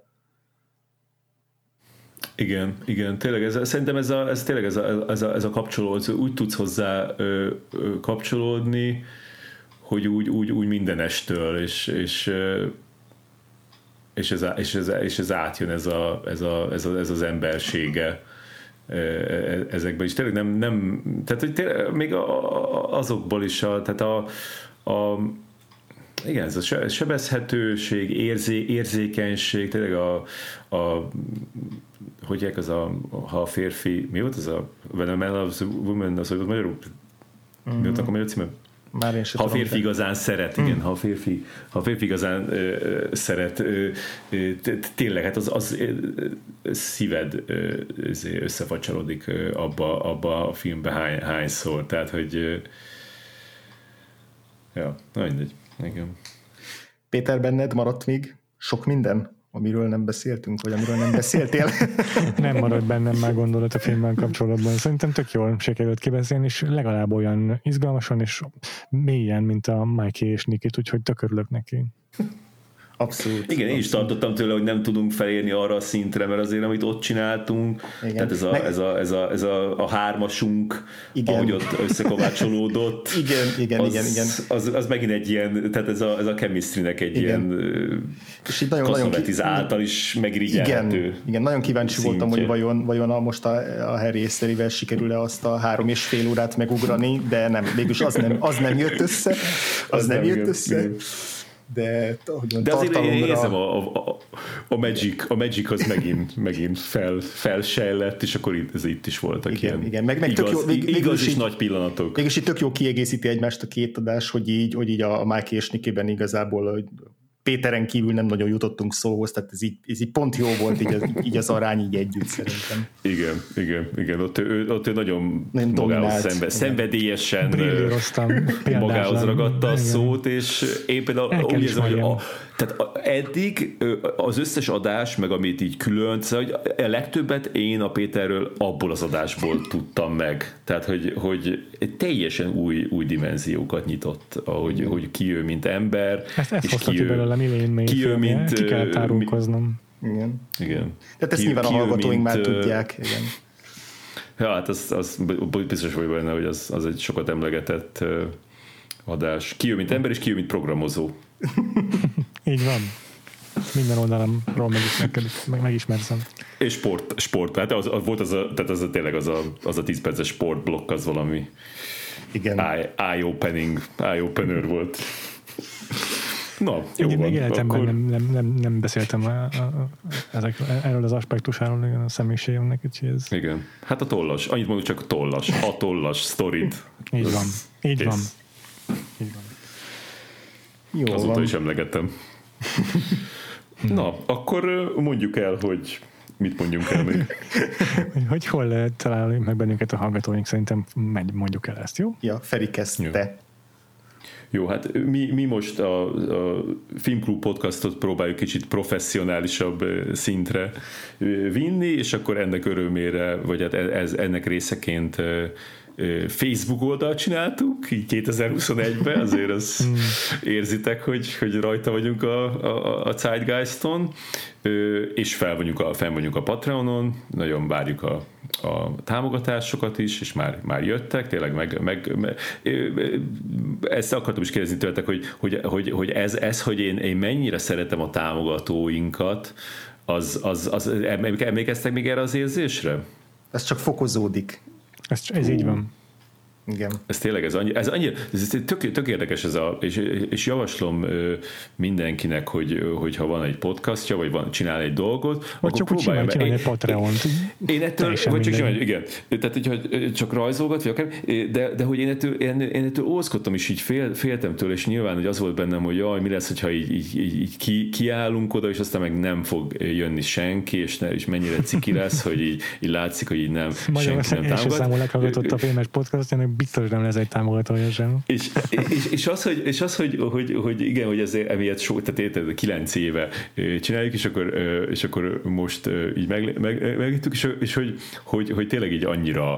Speaker 3: Igen, igen, tényleg ez, szerintem ez, a, ez tényleg ez a, ez a, ez a kapcsolódás, úgy tudsz hozzá ö, ö, kapcsolódni, hogy úgy, úgy, úgy mindenestől, és, és, és, ez, és, ez, és ez átjön ez, a, ez, a, ez, a, ez az embersége ezekben is. Tényleg nem, nem tehát hogy tényleg, még a, azokból is, a, tehát a, a igen, ez a sebezhetőség, érzé, érzékenység, tényleg a, a hogy az a, ha a férfi, mi volt az a When a Man Loves a Woman, az hogy magyarul? Mm. Mi volt akkor magyar címe?
Speaker 2: Már én
Speaker 3: ha a férfi igazán szeret, mm. igen, ha a férfi, ha a férfi igazán ö, szeret, ö, ö, tényleg, hát az, az ö, szíved ö, összefacsarodik ö, abba, abba a filmbe hány, hányszor, tehát, hogy ö, ja, mindegy. Igen.
Speaker 2: Péter, benned maradt még sok minden, amiről nem beszéltünk, vagy amiről nem beszéltél?
Speaker 1: Nem maradt bennem már gondolat a filmmel kapcsolatban. Szerintem tök jól sikerült kibeszélni, és legalább olyan izgalmasan és mélyen, mint a Mikey és Nikit, úgyhogy tök örülök neki.
Speaker 2: Abszolút.
Speaker 3: Igen, én
Speaker 2: abszolút.
Speaker 3: is tartottam tőle, hogy nem tudunk felérni arra a szintre, mert azért, amit ott csináltunk, igen. Tehát ez a, ez a, ez a, ez a, a hármasunk, igen. Ahogy ott összekovácsolódott,
Speaker 2: igen, igen,
Speaker 3: az,
Speaker 2: igen, igen.
Speaker 3: Az, az megint egy ilyen, tehát ez a, ez a chemistrynek egy igen. Ilyen Cassavetes által is megirigyelhető.
Speaker 2: Igen, igen, nagyon kíváncsi szintje. Voltam, hogy vajon, vajon a, most a, a Harry Eszterivel sikerül-e azt a három és fél órát megugrani, de nem, végülis az nem, az nem jött össze, az, az nem, nem jött össze. Igen. De,
Speaker 3: de azért én érzem a, a, a Magic, a Magic az megint, megint fel, felsejlett, és akkor itt, ez itt is voltak
Speaker 2: igen,
Speaker 3: ilyen
Speaker 2: igen. Meg, meg
Speaker 3: igaz,
Speaker 2: tök jó, vég,
Speaker 3: igaz és így, nagy pillanatok.
Speaker 2: Mégis itt tök jó kiegészíti egymást a két adás, hogy így, hogy így a Mikey és Nikiben igazából hogy Péteren kívül nem nagyon jutottunk szóhoz, tehát ez így, ez így pont jó volt így az, így az arány így együtt szerintem.
Speaker 3: Igen, igen, igen, ott ő, ott ő nagyon magához szembe, szenvedélyesen magához ragadta a szót, és én például úgy érzem, hogy a, tehát a, eddig az összes adás, meg amit így külön, szóval, hogy a legtöbbet én a Péterről abból az adásból tudtam meg. Tehát, hogy, hogy teljesen új, új dimenziókat nyitott, ahogy hogy ki ő, mint ember,
Speaker 1: ezt, ezt
Speaker 3: és ki ő,
Speaker 1: ki ő, mint... Ki kell tárulkoznom.
Speaker 2: Igen.
Speaker 3: Igen.
Speaker 2: Tehát ezt ki, nyilván ki a hallgatóink mint, már tudják. Igen.
Speaker 3: Ja, hát az, az biztos vagy benne, hogy az, az egy sokat emlegetett adás. Ki ő, mint ember, és ki ő, mint programozó.
Speaker 1: Így van. Minden oldalamról megismerkedik, meg, megismerszem.
Speaker 3: És sport, sport. Hát az, az volt az a, tehát az a, tényleg az a, az a tíz perces sportblokk, az valami
Speaker 2: igen.
Speaker 3: eye, eye-opening, eye-opener volt. Na, jó
Speaker 1: én
Speaker 3: van.
Speaker 1: Még életemben akkor... nem, nem, nem, nem beszéltem a, a, a, ezek, erről az aspektusáról a személyiségemnek, úgyhogy ez...
Speaker 3: Igen. Hát a tollas. Annyit mondjuk csak a tollas. A tollas sztorid.
Speaker 1: Így van. Így kész. van. Így van.
Speaker 2: Jó
Speaker 3: Azóta
Speaker 2: van.
Speaker 3: is emlegettem. Na, akkor mondjuk el, hogy mit mondjunk el még.
Speaker 1: Hogy hol lehet találni meg bennünket a hallgatóink, szerintem megy, mondjuk el ezt, jó?
Speaker 2: Ja, Feri kezdte.
Speaker 3: Jó, hát mi, mi most a, a Filmklub podcastot próbáljuk kicsit professzionálisabb szintre vinni, és akkor ennek örömére, vagy hát ez, ennek részeként Facebook oldalt csináltuk, így kétezer-huszonegyben, azért az érzitek, hogy, hogy rajta vagyunk a, a, a Zeitgeiston, és fel vagyunk a, fel vagyunk a Patreonon, nagyon várjuk a, a támogatásokat is, és már, már jöttek, tényleg meg, meg, meg ezt akartam is kérdezni tőletek, hogy, hogy, hogy, hogy ez, ez, hogy én, én mennyire szeretem a támogatóinkat, az, az, az, emlékeztek még erre az érzésre?
Speaker 2: Ez csak fokozódik.
Speaker 1: Ez, ez így van.
Speaker 2: Igen.
Speaker 3: Ez tényleg, ez annyira, ez annyira ez tök, tök érdekes, ez a, és, és javaslom mindenkinek, hogy, hogy ha van egy podcastja, vagy van, csinál egy dolgot,
Speaker 1: vagy csak úgy csinálj, csinálj egy Patreont.
Speaker 3: Én ettől, vagy csak csinálj, igen. Tehát, hogyha csak rajzolgat, vagy akár, de, de hogy én ettől, én, én ettől ózkodtam, és így fél, féltem tőle, és nyilván, hogy az volt bennem, hogy jaj, mi lesz, hogyha így, így, így, így ki, kiállunk oda, és aztán meg nem fog jönni senki, és, ne, és mennyire ciki lesz, hogy így, így látszik, hogy így nem, senki nem támogat.
Speaker 1: Számú leghallgatott a filmes podcast, biztos nem lesz egy támogatója sem.
Speaker 3: És, és, és az, hogy, és az hogy, hogy, hogy igen, hogy ez emiatt so, tehát érted, kilenc éve csináljuk, és akkor, és akkor most így meg, meg, megíttük, és, és hogy, hogy, hogy tényleg így annyira,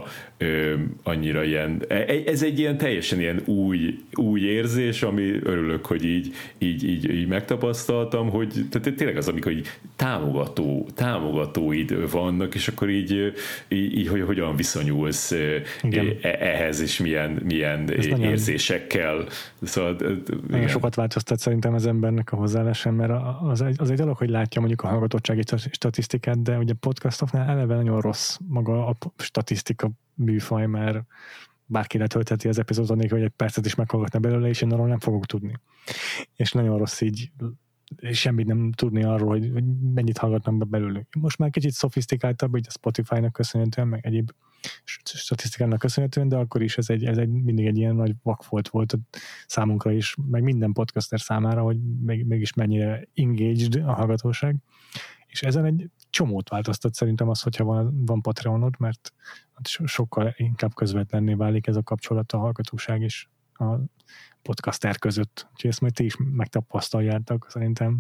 Speaker 3: annyira ilyen, ez egy ilyen teljesen ilyen új, új érzés, ami örülök, hogy így, így, így, így megtapasztaltam, hogy tehát tényleg az, amikor így támogató, támogatóid vannak, és akkor így, így, így hogy hogyan viszonyulsz igen. ehhez, és milyen, milyen érzésekkel. Szóval,
Speaker 1: nagyon sokat változtat szerintem az embernek a hozzáállásán, mert az egy, az egy dolog, hogy látja mondjuk a hallgatottsági statisztikát, de ugye podcastoknál eleve nagyon rossz maga a statisztika műfaj, mert bárki letöltheti az epizódot annélkül, hogy egy percet is meghallgatna belőle, és én arról nem fogok tudni. És nagyon rossz így semmit nem tudni arról, hogy, hogy mennyit hallgatnak be belőlük. Most már kicsit szofisztikáltabb, hogy a Spotify-nak köszönhetően, meg egyéb statisztikának köszönhetően, de akkor is ez, egy, ez egy, mindig egy ilyen nagy vakfolt volt számunkra is, meg minden podcaster számára, hogy még, mégis mennyire engaged a hallgatóság. És ezen egy csomót változtat szerintem az, hogyha van, van Patreonod, mert sokkal inkább közvetlenné válik ez a kapcsolat a hallgatóság és a podcaster között. Úgyhogy ezt majd ti is megtapasztaljátok szerintem.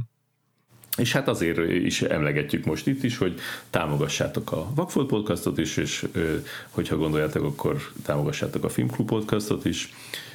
Speaker 3: És hát azért is emlegetjük most itt is, hogy támogassátok a Vakfolt podcastot is, és hogyha gondoljátok, akkor támogassátok a Filmklub podcastot is.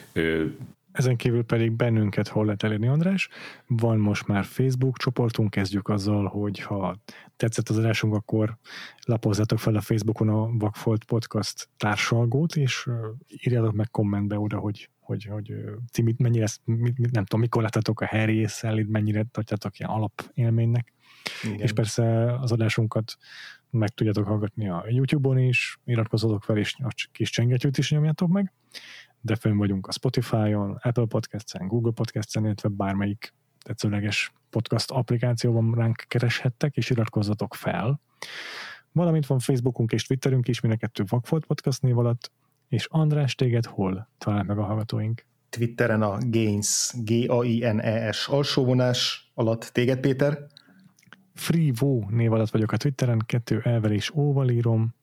Speaker 1: Ezen kívül pedig bennünket hol lehet elérni, András? Van most már Facebook csoportunk, kezdjük azzal, hogy ha tetszett az adásunk, akkor lapozzatok fel a Facebookon a Vakfolt Podcast társalgót, és írjátok meg kommentbe oda, hogy, hogy, hogy ti mit, mennyire, mit, nem tudom, mikor láttatok a Harry-szel, mennyire tartjátok ilyen alapélménynek. Igen. És persze az adásunkat meg tudjátok hallgatni a YouTube-on is, iratkozzatok fel, és a kis csengettyűt is nyomjátok meg. De fönn vagyunk a Spotify-on, Apple Podcast-en, Google Podcast-en, illetve bármelyik tetszőleges podcast applikációban ránk kereshettek, és iratkozzatok fel. Valamint van Facebookunk és Twitterünk is, mind a kettő Vakfolt Podcast név alatt, és András, téged hol talál meg a hallgatóink?
Speaker 2: Twitteren a Gaines, G A I N E S alsóvonás alatt. Téged, Péter?
Speaker 1: Freevo név alatt vagyok a Twitteren, kettő elvel és óval írom.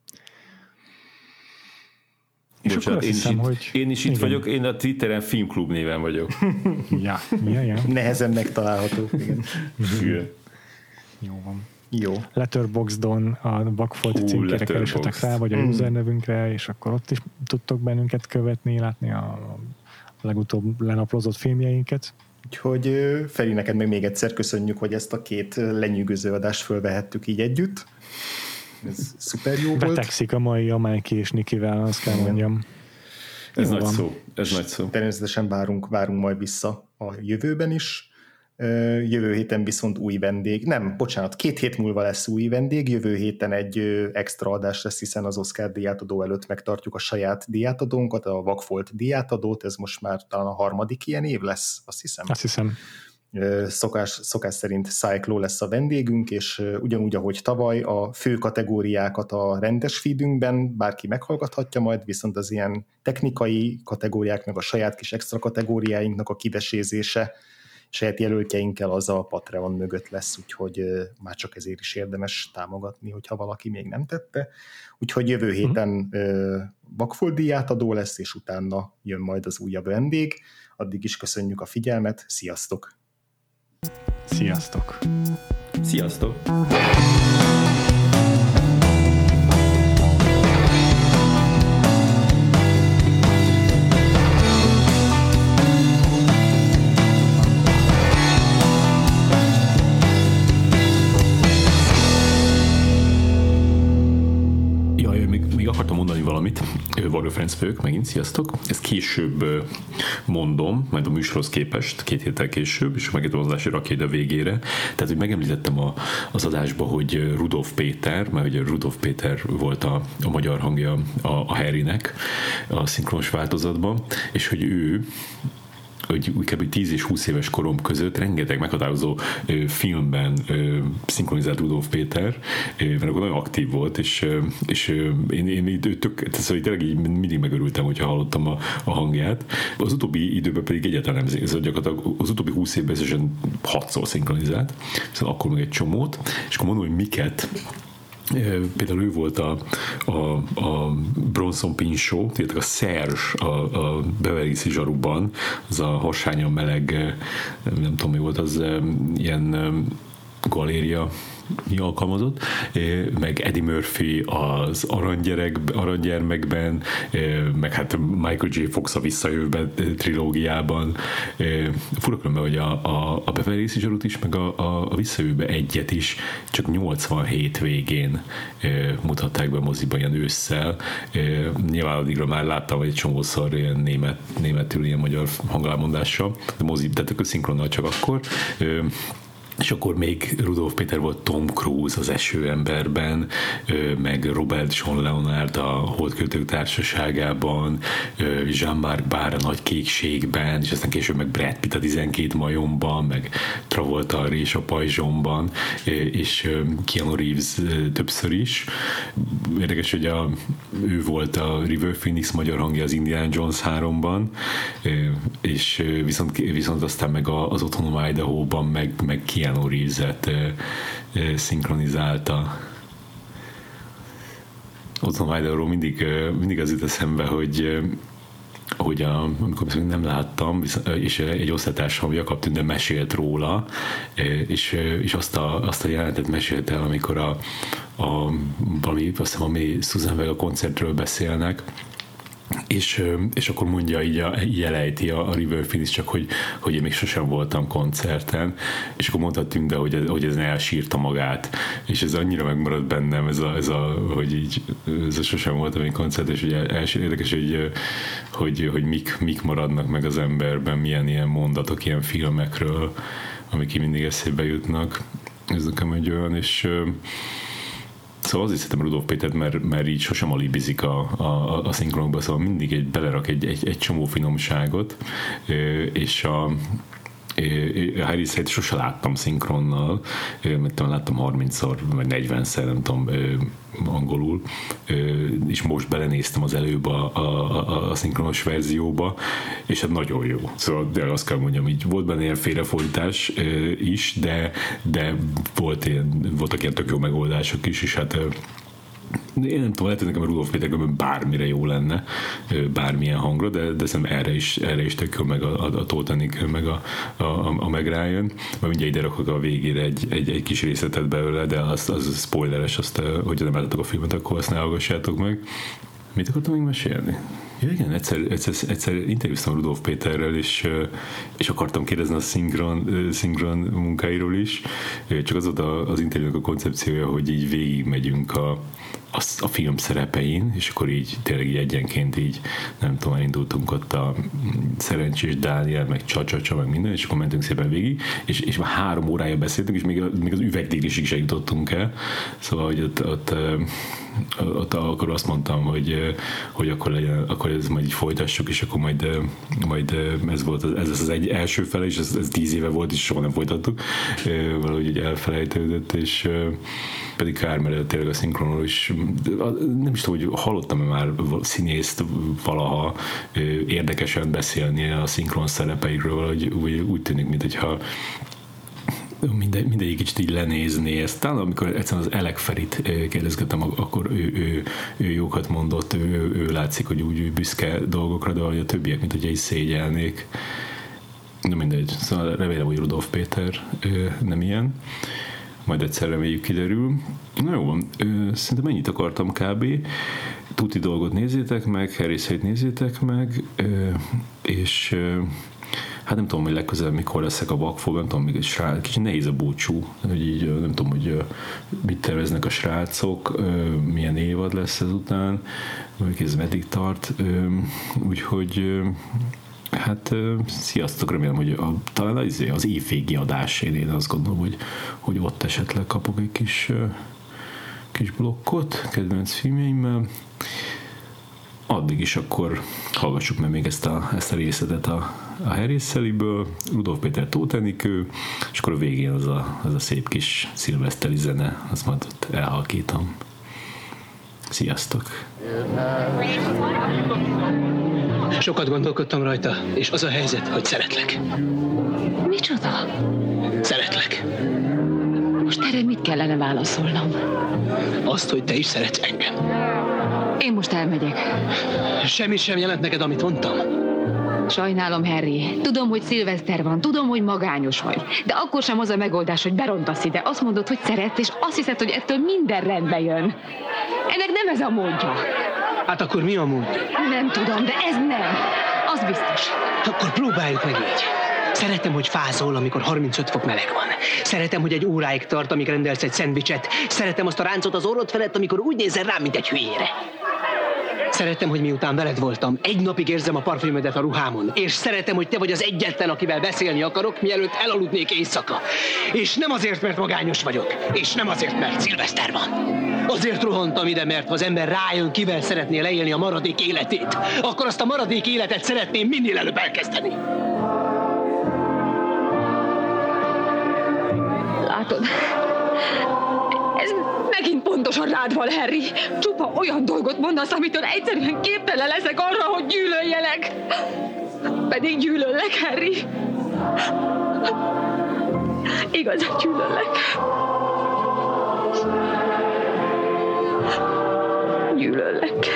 Speaker 1: És
Speaker 3: Bocsánat, én, hiszem, is hogy... én is itt igen. vagyok, én a Twitteren Filmklub néven vagyok.
Speaker 1: ja, ja, ja.
Speaker 2: Nehezen megtalálható. Igen.
Speaker 3: Igen.
Speaker 1: Jó van.
Speaker 2: Jó.
Speaker 1: Letterboxdon a Vakfolt címkére keresetek fel, vagy a mm. usernevünkre, és akkor ott is tudtok bennünket követni, látni a legutóbb lenaplozott filmjeinket.
Speaker 2: Úgyhogy Feri, neked meg még egyszer köszönjük, hogy ezt a két lenyűgöző adást fölvehettük így együtt. Ez szuper jó volt.
Speaker 1: Betegszik a mai a Mikey és Nikivel, azt kell mondjam.
Speaker 3: Ez nagy szó. Ez nagy szó.
Speaker 2: Természetesen várunk, várunk majd vissza a jövőben is. Jövő héten viszont új vendég. Nem, bocsánat, két hét múlva lesz új vendég. Jövő héten egy extra adás lesz, hiszen az Oscar díjátadó előtt megtartjuk a saját díjátadónkat, a Vakfolt díjátadót. Ez most már talán a harmadik ilyen év lesz, azt hiszem.
Speaker 1: Azt hiszem.
Speaker 2: Szokás, szokás szerint Cyclo lesz a vendégünk, és ugyanúgy, ahogy tavaly, a fő kategóriákat a rendes feedünkben bárki meghallgathatja majd, viszont az ilyen technikai kategóriák, meg a saját kis extra kategóriáinknak a kivesézése saját jelöltjeinkkel az a Patreon mögött lesz, úgyhogy már csak ezért is érdemes támogatni, hogyha valaki még nem tette. Úgyhogy jövő héten uh-huh. Vakfolt díjátadó lesz, és utána jön majd az újabb vendég. Addig is köszönjük a figyelmet, sziasztok!
Speaker 1: Sziasztok!
Speaker 3: Sziasztok! Warrior Friends vagyok, megint sziasztok. Ezt később mondom, majd a műsorhoz képest, két héttel később, és megértem az adási rakja a végére. Tehát, hogy megemlítettem a, az adásba, hogy Rudolf Péter, mert ugye Rudolf Péter volt a, a magyar hangja a, a Harrynek a szinkronos változatban, és hogy ő hogy úgy kb. tíz és húsz éves korom között rengeteg meghatározó ö, filmben ö, szinkronizált Rudolf Péter, ö, mert akkor nagyon aktív volt, és, ö, és ö, én, én tök, szóval tényleg így mindig megörültem, hogyha hallottam a, a hangját. Az utóbbi időben pedig egyáltalán nem, szóval gyakorlatilag az utóbbi húsz évben összesen hatszor szinkronizált, szóval akkor meg egy csomót, és akkor mondom, hogy miket. Például ő volt a, a, a Bronson Pinchot, tehát a Serge a, a Beverly Hills zsaruban, az a harsányan meleg, nem tudom mi volt, az ilyen galéria alkalmazott, meg Eddie Murphy az aranygyerek, aranygyermekben, meg hát Michael J. Fox a Visszajövőben trilógiában. Fura különben, hogy a, a, a Beverly Hills zsarut is, meg a, a, a Visszajövőbe egyet is csak nyolcvanhét végén mutatták be moziban ilyen ősszel. Nyilván addigra már láttam egy csomószor ilyen német, németül ilyen magyar hangolámondással, de mozi, tehát a szinkronnal csak akkor. És akkor még Rudolf Péter volt Tom Cruise az Esőemberben, meg Robert Sean Leonard a Holdköltők Társaságában, Jean-Marc Barr a Nagy Kékségben, és aztán később meg Brad Pitt a tizenkét majomban, meg Travolta és a Pajzsomban, és Keanu Reeves többször is. Érdekes, hogy a, ő volt a River Phoenix magyar hangja az Indiana Jones háromban, és viszont, viszont aztán meg az Otthonom Idaho-ban meg, meg Keanu Reeves-et szinkronizálta. Otthonom Idaho-ról mindig, mindig az jut eszembe, hogy hogy a, amikor nem láttam, és egy osztálytársam Jakab Tünde mesélt róla, és, és azt, a, azt a jelenetet mesélt el, amikor a, a valami, azt hiszem, ami Susan Vega koncertről beszélnek, És, és akkor mondja így, a, így elejti a, a River Phoenix csak, hogy, hogy én még sosem voltam koncerten, és akkor mondhattunk, de hogy, hogy ez elsírta magát, és ez annyira megmaradt bennem, ez a, ez a hogy így ez a sosem voltam egy koncert, és hogy elsír, érdekes, hogy, hogy, hogy mik, mik maradnak meg az emberben, milyen ilyen mondatok, ilyen filmekről, amik ki mindig eszébe jutnak. Ez nekem egy olyan, és szóval azért szeretem Rudolf Pétert, mert, mert így sosem alibizik a, a, a szinkronokba, szóval mindig egy, belerak egy, egy, egy csomó finomságot, és a Harry Styles sose láttam szinkronnal, mert láttam harmincszor, vagy negyvenszer, nem tudom, angolul, és most belenéztem az előbb a, a, a, a szinkronos verzióba, és hát nagyon jó. Szóval de azt kell mondjam, így volt benne ilyen félrefordítás is, de, de volt ilyen, voltak ilyen tök jó megoldások is, és hát én nem tudom, lehet, hogy nekem a Rudolf Péter bármire jó lenne, bármilyen hangra, de, de szerintem erre is, erre is tök jó, meg a, a, a Titanic, meg a, a, a meg Ryan, mert mindjárt ide rakok a végére egy, egy, egy kis részletet belőle, de az, az spoileres, azt, hogyha nem láttátok a filmet, akkor azt ne hallgassátok meg. Mit akartam még mesélni? Ja, igen, egyszer, egyszer, egyszer interjúztam Rudolf Péterrel, és, és akartam kérdezni a szinkron, szinkron munkáiról is, csak az volt az interjúnak a koncepciója, hogy így végigmegyünk a, a, a film szerepein, és akkor így tényleg így egyenként így, nem tudom, elindultunk ott a Szerencsés Dániel, meg Csacsacsa, meg minden, és akkor mentünk szépen végig, és, és már három órája beszéltünk, és még, még az üvegdéglisig se jutottunk el, szóval, hogy ott, ott, ott akkor azt mondtam, hogy, hogy akkor legyen, akkor ez majd így folytassuk, és akkor majd, majd ez volt, ez az egy első fele, és ez, ez tíz éve volt, és soha nem folytattuk, valahogy így elfelejtődött, és pedig kár, mert tényleg a szinkronról is, nem is tudom, hogy hallottam-e már színészt valaha érdekesen beszélni a szinkron szerepeikről, hogy úgy, úgy tűnik, mintha Minde, mindegyik kicsit így lenézni ezt. Talán amikor egyszerűen az Elek Ferit kérdezgettem, akkor ő, ő, ő jókat mondott, ő, ő, ő látszik, hogy úgy, úgy büszke dolgokra, de a többiek, mint hogyha is szégyelnék. Na mindegy, szóval remélem, hogy Rudolf Péter nem ilyen. Majd egyszer reméljük kiderül. Na jó, szerintem ennyit akartam kb. Tuti dolgot nézzétek meg, Harry Styles nézzétek meg, és hát nem tudom, hogy legközelebb mikor leszek a Vakfolt, nem tudom, még srác, kicsit nehéz a búcsú, hogy így nem tudom, hogy mit terveznek a srácok, milyen évad lesz ezután, vagy ez meddig tart, úgyhogy hát sziasztok, remélem, hogy a, talán az, az évvégi adás, én azt gondolom, hogy, hogy ott esetleg kapok egy kis, kis blokkot kedvenc filmjeimmel. Addig is akkor hallgassuk meg még ezt a, ezt a részletet a, a Harry Szeliből, Rudolf Péter Tóth Enikő, és akkor a végén az a, az a szép kis szilveszteri zene, azt majd ott elhalkítom. Sziasztok!
Speaker 4: Sokat gondolkodtam rajta, és az a helyzet, hogy szeretlek.
Speaker 5: Micsoda?
Speaker 4: Szeretlek.
Speaker 5: Most erre mit kellene válaszolnom?
Speaker 4: Azt, hogy te is szeretsz engem.
Speaker 5: Én most elmegyek.
Speaker 4: Semmit sem jelent neked, amit mondtam?
Speaker 5: Sajnálom, Harry. Tudom, hogy szilveszter van, tudom, hogy magányos vagy. De akkor sem az a megoldás, hogy berontasz ide. Azt mondod, hogy szeretsz, és azt hiszed, hogy ettől minden rendbe jön. Ennek nem ez a módja.
Speaker 4: Hát akkor mi a mód?
Speaker 5: Nem tudom, de ez nem. Az biztos.
Speaker 4: Akkor próbáljuk meg így. Szeretem, hogy fázol, amikor harmincöt fok meleg van. Szeretem, hogy egy óráig tart, amíg rendelsz egy szendvicset. Szeretem azt a ráncot az orrod felett, amikor úgy nézel rám, mint egy hülyére. Szeretem, hogy miután veled voltam, egy napig érzem a parfümödet a ruhámon. És szeretem, hogy te vagy az egyetlen, akivel beszélni akarok, mielőtt elaludnék éjszaka. És nem azért, mert magányos vagyok. És nem azért, mert szilveszter van. Azért rohantam ide, mert ha az ember rájön, kivel szeretné leélni a maradék életét, akkor azt a maradék életet szeretném minél előbb elkezdeni.
Speaker 5: Látod? Ez megint pontosan rád van, Harry. Csupa olyan dolgot mondasz, amitől egyszerűen képtelen leszek arra, hogy gyűlöljelek. Pedig gyűlöllek, Harry. Igazán gyűlöllek. Gyűlöllek.